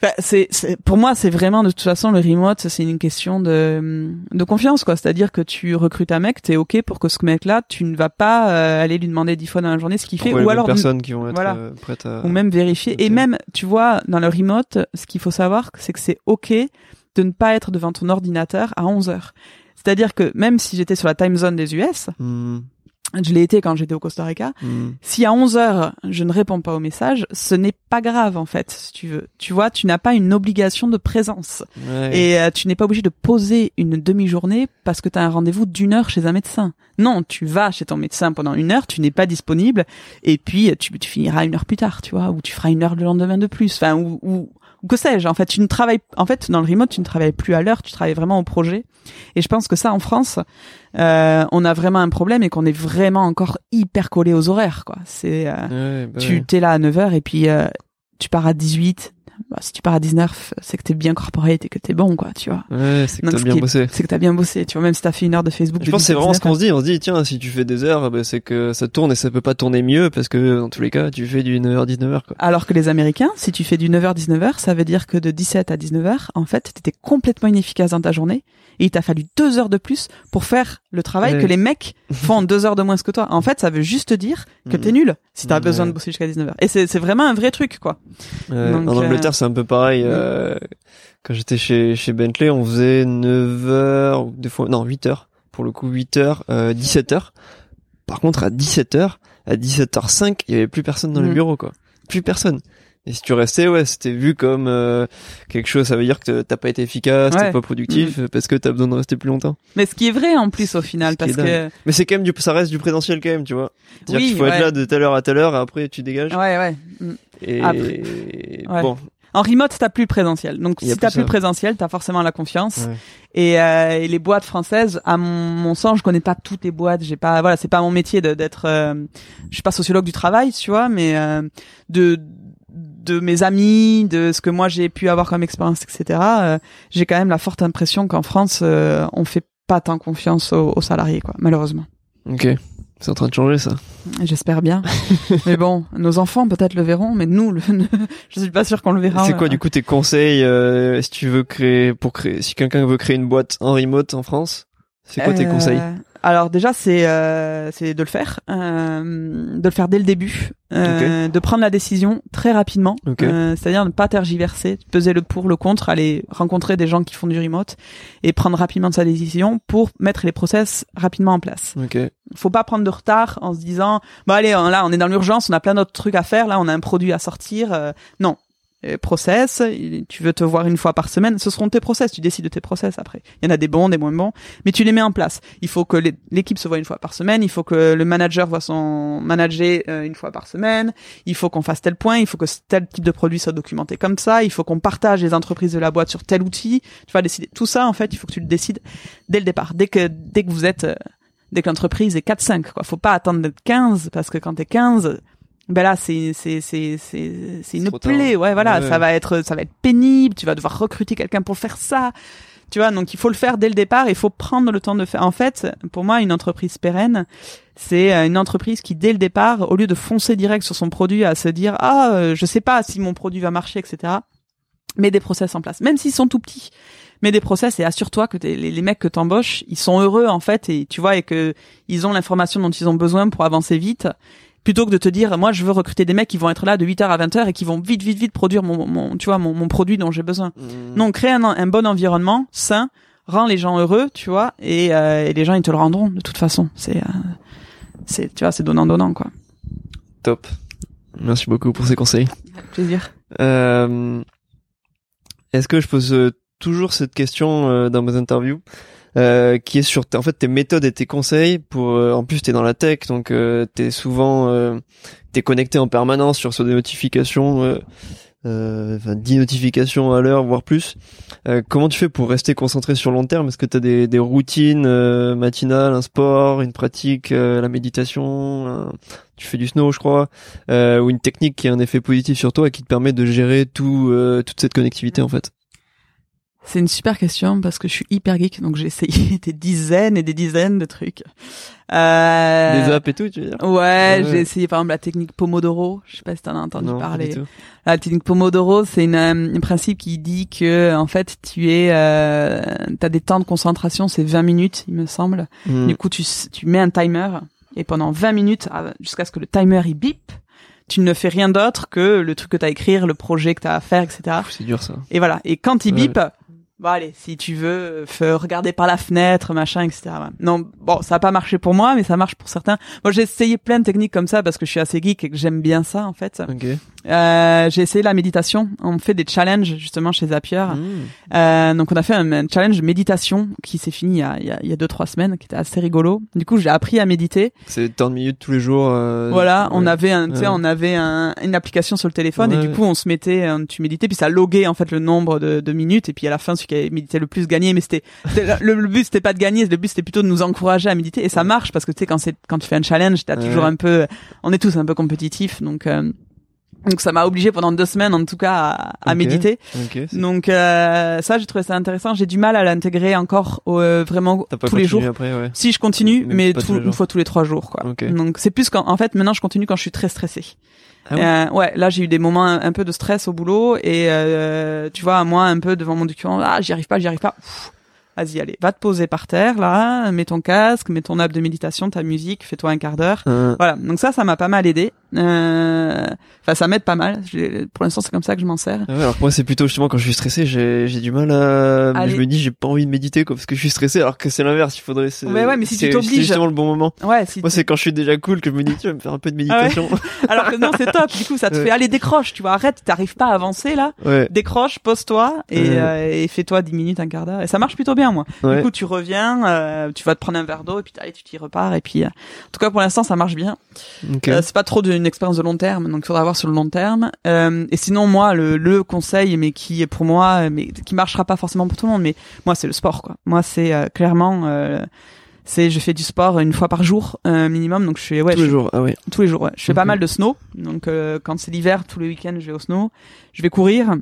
Bah, c'est, c'est, pour moi, c'est vraiment, de toute façon, le remote, c'est une question de, de confiance, quoi. C'est-à-dire que tu recrutes un mec, t'es OK pour que ce mec-là, tu ne vas pas euh, aller lui demander dix fois dans la journée ce qu'il fait, Trouver ou les alors, personnes qui vont être voilà, euh, prêtes à... ou même vérifier. Okay. Et même, tu vois, dans le remote, ce qu'il faut savoir, c'est que c'est OK de ne pas être devant ton ordinateur à onze heures. C'est-à-dire que même si j'étais sur la time zone des U S, mmh. je l'ai été quand j'étais au Costa Rica. Mm. Si à onze heures, je ne réponds pas au message, ce n'est pas grave, en fait, si tu veux. Tu vois, tu n'as pas une obligation de présence. Ouais. Et euh, tu n'es pas obligé de poser une demi-journée parce que tu as un rendez-vous d'une heure chez un médecin. Non, tu vas chez ton médecin pendant une heure, tu n'es pas disponible, et puis tu, tu finiras une heure plus tard, tu vois, ou tu feras une heure le lendemain de plus. Enfin, ou... ou ou que sais-je, en fait, tu ne travailles, en fait, dans le remote, tu ne travailles plus à l'heure, tu travailles vraiment au projet. Et je pense que ça, en France, euh, on a vraiment un problème et qu'on est vraiment encore hyper collé aux horaires, quoi. C'est, euh, ouais, bah tu, ouais. t'es là à neuf heures et puis, euh, tu pars à dix-huit. Bah, si tu pars à dix-neuf, c'est que t'es bien corporate et que t'es bon, quoi, tu vois. Ouais, c'est que Donc, t'as bien bossé. C'est que t'as bien bossé, tu vois, même si t'as fait une heure de Facebook. Je pense que c'est vraiment ce qu'on se dit. On se dit, tiens, si tu fais des heures, bah, c'est que ça tourne et ça peut pas tourner mieux parce que, dans tous les cas, tu fais du neuf heures dix-neuf heures, quoi. Alors que les Américains, si tu fais du neuf heures dix-neuf heures, ça veut dire que de dix-sept à dix-neuf heures, en fait, t'étais complètement inefficace dans ta journée et il t'a fallu deux heures de plus pour faire le travail ouais. que les mecs font en deux heures de moins que toi. En fait, ça veut juste dire que t'es nul si t'as ouais. besoin de bosser jusqu'à dix-neuf heures. Et c'est, c'est vraiment un vrai truc, quoi. Ouais. Donc, en Angleterre, euh... c'est un peu pareil. Euh, quand j'étais chez, chez Bentley, on faisait neuf heures, des fois, non, huit heures. Pour le coup, huit heures, euh, dix-sept heures. Par contre, à dix-sept heures, à dix-sept heures cinq, il y avait plus personne dans mmh. le bureau, quoi. Plus personne. Et si tu restais, ouais, c'était vu comme euh, quelque chose, ça veut dire que t'as pas été efficace, ouais. t'es pas productif, mmh. parce que t'as besoin de rester plus longtemps. Mais ce qui est vrai en plus au final, parce que... Mais c'est quand même du, ça reste du présentiel quand même, tu vois. C'est-à-dire oui, qu'il faut ouais. être là de telle heure à telle heure, et après tu dégages. Ouais, ouais. Mmh. Et après, ouais. bon. En remote, t'as plus le présentiel. Donc, si t'as plus le présentiel, t'as forcément la confiance. Ouais. Et, euh, et les boîtes françaises, à mon, mon sens, je connais pas toutes les boîtes. J'ai pas, voilà, c'est pas mon métier de, d'être, euh, je suis pas sociologue du travail, tu vois, mais euh, de de mes amis, de ce que moi j'ai pu avoir comme expérience, et cetera. Euh, j'ai quand même la forte impression qu'en France, euh, on fait pas tant confiance aux, aux salariés, quoi, malheureusement. Ok. C'est en train de changer, ça. J'espère bien. Mais bon, nos enfants peut-être le verront, mais nous, le, je suis pas sûr qu'on le verra. C'est quoi, du coup, tes conseils, euh, si tu veux créer, pour créer, si quelqu'un veut créer une boîte en remote en France, c'est quoi euh, tes conseils? Alors déjà, c'est euh, c'est de le faire, euh, de le faire dès le début, euh, okay. de prendre la décision très rapidement, okay. euh, c'est-à-dire ne pas tergiverser, peser le pour, le contre, aller rencontrer des gens qui font du remote et prendre rapidement sa décision pour mettre les process rapidement en place. Okay. Faut pas prendre de retard en se disant bah allez là on est dans l'urgence, on a plein d'autres trucs à faire, là on a un produit à sortir. Euh, non. Et process, tu veux te voir une fois par semaine, ce seront tes process, tu décides de tes process après. Il y en a des bons, des moins bons, mais tu les mets en place. Il faut que les, l'équipe se voit une fois par semaine, il faut que le manager voit son manager euh, une fois par semaine, il faut qu'on fasse tel point, il faut que tel type de produit soit documenté comme ça, il faut qu'on partage les entreprises de la boîte sur tel outil. Tu vas décider tout ça en fait, il faut que tu le décides dès le départ, dès que dès que vous êtes euh, dès que l'entreprise est quatre cinq quoi. Faut pas attendre d'être quinze parce que quand t'es quinze, ben là c'est c'est c'est c'est c'est une plaie, ouais voilà, ouais. ça va être ça va être pénible, tu vas devoir recruter quelqu'un pour faire ça. Tu vois, donc il faut le faire dès le départ, il faut prendre le temps de faire. En fait, pour moi, une entreprise pérenne, c'est une entreprise qui dès le départ, au lieu de foncer direct sur son produit à se dire ah, euh, je sais pas si mon produit va marcher, et cetera, met des process en place, même s'ils sont tout petits. Mets des process et assure-toi que les, les mecs que t'embauches, ils sont heureux en fait, et tu vois, et que ils ont l'information dont ils ont besoin pour avancer vite. Plutôt que de te dire, moi, je veux recruter des mecs qui vont être là de huit heures à vingt heures et qui vont vite, vite, vite produire mon, mon tu vois, mon, mon produit dont j'ai besoin. Mmh. Non, crée un, un bon environnement sain, rend les gens heureux, tu vois, et, euh, et les gens, ils te le rendront, de toute façon. C'est, euh, c'est, tu vois, c'est donnant-donnant, quoi. Top. Merci beaucoup pour ces conseils. Avec plaisir. Euh, est-ce que je pose euh, toujours cette question euh, dans mes interviews? Euh, qui est sur t- en fait tes méthodes et tes conseils pour euh, en plus t'es dans la tech donc euh, t'es souvent euh, t'es connecté en permanence sur sur des notifications euh, euh, enfin dix notifications à l'heure voire plus. Euh, comment tu fais pour rester concentré sur le long terme? Est-ce que t'as des des routines euh, matinales, un sport, une pratique, euh, la méditation, un... tu fais du snow je crois, euh, ou une technique qui a un effet positif sur toi et qui te permet de gérer tout euh, toute cette connectivité en fait? C'est une super question parce que je suis hyper geek, donc j'ai essayé des dizaines et des dizaines de trucs. Euh... Des apps et tout, tu veux dire? Ouais, ouais, j'ai essayé par exemple la technique Pomodoro. Je sais pas si t'en as entendu non, parler. Pas du tout. La technique Pomodoro, c'est une, un principe qui dit que en fait tu es, euh, t'as des temps de concentration, c'est vingt minutes, il me semble. Mm. Du coup, tu tu mets un timer et pendant vingt minutes, jusqu'à ce que le timer il bip, tu ne fais rien d'autre que le truc que t'as à écrire, le projet que t'as à faire, et cetera. C'est dur ça. Et voilà. Et quand il bip, ouais. bon allez, si tu veux, faut regarder par la fenêtre, machin, et cetera. Non, bon, ça a pas marché pour moi, mais ça marche pour certains. Moi, j'ai essayé plein de techniques comme ça parce que je suis assez geek et que j'aime bien ça, en fait. Ok. Euh, j'ai essayé la méditation. On fait des challenges, justement, chez Zapier. Mmh. Euh, donc on a fait un, un challenge méditation qui s'est fini il y a, il y a, il y a deux, trois semaines, qui était assez rigolo. Du coup, j'ai appris à méditer. C'est tant de minutes tous les jours. Euh... Voilà, ouais. on avait un, tu sais, ouais. on avait un, une application sur le téléphone ouais, et du ouais. coup, on se mettait, tu méditais, puis ça loguait en fait le nombre de, de minutes et puis à la fin, celui qui avait médité le plus gagnait. Mais c'était, c'était le, le but, c'était pas de gagner, le but c'était plutôt de nous encourager à méditer et ça marche parce que tu sais, quand c'est, quand tu fais un challenge, t'as ouais. toujours un peu, on est tous un peu compétitifs, donc. Euh, Donc ça m'a obligé pendant deux semaines en tout cas à, à okay. méditer. Okay, donc euh, ça j'ai trouvé ça intéressant. J'ai du mal à l'intégrer encore euh, vraiment T'as pas tous les jours. Après, ouais. Si je continue, mais, mais mais tout, une fois tous les trois jours quoi. Okay. Donc c'est plus quand en fait maintenant je continue quand je suis très stressée. Ah ouais, euh, ouais, là j'ai eu des moments un, un peu de stress au boulot et euh, tu vois moi un peu devant mon document, ah j'y arrive pas, j'y arrive pas. Pff, vas-y, allez, va te poser par terre, là, mets ton casque, mets ton app de méditation, ta musique, fais-toi un quart d'heure. Euh... Voilà. Donc ça, ça m'a pas mal aidé. Euh... Enfin, ça m'aide pas mal. J'ai... Pour l'instant, c'est comme ça que je m'en sers. Ah ouais, alors que moi, c'est plutôt justement quand je suis stressé, j'ai, j'ai du mal à, allez. Je me dis, j'ai pas envie de méditer, quoi, parce que je suis stressé, alors que c'est l'inverse, il faudrait, c'est, ouais, ouais, mais si c'est, tu t'obliges. c'est justement le bon moment. Ouais, si moi, c'est quand je suis déjà cool que je me dis, tu vas me faire un peu de méditation. Ah ouais. Alors que non, c'est top. Du coup, ça te ouais. fait, allez, décroche, tu vois, arrête, t'arrives pas à avancer, là. Ouais. Décroche, pose-toi, et, ouais. euh, et fais-toi dix minutes, un quart d'heure. Et ça marche plutôt bien, moi. Ouais. Du coup, tu reviens, euh, tu vas te prendre un verre d'eau, et puis allez, tu t'y repars, et puis, euh, en tout cas, pour l'instant, ça marche bien. Okay. Euh, c'est pas trop d'une expérience de long terme, donc il faudra voir sur le long terme. Euh, et sinon, moi, le, le conseil, mais qui est pour moi, mais qui marchera pas forcément pour tout le monde, mais moi, c'est le sport, quoi. Moi, c'est euh, clairement, euh, c'est, je fais du sport une fois par jour euh, minimum, donc je fais, ouais, tous les je, jours, ah ouais, tous les jours, ouais. Je fais okay. pas mal de snow, donc euh, quand c'est l'hiver, tous les week-ends, je vais au snow. Je vais courir.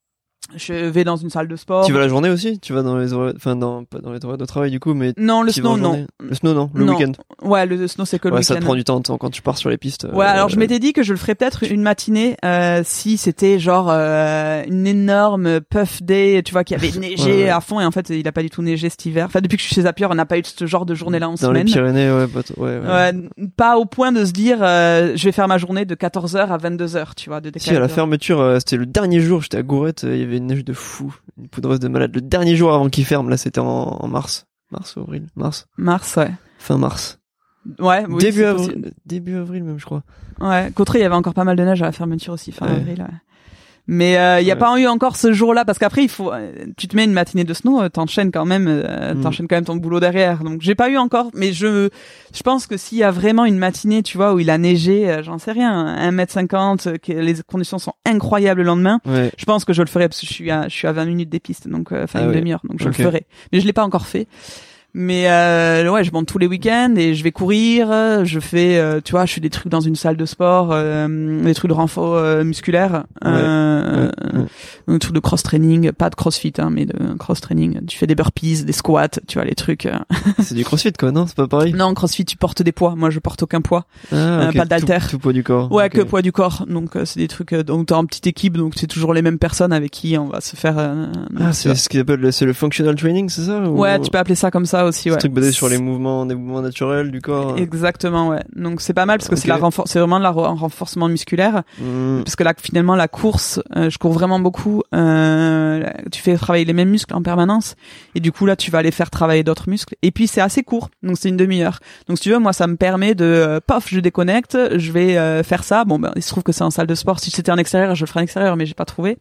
Je vais dans une salle de sport. Tu vas la journée aussi? Tu vas dans les horaires, enfin dans, pas dans les horaires de travail du coup, mais. Non, le snow, non. Le snow, non. Le non. week-end. Ouais, le snow, c'est que le ouais, week-end. Ça te prend du temps, quand tu pars sur les pistes. Ouais, euh, alors je m'étais dit que je le ferais peut-être une matinée, euh, si c'était genre, euh, une énorme puff day, tu vois, qui avait neigé ouais, ouais. à fond, et en fait, il a pas du tout neigé cet hiver. Enfin, depuis que je suis chez Zapier, on n'a pas eu ce genre de journée-là en dans semaine. Dans les Pyrénées, ouais, pas t- ouais, ouais. ouais. Pas au point de se dire, euh, je vais faire ma journée de quatorze heures à vingt-deux heures, tu vois, de décalage. Si, à la fermeture, euh, c'était le dernier jour, j'étais à Gourette, il y avait une neige de fou, une poudreuse de malade. Le dernier jour avant qu'il ferme, là, c'était en, en mars. Mars, avril, mars. Mars, ouais. Fin mars. Ouais, oui. Début avril, possible. début avril même, je crois. Ouais. Cotteret, il y avait encore pas mal de neige à la fermeture aussi, fin ouais. avril, ouais. Mais il euh, y a ouais. pas eu encore ce jour-là parce qu'après il faut, tu te mets une matinée de snow, t'enchaînes quand même, euh, mm. t'enchaînes quand même ton boulot derrière. Donc j'ai pas eu encore, mais je, je pense que s'il y a vraiment une matinée, tu vois, où il a neigé, euh, j'en sais rien, un mètre cinquante, que les conditions sont incroyables le lendemain, ouais. je pense que je le ferai parce que je suis à, je suis à vingt minutes des pistes, donc enfin euh, ah une ouais. demi-heure, donc je okay. le ferai. Mais je l'ai pas encore fait. Mais euh, ouais, je monte tous les week-ends et je vais courir. Je fais, euh, tu vois, je fais des trucs dans une salle de sport, euh, des trucs de renfort euh, musculaire, ouais, euh, ouais, ouais. des trucs de cross-training, pas de crossfit, hein, mais de cross-training. Tu fais des burpees, des squats, tu vois, les trucs. Euh... C'est du crossfit, quoi, non? C'est pas pareil? Non, crossfit, tu portes des poids. Moi, je porte aucun poids, ah, okay. euh, pas d'haltère. Tout, tout poids du corps. Ouais, okay. que poids du corps. Donc, euh, c'est des trucs. Euh, donc, t'es en petite équipe, donc c'est toujours les mêmes personnes avec qui on va se faire. Euh, ah, c'est ce qu'ils appellent, c'est le functional training, c'est ça? Ou... Ouais, tu peux appeler ça comme ça aussi. Ouais. Un truc basé sur les mouvements, des mouvements naturels du corps. Exactement, ouais. Donc c'est pas mal parce que okay. c'est la renfor- c'est vraiment de la re- un renforcement musculaire. Mmh. Parce que là, finalement, la course, euh, je cours vraiment beaucoup. Euh, tu fais travailler les mêmes muscles en permanence, et du coup là, tu vas aller faire travailler d'autres muscles. Et puis c'est assez court, donc c'est une demi-heure. Donc si tu veux, moi, ça me permet de, euh, paf, je déconnecte, je vais euh, faire ça. Bon, ben il se trouve que c'est en salle de sport. Si c'était en extérieur, je le ferais en extérieur, mais j'ai pas trouvé.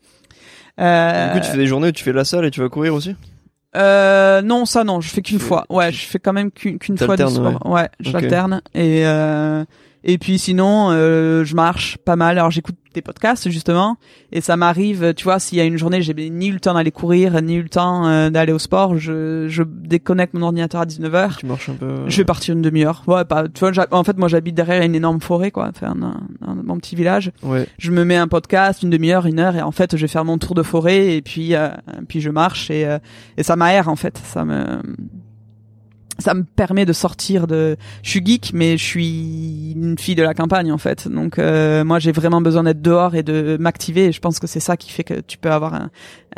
Euh... Du coup, tu fais des journées où tu fais la salle et tu vas courir aussi? Euh, non, ça non, je fais qu'une fois. Ouais, je fais quand même qu'une, qu'une fois de sport. Ouais, ouais j'alterne. Okay. Et euh, et puis sinon, euh, je marche pas mal. Alors j'écoute des podcasts justement, et ça m'arrive, tu vois, s'il y a une journée j'ai ni eu le temps d'aller courir, ni eu le temps euh, d'aller au sport, je je déconnecte mon ordinateur à dix-neuf heures. Tu marches un peu. Je vais partir une demi-heure. Ouais, pas. Tu vois, en fait, moi j'habite derrière une énorme forêt, quoi, enfin un, un, un, mon petit village. Ouais. Je me mets un podcast, une demi-heure, une heure, et en fait je vais faire mon tour de forêt, et puis euh, puis je marche, et euh, et ça m'aère en fait, ça me ça me permet de sortir de je suis geek mais je suis une fille de la campagne en fait, donc euh, moi j'ai vraiment besoin d'être dehors et de m'activer, et je pense que c'est ça qui fait que tu peux avoir un,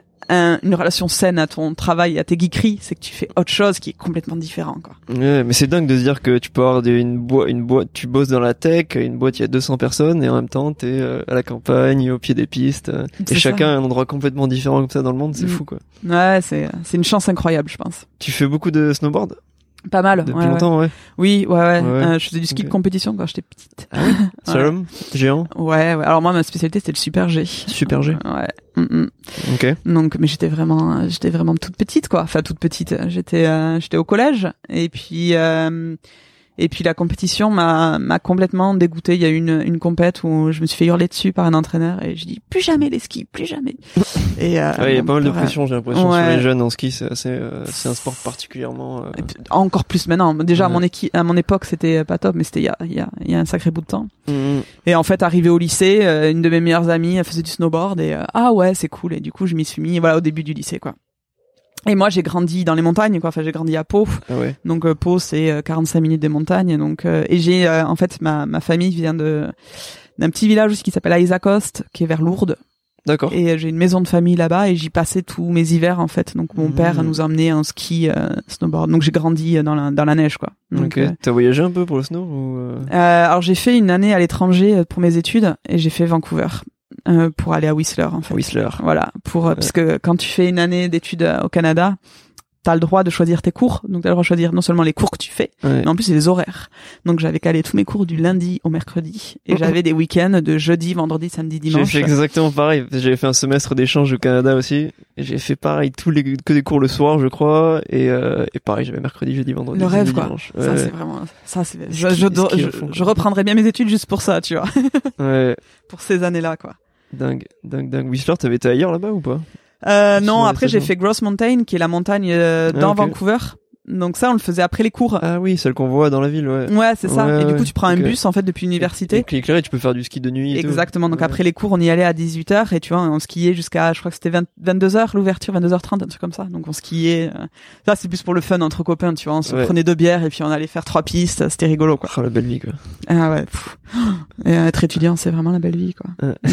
un une relation saine à ton travail, à tes geekeries, c'est que tu fais autre chose qui est complètement différent, quoi. Ouais, mais c'est dingue de se dire que tu peux avoir des, une boîte une boîte tu bosses dans la tech, une boîte il y a deux cents personnes, et en même temps t'es euh, à la campagne, au pied des pistes, euh, et ça. chacun a un endroit complètement différent comme ça dans le monde, c'est mmh. fou, quoi. Ouais, c'est c'est une chance incroyable, je pense. Tu fais beaucoup de snowboard? Pas mal. Depuis ouais, longtemps, ouais. ouais. Oui, ouais, ouais. ouais, ouais. Euh, je faisais du ski okay. de compétition quand j'étais petite. Ah oui? Slalom? Géant? Ouais, ouais. Alors moi, ma spécialité, c'était le super G. Super G? Ouais. Mm-mm. Ok. Donc, mais j'étais vraiment, j'étais vraiment toute petite, quoi. Enfin, toute petite. J'étais, euh, j'étais au collège. Et puis, euh, et puis la compétition m'a, m'a complètement dégoûtée. Il y a eu une, une compète où je me suis fait hurler dessus par un entraîneur, et je dis plus jamais les skis, plus jamais. Et euh, ouais, il y a pas mal de pression, j'ai l'impression, ouais. sur les jeunes en ski. C'est assez, euh, c'est un sport particulièrement. Euh... Encore plus maintenant. Déjà, ouais. à mon équipe, à mon époque, c'était pas top, mais c'était il y a, il y a, il y a un sacré bout de temps. Mmh. Et en fait, arrivé au lycée, euh, une de mes meilleures amies, elle faisait du snowboard, et euh, ah ouais, c'est cool. Et du coup, je m'y suis mis, voilà, au début du lycée, quoi. Et moi, j'ai grandi dans les montagnes, quoi. Enfin, j'ai grandi à Pau. Ah ouais. Donc, euh, Pau, c'est euh, quarante-cinq minutes des montagnes. Donc, euh, et j'ai, euh, en fait, ma, ma famille vient de, d'un petit village aussi qui s'appelle Aizacoste, qui est vers Lourdes. D'accord. Et euh, j'ai une maison de famille là-bas, et j'y passais tous mes hivers, en fait. Donc, mon mmh. père nous emmenait en ski, euh, snowboard. Donc, j'ai grandi dans la, dans la neige, quoi. Donc, ok. Euh, T'as voyagé un peu pour le snow ou euh... Euh, alors, j'ai fait une année à l'étranger pour mes études, et j'ai fait Vancouver. Euh, pour aller à Whistler, en fait. Whistler. Voilà. Pour, euh, ouais. parce que quand tu fais une année d'études euh, au Canada, t'as le droit de choisir tes cours. Donc t'as le droit de choisir non seulement les cours que tu fais, ouais. mais en plus les horaires. Donc j'avais calé tous mes cours du lundi au mercredi, et j'avais des week-ends de jeudi, vendredi, samedi, dimanche. J'ai fait exactement pareil. J'avais fait un semestre d'échange au Canada aussi. Et j'ai fait pareil, tous les, que des cours le soir, je crois. Et, euh, et pareil, j'avais mercredi, jeudi, vendredi, le samedi, rêve, quoi. dimanche. Ça, ouais. c'est vraiment, ça, c'est, je, je, je, je, je reprendrais bien mes études juste pour ça, tu vois. ouais. Pour ces années-là, quoi. Dingue, dingue, dingue. Whistler, t'avais été ailleurs là-bas ou pas? Euh, non, après j'ai fait Gross Mountain, qui est la montagne euh, dans ah, okay. Vancouver. Donc ça, on le faisait après les cours. Ah oui, celle qu'on voit dans la ville, ouais. Ouais, c'est ça. Ouais, et ouais, du coup, tu prends okay. un bus, en fait, depuis l'université. Et éclairé, tu peux faire du ski de nuit et exactement. tout. Donc ouais. après les cours, on y allait à dix-huit heures, et tu vois, on skiait jusqu'à, je crois que c'était vingt, vingt-deux heures l'ouverture, vingt-deux heures trente, un truc comme ça. Donc on skiait. Euh... Ça, c'est plus pour le fun entre copains, tu vois. On se ouais. prenait deux bières, et puis on allait faire trois pistes. C'était rigolo, quoi. Oh, la belle vie, quoi. Ah ouais. Pff. Et être étudiant, c'est vraiment la belle vie, quoi.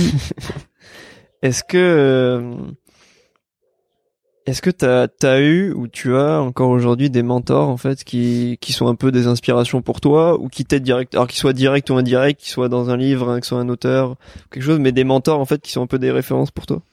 Est-ce que... Euh... Est-ce que t'as t'as eu ou tu as encore aujourd'hui des mentors en fait qui qui sont un peu des inspirations pour toi ou qui t'aident direct, alors qu'ils soient directs ou indirects, qu'ils soient dans un livre, hein, qu'ils soient un auteur, quelque chose, mais des mentors en fait qui sont un peu des références pour toi?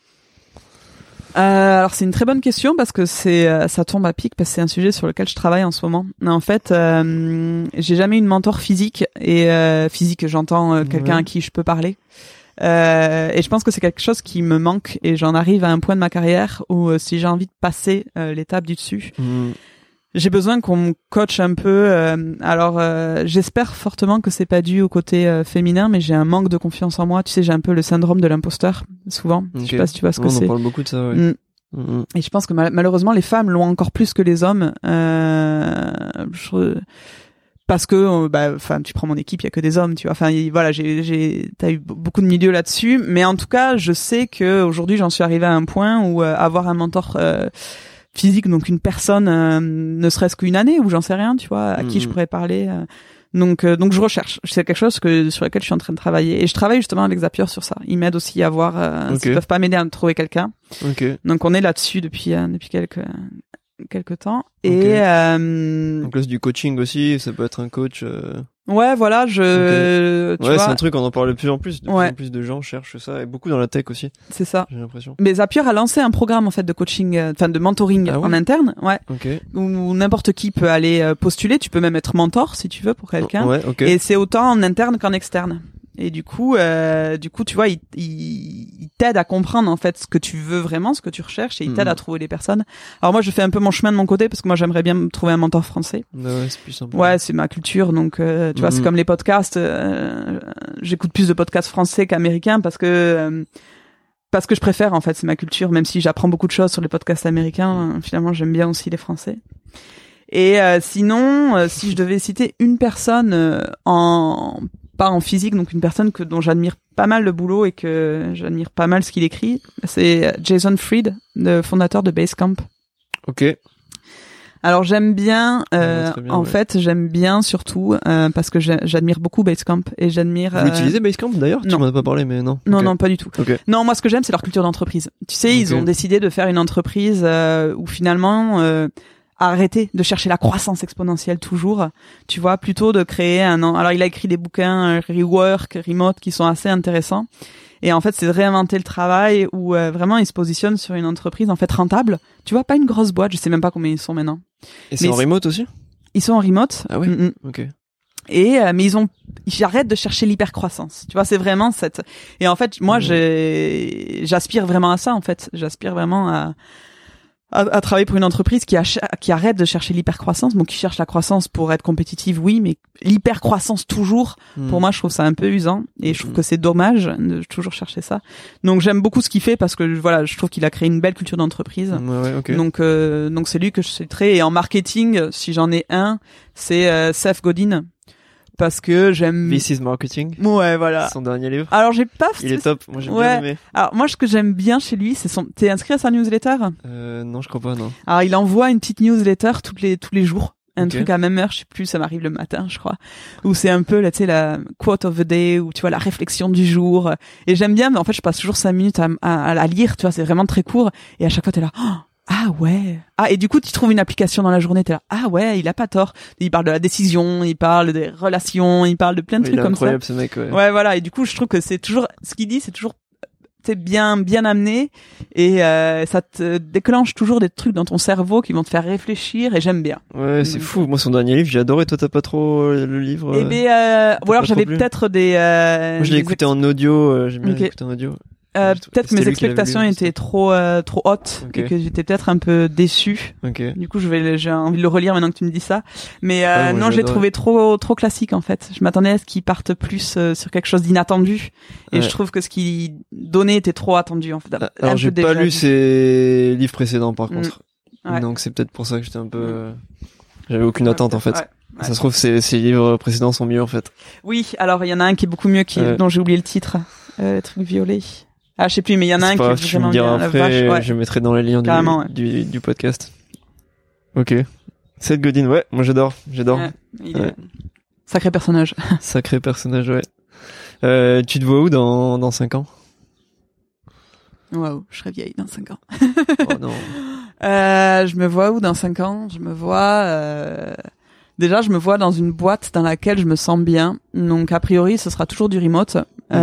Euh, alors c'est une très bonne question, parce que c'est ça tombe à pic, parce que c'est un sujet sur lequel je travaille en ce moment. En fait, euh, j'ai jamais eu de mentor physique, et euh, physique, j'entends euh, quelqu'un ouais. à qui je peux parler. Euh, et je pense que c'est quelque chose qui me manque, et j'en arrive à un point de ma carrière où euh, si j'ai envie de passer euh, l'étape du dessus, mmh. j'ai besoin qu'on me coache un peu. Euh, alors euh, j'espère fortement que c'est pas dû au côté euh, féminin, mais j'ai un manque de confiance en moi. Tu sais, j'ai un peu le syndrome de l'imposteur souvent. Okay. Je sais pas si tu vois ce que on c'est. On parle beaucoup de ça. Ouais. Mmh. Mmh. Et je pense que mal- malheureusement les femmes l'ont encore plus que les hommes. Euh, je... Parce que, bah, enfin, tu prends mon équipe, il y a que des hommes, tu vois. Enfin, voilà, j'ai, j'ai, t'as eu beaucoup de milieux là-dessus, mais en tout cas, je sais que aujourd'hui, j'en suis arrivée à un point où euh, avoir un mentor euh, physique, donc une personne, euh, ne serait-ce qu'une année, ou j'en sais rien, tu vois, à mmh. qui je pourrais parler. Euh, donc, euh, donc je recherche. C'est quelque chose que sur lequel je suis en train de travailler, et je travaille justement avec Zapier sur ça. Ils m'aident aussi à voir euh, okay. s'ils peuvent pas m'aider à trouver quelqu'un. Okay. Donc, on est là-dessus depuis euh, depuis quelques. quelque temps. Okay. Et euh... donc là c'est du coaching aussi, ça peut être un coach euh... ouais voilà je okay. tu ouais vois... c'est un truc, on en parle de plus en plus de ouais. plus en plus de gens cherchent ça, et beaucoup dans la tech aussi, c'est ça, j'ai l'impression. Mais Zapier a lancé un programme en fait de coaching, enfin de mentoring ah ouais en interne, ouais okay. où n'importe qui peut aller postuler, tu peux même être mentor si tu veux pour quelqu'un, ouais, okay. et c'est autant en interne qu'en externe. Et du coup, euh, du coup, tu vois, il, il, il t'aide à comprendre en fait ce que tu veux vraiment, ce que tu recherches, et il t'aide mmh. à trouver les personnes. Alors moi, je fais un peu mon chemin de mon côté parce que moi, j'aimerais bien me trouver un mentor français. Ouais, c'est plus simple. Ouais, c'est ma culture, donc euh, tu mmh. vois, c'est comme les podcasts. Euh, j'écoute plus de podcasts français qu'américains parce que euh, parce que je préfère en fait, c'est ma culture. Même si j'apprends beaucoup de choses sur les podcasts américains, euh, finalement, j'aime bien aussi les français. Et euh, sinon, euh, si je devais citer une personne euh, en pas en physique, donc une personne que dont j'admire pas mal le boulot et que j'admire pas mal ce qu'il écrit, c'est Jason Fried, le fondateur de Basecamp. Ok. Alors j'aime bien, euh, bien en ouais. fait j'aime bien surtout euh, parce que j'admire beaucoup Basecamp et j'admire. Vous euh... utilisez Basecamp d'ailleurs? Non. Tu m'en as pas parlé, mais non. Non, okay. non, pas du tout. Okay. Non, moi ce que j'aime c'est leur culture d'entreprise. Tu sais, okay. ils ont décidé de faire une entreprise euh, où finalement euh, arrêter de chercher la croissance exponentielle toujours, tu vois, plutôt de créer un... Alors il a écrit des bouquins euh, Rework, Remote qui sont assez intéressants. Et en fait, c'est de réinventer le travail où euh, vraiment il se positionne sur une entreprise en fait rentable. Tu vois, pas une grosse boîte, je sais même pas combien ils sont maintenant. Et c'est mais en remote aussi? Ils sont en remote. Ah oui. Mm-mm. Ok. Et euh, mais ils ont, j'arrête de chercher l'hypercroissance. Tu vois, c'est vraiment cette. Et en fait, moi, mmh. j'ai, j'aspire vraiment à ça. En fait, j'aspire vraiment à. À, à travailler pour une entreprise qui, a, qui arrête de chercher l'hypercroissance, bon, qui cherche la croissance pour être compétitive, oui, mais l'hypercroissance toujours, mmh. pour moi, je trouve ça un peu usant et je trouve mmh. que c'est dommage de toujours chercher ça. Donc j'aime beaucoup ce qu'il fait parce que voilà, je trouve qu'il a créé une belle culture d'entreprise. Ouais, ouais, okay. Donc euh, donc c'est lui que je citerai. Et en marketing, si j'en ai un, c'est euh, Seth Godin. Parce que j'aime. This is Marketing. Ouais, voilà. Son dernier livre. Alors j'ai pas. Il est top. Moi j'ai ouais. bien aimé. Alors moi ce que j'aime bien chez lui, c'est son. T'es inscrit à sa newsletter? Euh, non, je crois pas, non. Alors il envoie une petite newsletter toutes les tous les jours. Un okay. truc à même heure, je sais plus, ça m'arrive le matin, je crois. Où c'est un peu là, tu sais, la quote of the day, ou tu vois la réflexion du jour. Et j'aime bien, mais en fait je passe toujours cinq minutes à, à, à lire, tu vois, c'est vraiment très court. Et à chaque fois t'es là. Oh, ah ouais. Ah, et du coup, tu trouves une application dans la journée, t'es là. Ah ouais, il a pas tort. Il parle de la décision, il parle des relations, il parle de plein de oui, trucs comme ça. Il est incroyable ce mec, ouais. Ouais, voilà. Et du coup, je trouve que c'est toujours, ce qu'il dit, c'est toujours, c'est bien, bien amené. Et, euh, ça te déclenche toujours des trucs dans ton cerveau qui vont te faire réfléchir et j'aime bien. Ouais, c'est fou. Moi, son dernier livre, j'ai adoré. Toi, t'as pas trop euh, le livre? Eh ben, euh, ou alors j'avais peut-être des, euh, Moi, je l'ai écouté ex... en audio, euh, j'ai bien okay. écouté en audio. Euh, peut-être que mes expectations étaient trop euh, trop hautes okay. et que j'étais peut-être un peu déçu. Okay. Du coup, je vais j'ai envie de le relire maintenant que tu me dis ça. Mais euh, ouais, moi, non, j'ai trouvé trop trop classique en fait. Je m'attendais à ce qu'il parte plus euh, sur quelque chose d'inattendu et ouais. je trouve que ce qu'il donnait était trop attendu en fait. Alors j'ai pas lu ses livres précédents par contre. Mmh. Ouais. Donc c'est peut-être pour ça que j'étais un peu euh... j'avais aucune ouais, attente en fait. Ouais. Ouais. Ça se trouve ses ses livres précédents sont mieux en fait. Oui, alors il y en a un qui est beaucoup mieux qui ouais. dont j'ai oublié le titre, euh, le truc violet. Ah, je sais plus, mais il y en a un qui est tu vraiment me diras bien. Après, la vache, ouais. je mettrai dans les liens du, ouais. du, du podcast. Ok. Seth Godin, ouais, moi j'adore, j'adore. Ouais, il est... ouais. Sacré personnage. Sacré personnage, ouais. Euh, tu te vois où dans, dans cinq ans? Waouh, je serais vieille dans cinq ans. Oh non. Euh, je me vois où dans cinq ans? Je me vois, euh... déjà, je me vois dans une boîte dans laquelle je me sens bien. Donc, a priori, ce sera toujours du remote. Mmh.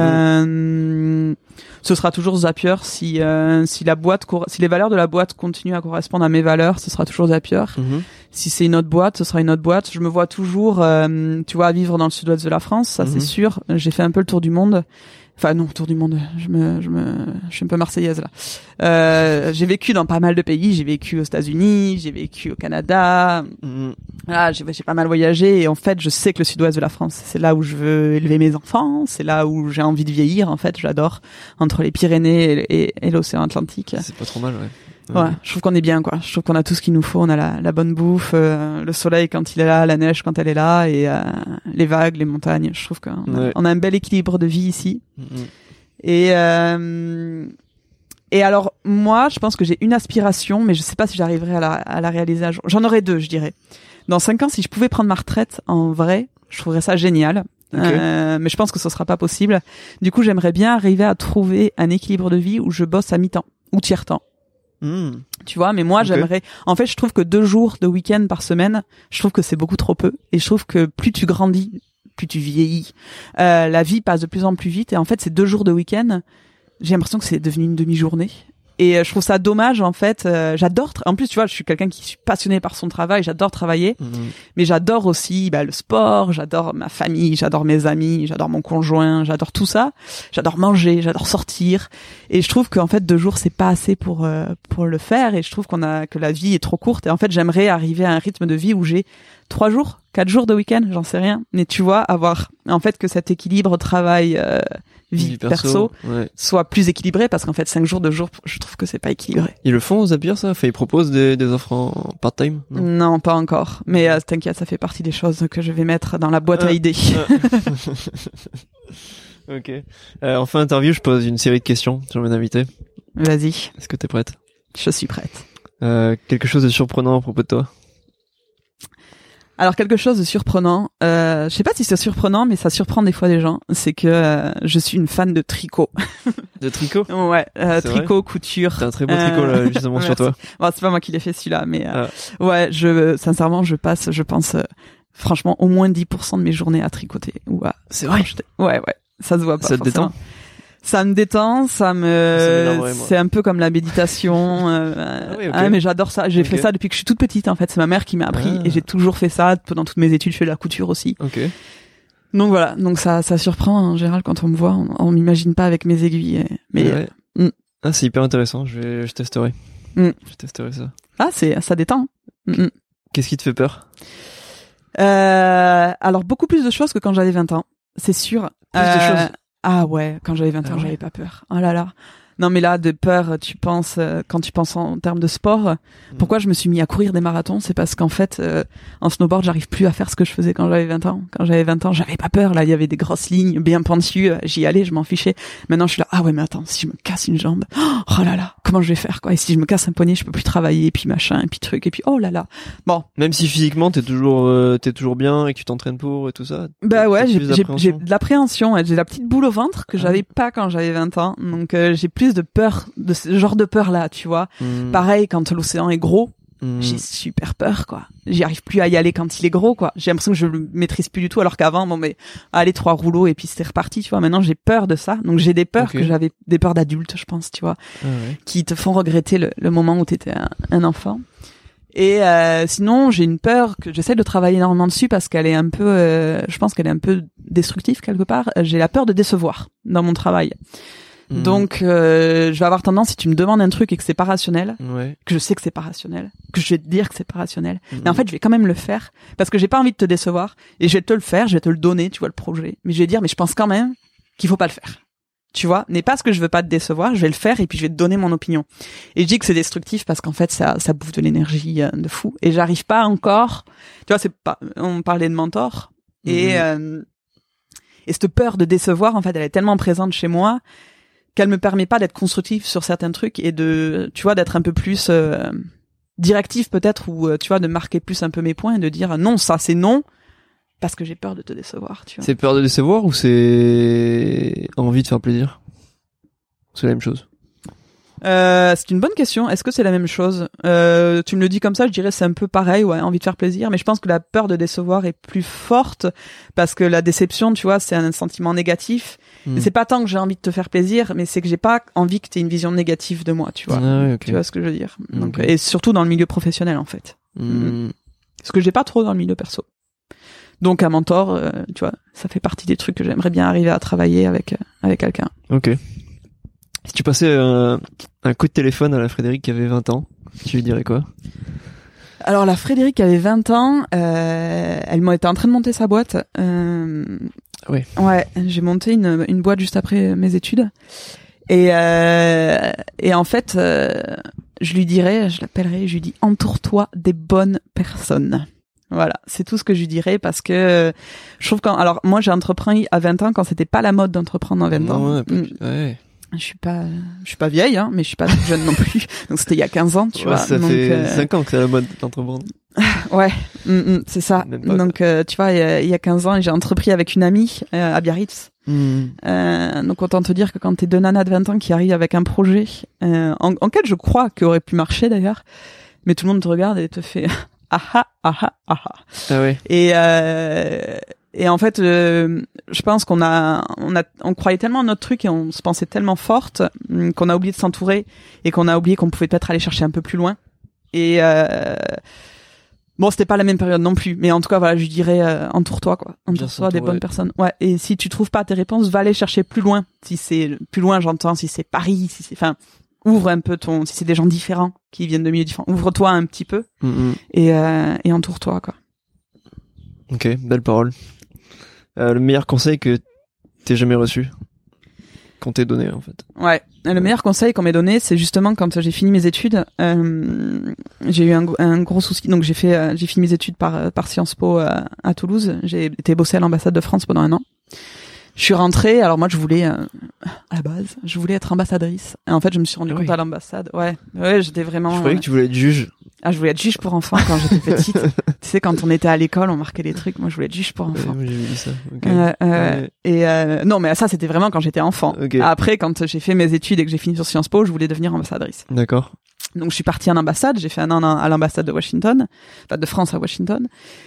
Euh, ce sera toujours Zapier si euh, si la boîte si les valeurs de la boîte continuent à correspondre à mes valeurs, ce sera toujours Zapier. Mmh. Si c'est une autre boîte, ce sera une autre boîte. Je me vois toujours, euh, tu vois, vivre dans le sud-ouest de la France, ça mmh. c'est sûr. J'ai fait un peu le tour du monde. Enfin non, tour du monde. Je me, je me, je suis un peu marseillaise là. Euh, j'ai vécu dans pas mal de pays. J'ai vécu aux États-Unis, j'ai vécu au Canada. Mmh. Voilà, j'ai, j'ai pas mal voyagé et en fait, je sais que le sud-ouest de la France, c'est là où je veux élever mes enfants. C'est là où j'ai envie de vieillir. En fait, j'adore entre les Pyrénées et, et, et l'océan Atlantique. C'est pas trop mal, ouais. Ouais, ouais, je trouve qu'on est bien, quoi. Je trouve qu'on a tout ce qu'il nous faut. On a la, la bonne bouffe, euh, le soleil quand il est là, la neige quand elle est là, et euh, les vagues, les montagnes. Je trouve qu'on a, ouais. on a un bel équilibre de vie ici. Mm-hmm. Et euh, et alors moi, je pense que j'ai une aspiration, mais je sais pas si j'arriverai à la, à la réaliser un jour. J'en aurais deux, je dirais. Dans cinq ans, si je pouvais prendre ma retraite en vrai, je trouverais ça génial. Okay. Euh, mais je pense que ce sera pas possible. Du coup, j'aimerais bien arriver à trouver un équilibre de vie où je bosse à mi-temps ou tiers-temps. Mmh. Tu vois, mais moi okay. j'aimerais. En fait, je trouve que deux jours de week-end par semaine, je trouve que c'est beaucoup trop peu. Et je trouve que plus tu grandis, plus tu vieillis, euh, la vie passe de plus en plus vite. Et en fait, ces deux jours de week-end, j'ai l'impression que c'est devenu une demi-journée. Et je trouve ça dommage, en fait. Euh, j'adore. Tra- en plus, tu vois, je suis quelqu'un qui suis passionné par son travail. J'adore travailler, mmh. mais j'adore aussi bah, le sport. J'adore ma famille. J'adore mes amis. J'adore mon conjoint. J'adore tout ça. J'adore manger. J'adore sortir. Et je trouve qu'en fait, deux jours, c'est pas assez pour euh, pour le faire. Et je trouve qu'on a que la vie est trop courte. Et en fait, j'aimerais arriver à un rythme de vie où j'ai trois jours, quatre jours de week-end, j'en sais rien. Mais tu vois, avoir en fait que cet équilibre travail. Euh, vie, vie perso, perso ouais. soit plus équilibré parce qu'en fait cinq jours de jour je trouve que c'est pas équilibré. Ils le font aux Zapier ça, enfin, ils proposent des, des offres en part-time non, non pas encore mais euh, t'inquiète ça fait partie des choses que je vais mettre dans la boîte ah, à idées. Ah. Ok. Euh, en fin d'interview je pose une série de questions sur mes invités. Vas-y. Est-ce que t'es prête? Je suis prête. Euh, quelque chose de surprenant à propos de toi? Alors quelque chose de surprenant, euh, je sais pas si c'est surprenant, mais ça surprend des fois les gens. C'est que euh, je suis une fan de tricot. De tricot? Ouais, euh, tricot, vrai couture. T'as un très beau tricot là, justement sur toi. Bon, c'est pas moi qui l'ai fait celui-là, mais euh, ah. ouais, je sincèrement, je passe, je pense, euh, franchement, au moins dix pour cent de mes journées à tricoter. Ou à... C'est vrai. Ouais, ouais, ça se voit pas. Ça te forcément. détend? Ça me détend, ça me, ça c'est un peu comme la méditation. Euh... Ah, oui, okay. Ah mais j'adore ça. J'ai okay. fait ça depuis que je suis toute petite en fait. C'est ma mère qui m'a appris ah. et j'ai toujours fait ça pendant toutes mes études. Je fais de la couture aussi. Ok. Donc voilà. Donc ça, ça surprend en général quand on me voit. On, on m'imagine pas avec mes aiguilles. Mais ouais. mm. ah c'est hyper intéressant. Je vais, je testerai. Mm. Je testerai ça. Ah c'est, ça détend. Mm. Qu'est-ce qui te fait peur? Euh, alors beaucoup plus de choses que quand j'avais vingt ans. C'est sûr. Plus euh, de choses. Ah ouais, quand j'avais vingt ans, ah ouais. j'avais pas peur. Oh là là. Non mais là, de peur, tu penses, euh, quand tu penses en termes de sport, mmh. pourquoi je me suis mis à courir des marathons? C'est parce qu'en fait, euh, en snowboard, j'arrive plus à faire ce que je faisais quand j'avais vingt ans. Quand j'avais vingt ans, j'avais pas peur. Là, il y avait des grosses lignes bien pentues. J'y allais, je m'en fichais. Maintenant, je suis là, ah ouais, mais attends, si je me casse une jambe, oh là là, comment je vais faire, quoi? Et si je me casse un poignet, je peux plus travailler, et puis machin, et puis truc, et puis oh là là. Bon. Même si physiquement, t'es toujours, euh, t'es toujours bien et que tu t'entraînes pour et tout ça. Bah ouais, j'ai, j'ai, j'ai de l'appréhension. J'ai la petite boule au ventre que j'avais ah. pas quand j'avais vingt ans. Donc, euh, j'ai plus de peur de ce genre de peur là, tu vois. Mmh. Pareil, quand l'océan est gros, mmh. j'ai super peur, quoi. J'y arrive plus à y aller quand il est gros, quoi. J'ai l'impression que je le maîtrise plus du tout, alors qu'avant, bon, mais, allez, trois rouleaux et puis c'était reparti, tu vois. Maintenant, j'ai peur de ça. Donc, j'ai des peurs okay. que j'avais, des peurs d'adulte, je pense, tu vois, ah ouais. qui te font regretter le, le moment où t'étais un, un enfant. Et euh, sinon, j'ai une peur que j'essaie de travailler énormément dessus parce qu'elle est un peu, euh, je pense qu'elle est un peu destructive quelque part. J'ai la peur de décevoir dans mon travail. Mmh. Donc, euh, je vais avoir tendance, si tu me demandes un truc et que c'est pas rationnel, ouais. que je sais que c'est pas rationnel, que je vais te dire que c'est pas rationnel, mmh. mais en fait, je vais quand même le faire parce que j'ai pas envie de te décevoir et je vais te le faire, je vais te le donner, tu vois, le projet. Mais je vais dire, mais je pense quand même qu'il faut pas le faire. Tu vois, n'est pas parce que je veux pas te décevoir, je vais le faire et puis je vais te donner mon opinion. Et je dis que c'est destructif parce qu'en fait, ça, ça bouffe de l'énergie euh, de fou. Et j'arrive pas encore, tu vois, c'est pas, on parlait de mentor mmh. et, euh, et cette peur de décevoir, en fait, elle est tellement présente chez moi qu'elle me permet pas d'être constructive sur certains trucs et de, tu vois, d'être un peu plus euh, directif peut-être ou tu vois, de marquer plus un peu mes points et de dire non, ça c'est non parce que j'ai peur de te décevoir, tu vois. C'est peur de décevoir ou c'est envie de faire plaisir? C'est la même chose. Euh, c'est une bonne question. Est-ce que c'est la même chose? Euh, tu me le dis comme ça, je dirais c'est un peu pareil, ouais, envie de faire plaisir. Mais je pense que la peur de décevoir est plus forte parce que la déception, tu vois, c'est un sentiment négatif. Mmh. Mais c'est pas tant que j'ai envie de te faire plaisir, mais c'est que j'ai pas envie que t'aies une vision négative de moi, tu vois. Ah ouais, okay. Tu vois ce que je veux dire. Donc, okay. et surtout dans le milieu professionnel, en fait. Mmh. Mmh. Ce que j'ai pas trop dans le milieu perso. Donc un mentor, euh, tu vois, ça fait partie des trucs que j'aimerais bien arriver à travailler avec euh, avec quelqu'un. Ok. Si tu passais un, un coup de téléphone à la Frédéric qui avait vingt ans, tu lui dirais quoi? Alors la Frédéric qui avait vingt ans, euh, elle était en train de monter sa boîte. Euh, oui. Ouais, j'ai monté une, une boîte juste après mes études. Et, euh, et en fait, euh, je lui dirais, je l'appellerais, je lui dis entoure-toi des bonnes personnes. Voilà, c'est tout ce que je lui dirais parce que je trouve quand, alors moi j'ai entrepris à vingt ans quand c'était pas la mode d'entreprendre à vingt non, ans. Ouais, mmh. ouais. Je suis pas, je suis pas vieille, hein, mais je suis pas toute jeune non plus. Donc c'était il y a quinze ans, tu ouais, vois. Ça donc, fait euh... cinq ans que c'est la mode d'entreprendre. Ouais, mm, mm, c'est ça. Pas, donc euh, tu vois, il y, a, il y a quinze ans, j'ai entrepris avec une amie euh, à Biarritz. Mm. Euh, donc autant te dire que quand t'es deux nanas de vingt ans qui arrivent avec un projet euh, en, en quel je crois qu'il aurait pu marcher d'ailleurs, mais tout le monde te regarde et te fait ah ah ah ah ah. Ah ouais. Et euh, Et en fait, euh, je pense qu'on a, on a, on croyait tellement à notre truc et on se pensait tellement forte hum, qu'on a oublié de s'entourer et qu'on a oublié qu'on pouvait peut-être aller chercher un peu plus loin. Et euh, bon, c'était pas la même période non plus, mais en tout cas, voilà, je dirais, euh, entoure-toi, quoi. Entoure-toi des bonnes personnes. Ouais. Et si tu trouves pas tes réponses, va aller chercher plus loin. Si c'est plus loin, j'entends, si c'est Paris, si c'est, enfin, ouvre un peu ton, si c'est des gens différents qui viennent de milieux différents, ouvre-toi un petit peu mm-hmm. et euh, et entoure-toi, quoi. Ok, belle parole. Euh, le meilleur conseil que t'aies jamais reçu, qu'on t'ait donné en fait. Ouais, le meilleur conseil qu'on m'ait donné, c'est justement quand j'ai fini mes études, euh, j'ai eu un, un gros souci. Donc j'ai fait, euh, j'ai fini mes études par par Sciences Po euh, à Toulouse. J'ai été bosser à l'ambassade de France pendant un an. Je suis rentrée, alors moi je voulais, euh, à la base, je voulais être ambassadrice. Et en fait, je me suis rendu ah compte oui. à l'ambassade, ouais, ouais, j'étais vraiment. Je croyais que tu voulais être juge. Ah, je voulais être juge pour enfants quand j'étais petite. Tu sais, quand on était à l'école, on marquait les trucs. Moi, je voulais être juge pour enfants. Ouais, j'ai vu ça. Okay. Euh, euh, ouais. Et euh, non, mais ça, c'était vraiment quand j'étais enfant. Okay. Après, quand j'ai fait mes études et que j'ai fini sur Sciences Po, je voulais devenir ambassadrice. D'accord. Donc, je suis partie en ambassade. J'ai fait un an à l'ambassade de Washington, enfin de France à Washington.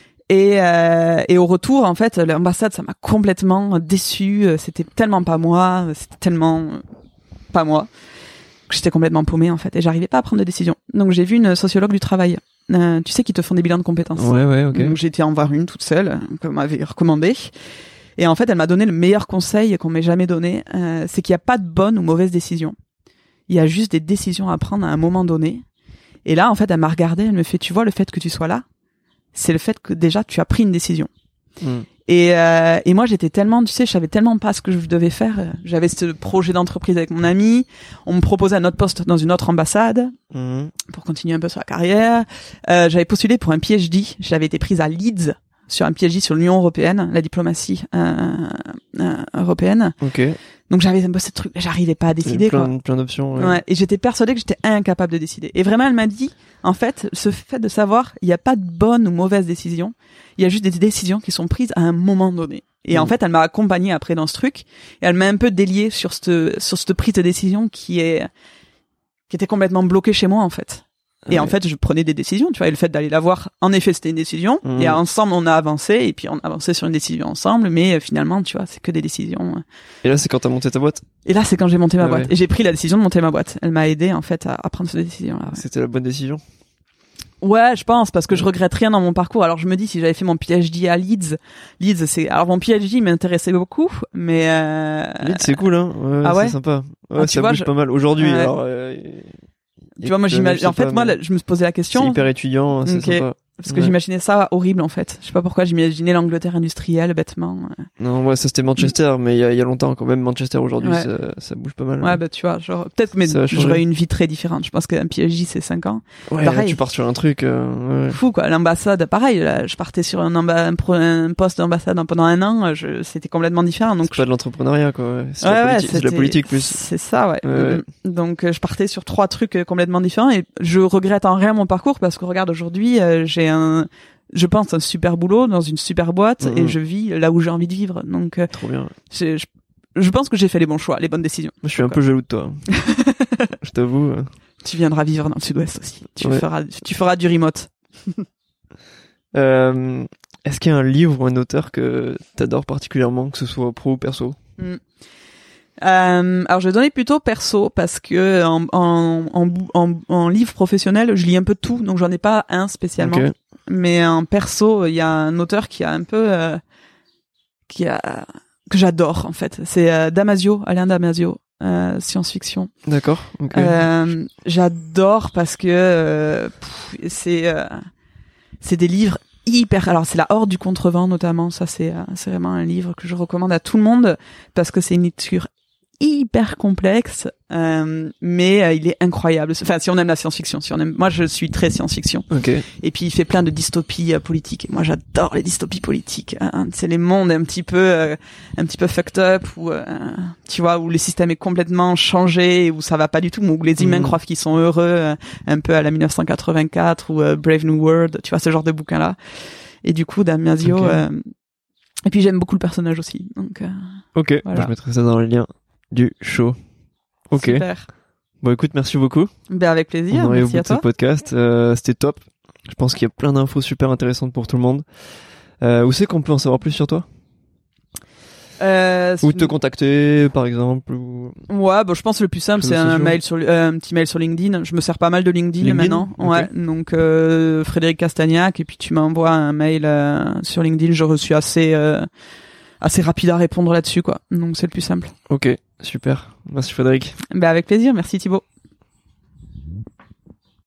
Et, euh, et au retour, en fait, l'ambassade, ça m'a complètement déçue. C'était tellement pas moi, c'était tellement pas moi que j'étais complètement paumée, en fait. Et j'arrivais pas à prendre de décision. Donc, j'ai vu une sociologue du travail. Euh, tu sais, qui te font des bilans de compétences. Ouais, ouais, ok. Donc, j'ai été en voir une toute seule, comme m'avait recommandé. Et en fait, elle m'a donné le meilleur conseil qu'on m'ait jamais donné. Euh, c'est qu'il n'y a pas de bonne ou mauvaise décision. Il y a juste des décisions à prendre à un moment donné. Et là, en fait, elle m'a regardée, elle me fait, tu vois, le fait que tu sois là, c'est le fait que déjà tu as pris une décision. Mm. Et, euh, et moi j'étais tellement, tu sais, je savais tellement pas ce que je devais faire. J'avais ce projet d'entreprise avec mon ami. On me proposait un autre poste dans une autre ambassade mm. pour continuer un peu sur la carrière. Euh, j'avais postulé pour un P H D. J'avais été prise à Leeds sur un P H D sur l'Union européenne, la diplomatie euh, euh, européenne. Ok. Donc j'avais un peu ce truc, j'arrivais pas à décider. Plein, quoi. plein d'options. Ouais. Ouais, et j'étais persuadée que j'étais incapable de décider. Et vraiment, elle m'a dit, en fait, ce fait de savoir, il n'y a pas de bonne ou mauvaise décision. Il y a juste des décisions qui sont prises à un moment donné. Et mmh. en fait, elle m'a accompagnée après dans ce truc. Et elle m'a un peu déliée sur cette, sur cette prise de décision qui est, qui était complètement bloquée chez moi, en fait. Et ouais. en fait, je prenais des décisions, tu vois, et le fait d'aller la voir, en effet, c'était une décision, mmh. et ensemble, on a avancé, et puis on a avancé sur une décision ensemble, mais finalement, tu vois, c'est que des décisions. Et là, c'est quand t'as monté ta boîte? Et là, c'est quand j'ai monté ma ah boîte. Ouais. Et j'ai pris la décision de monter ma boîte. Elle m'a aidé, en fait, à, à prendre cette décision-là. Ouais. C'était la bonne décision? Ouais, je pense, parce que je regrette rien dans mon parcours. Alors, je me dis, si j'avais fait mon P H D à Leeds, Leeds, c'est, alors mon P H D m'intéressait beaucoup, mais, euh... Leeds, c'est cool, hein. Ouais, ah ouais? C'est sympa. Ouais, ah, ça vois, bouge je... pas mal. Aujourd'hui, ouais. alors, euh... Tu vois, moi, j'imagine, en fait, pas, moi, là, je me posais la question. C'est hyper étudiant, c'est okay. sympa. Parce que ouais. j'imaginais ça horrible, en fait. Je sais pas pourquoi j'imaginais l'Angleterre industrielle, bêtement. Non, ouais, ça c'était Manchester, mais il y a, il y a longtemps, quand même, Manchester aujourd'hui, ouais. ça, ça bouge pas mal. Ouais, ouais bah, tu vois, genre, peut-être, mais j'aurais une vie très différente. Je pense qu'un P H D, c'est cinq ans. Ouais, pareil. Là, tu pars sur un truc, euh, ouais. Fou, quoi. L'ambassade, pareil, là, je partais sur un, amba- un, pro- un poste d'ambassade pendant un an, je, c'était complètement différent. Donc, c'est je... pas de l'entrepreneuriat, quoi. C'est, ouais, la, ouais, politi- c'est la politique, plus. C'est ça, ouais. ouais, ouais. Donc, je partais sur trois trucs complètement différents et je regrette en rien mon parcours parce que regarde, aujourd'hui, euh, j'ai un, je pense un super boulot dans une super boîte mmh. et je vis là où j'ai envie de vivre. Donc, euh, trop bien. Je, je, je pense que j'ai fait les bons choix, les bonnes décisions. Moi, je suis un quoi. peu jaloux de toi. Je t'avoue. Tu viendras vivre dans le Sud-Ouest aussi. Tu ouais. feras, tu feras du remote. euh, est-ce qu'il y a un livre ou un auteur que t'adores particulièrement, que ce soit pro ou perso? mmh. Euh, alors je vais donner plutôt perso parce que en, en, en, en, en livre professionnel, je lis un peu de tout, donc j'en ai pas un spécialement. Okay. Mais en perso, il y a un auteur qui a un peu, euh, qui a que j'adore en fait. C'est euh, Damasio, Alain Damasio, euh, science-fiction. D'accord. Okay. Euh, j'adore parce que euh, pff, c'est euh, c'est des livres hyper. Alors c'est la Horde du contrevent notamment. Ça c'est euh, c'est vraiment un livre que je recommande à tout le monde parce que c'est une lecture hyper complexe, euh, mais euh, il est incroyable. Enfin, si on aime la science-fiction, si on aime, moi je suis très science-fiction. Okay. Et puis il fait plein de dystopies euh, politiques. Et moi j'adore les dystopies politiques. Hein. C'est les mondes un petit peu, euh, un petit peu fucked up où, euh, tu vois, où le système est complètement changé, où ça va pas du tout, où les humains mmh. croient qu'ils sont heureux, euh, un peu à la dix-neuf cent quatre-vingt-quatre ou euh, Brave New World. Tu vois ce genre de bouquin là. Et du coup, Damasio. Okay. Euh... Et puis j'aime beaucoup le personnage aussi. Donc. Euh, ok. Voilà. Je mettrai ça dans les liens du show. Ok. Super. Bon, écoute, merci beaucoup. Ben avec plaisir. On merci au bout à de toi. ce podcast. Euh, c'était top. Je pense qu'il y a plein d'infos super intéressantes pour tout le monde. Euh, où c'est qu'on peut en savoir plus sur toi? Euh, Ou te contacter, par exemple. Ou... Ouais, bon, je pense que le plus simple, c'est un mail sur, euh, un petit mail sur LinkedIn. Je me sers pas mal de LinkedIn, LinkedIn maintenant. Okay. Ouais. Donc, euh, Frédéric Castagnac, et puis tu m'envoies un mail euh, sur LinkedIn. Je suis assez, euh, assez rapide à répondre là-dessus, quoi. Donc, c'est le plus simple. Ok, super. Merci Frédéric. Ben, avec plaisir. Merci Thibaut.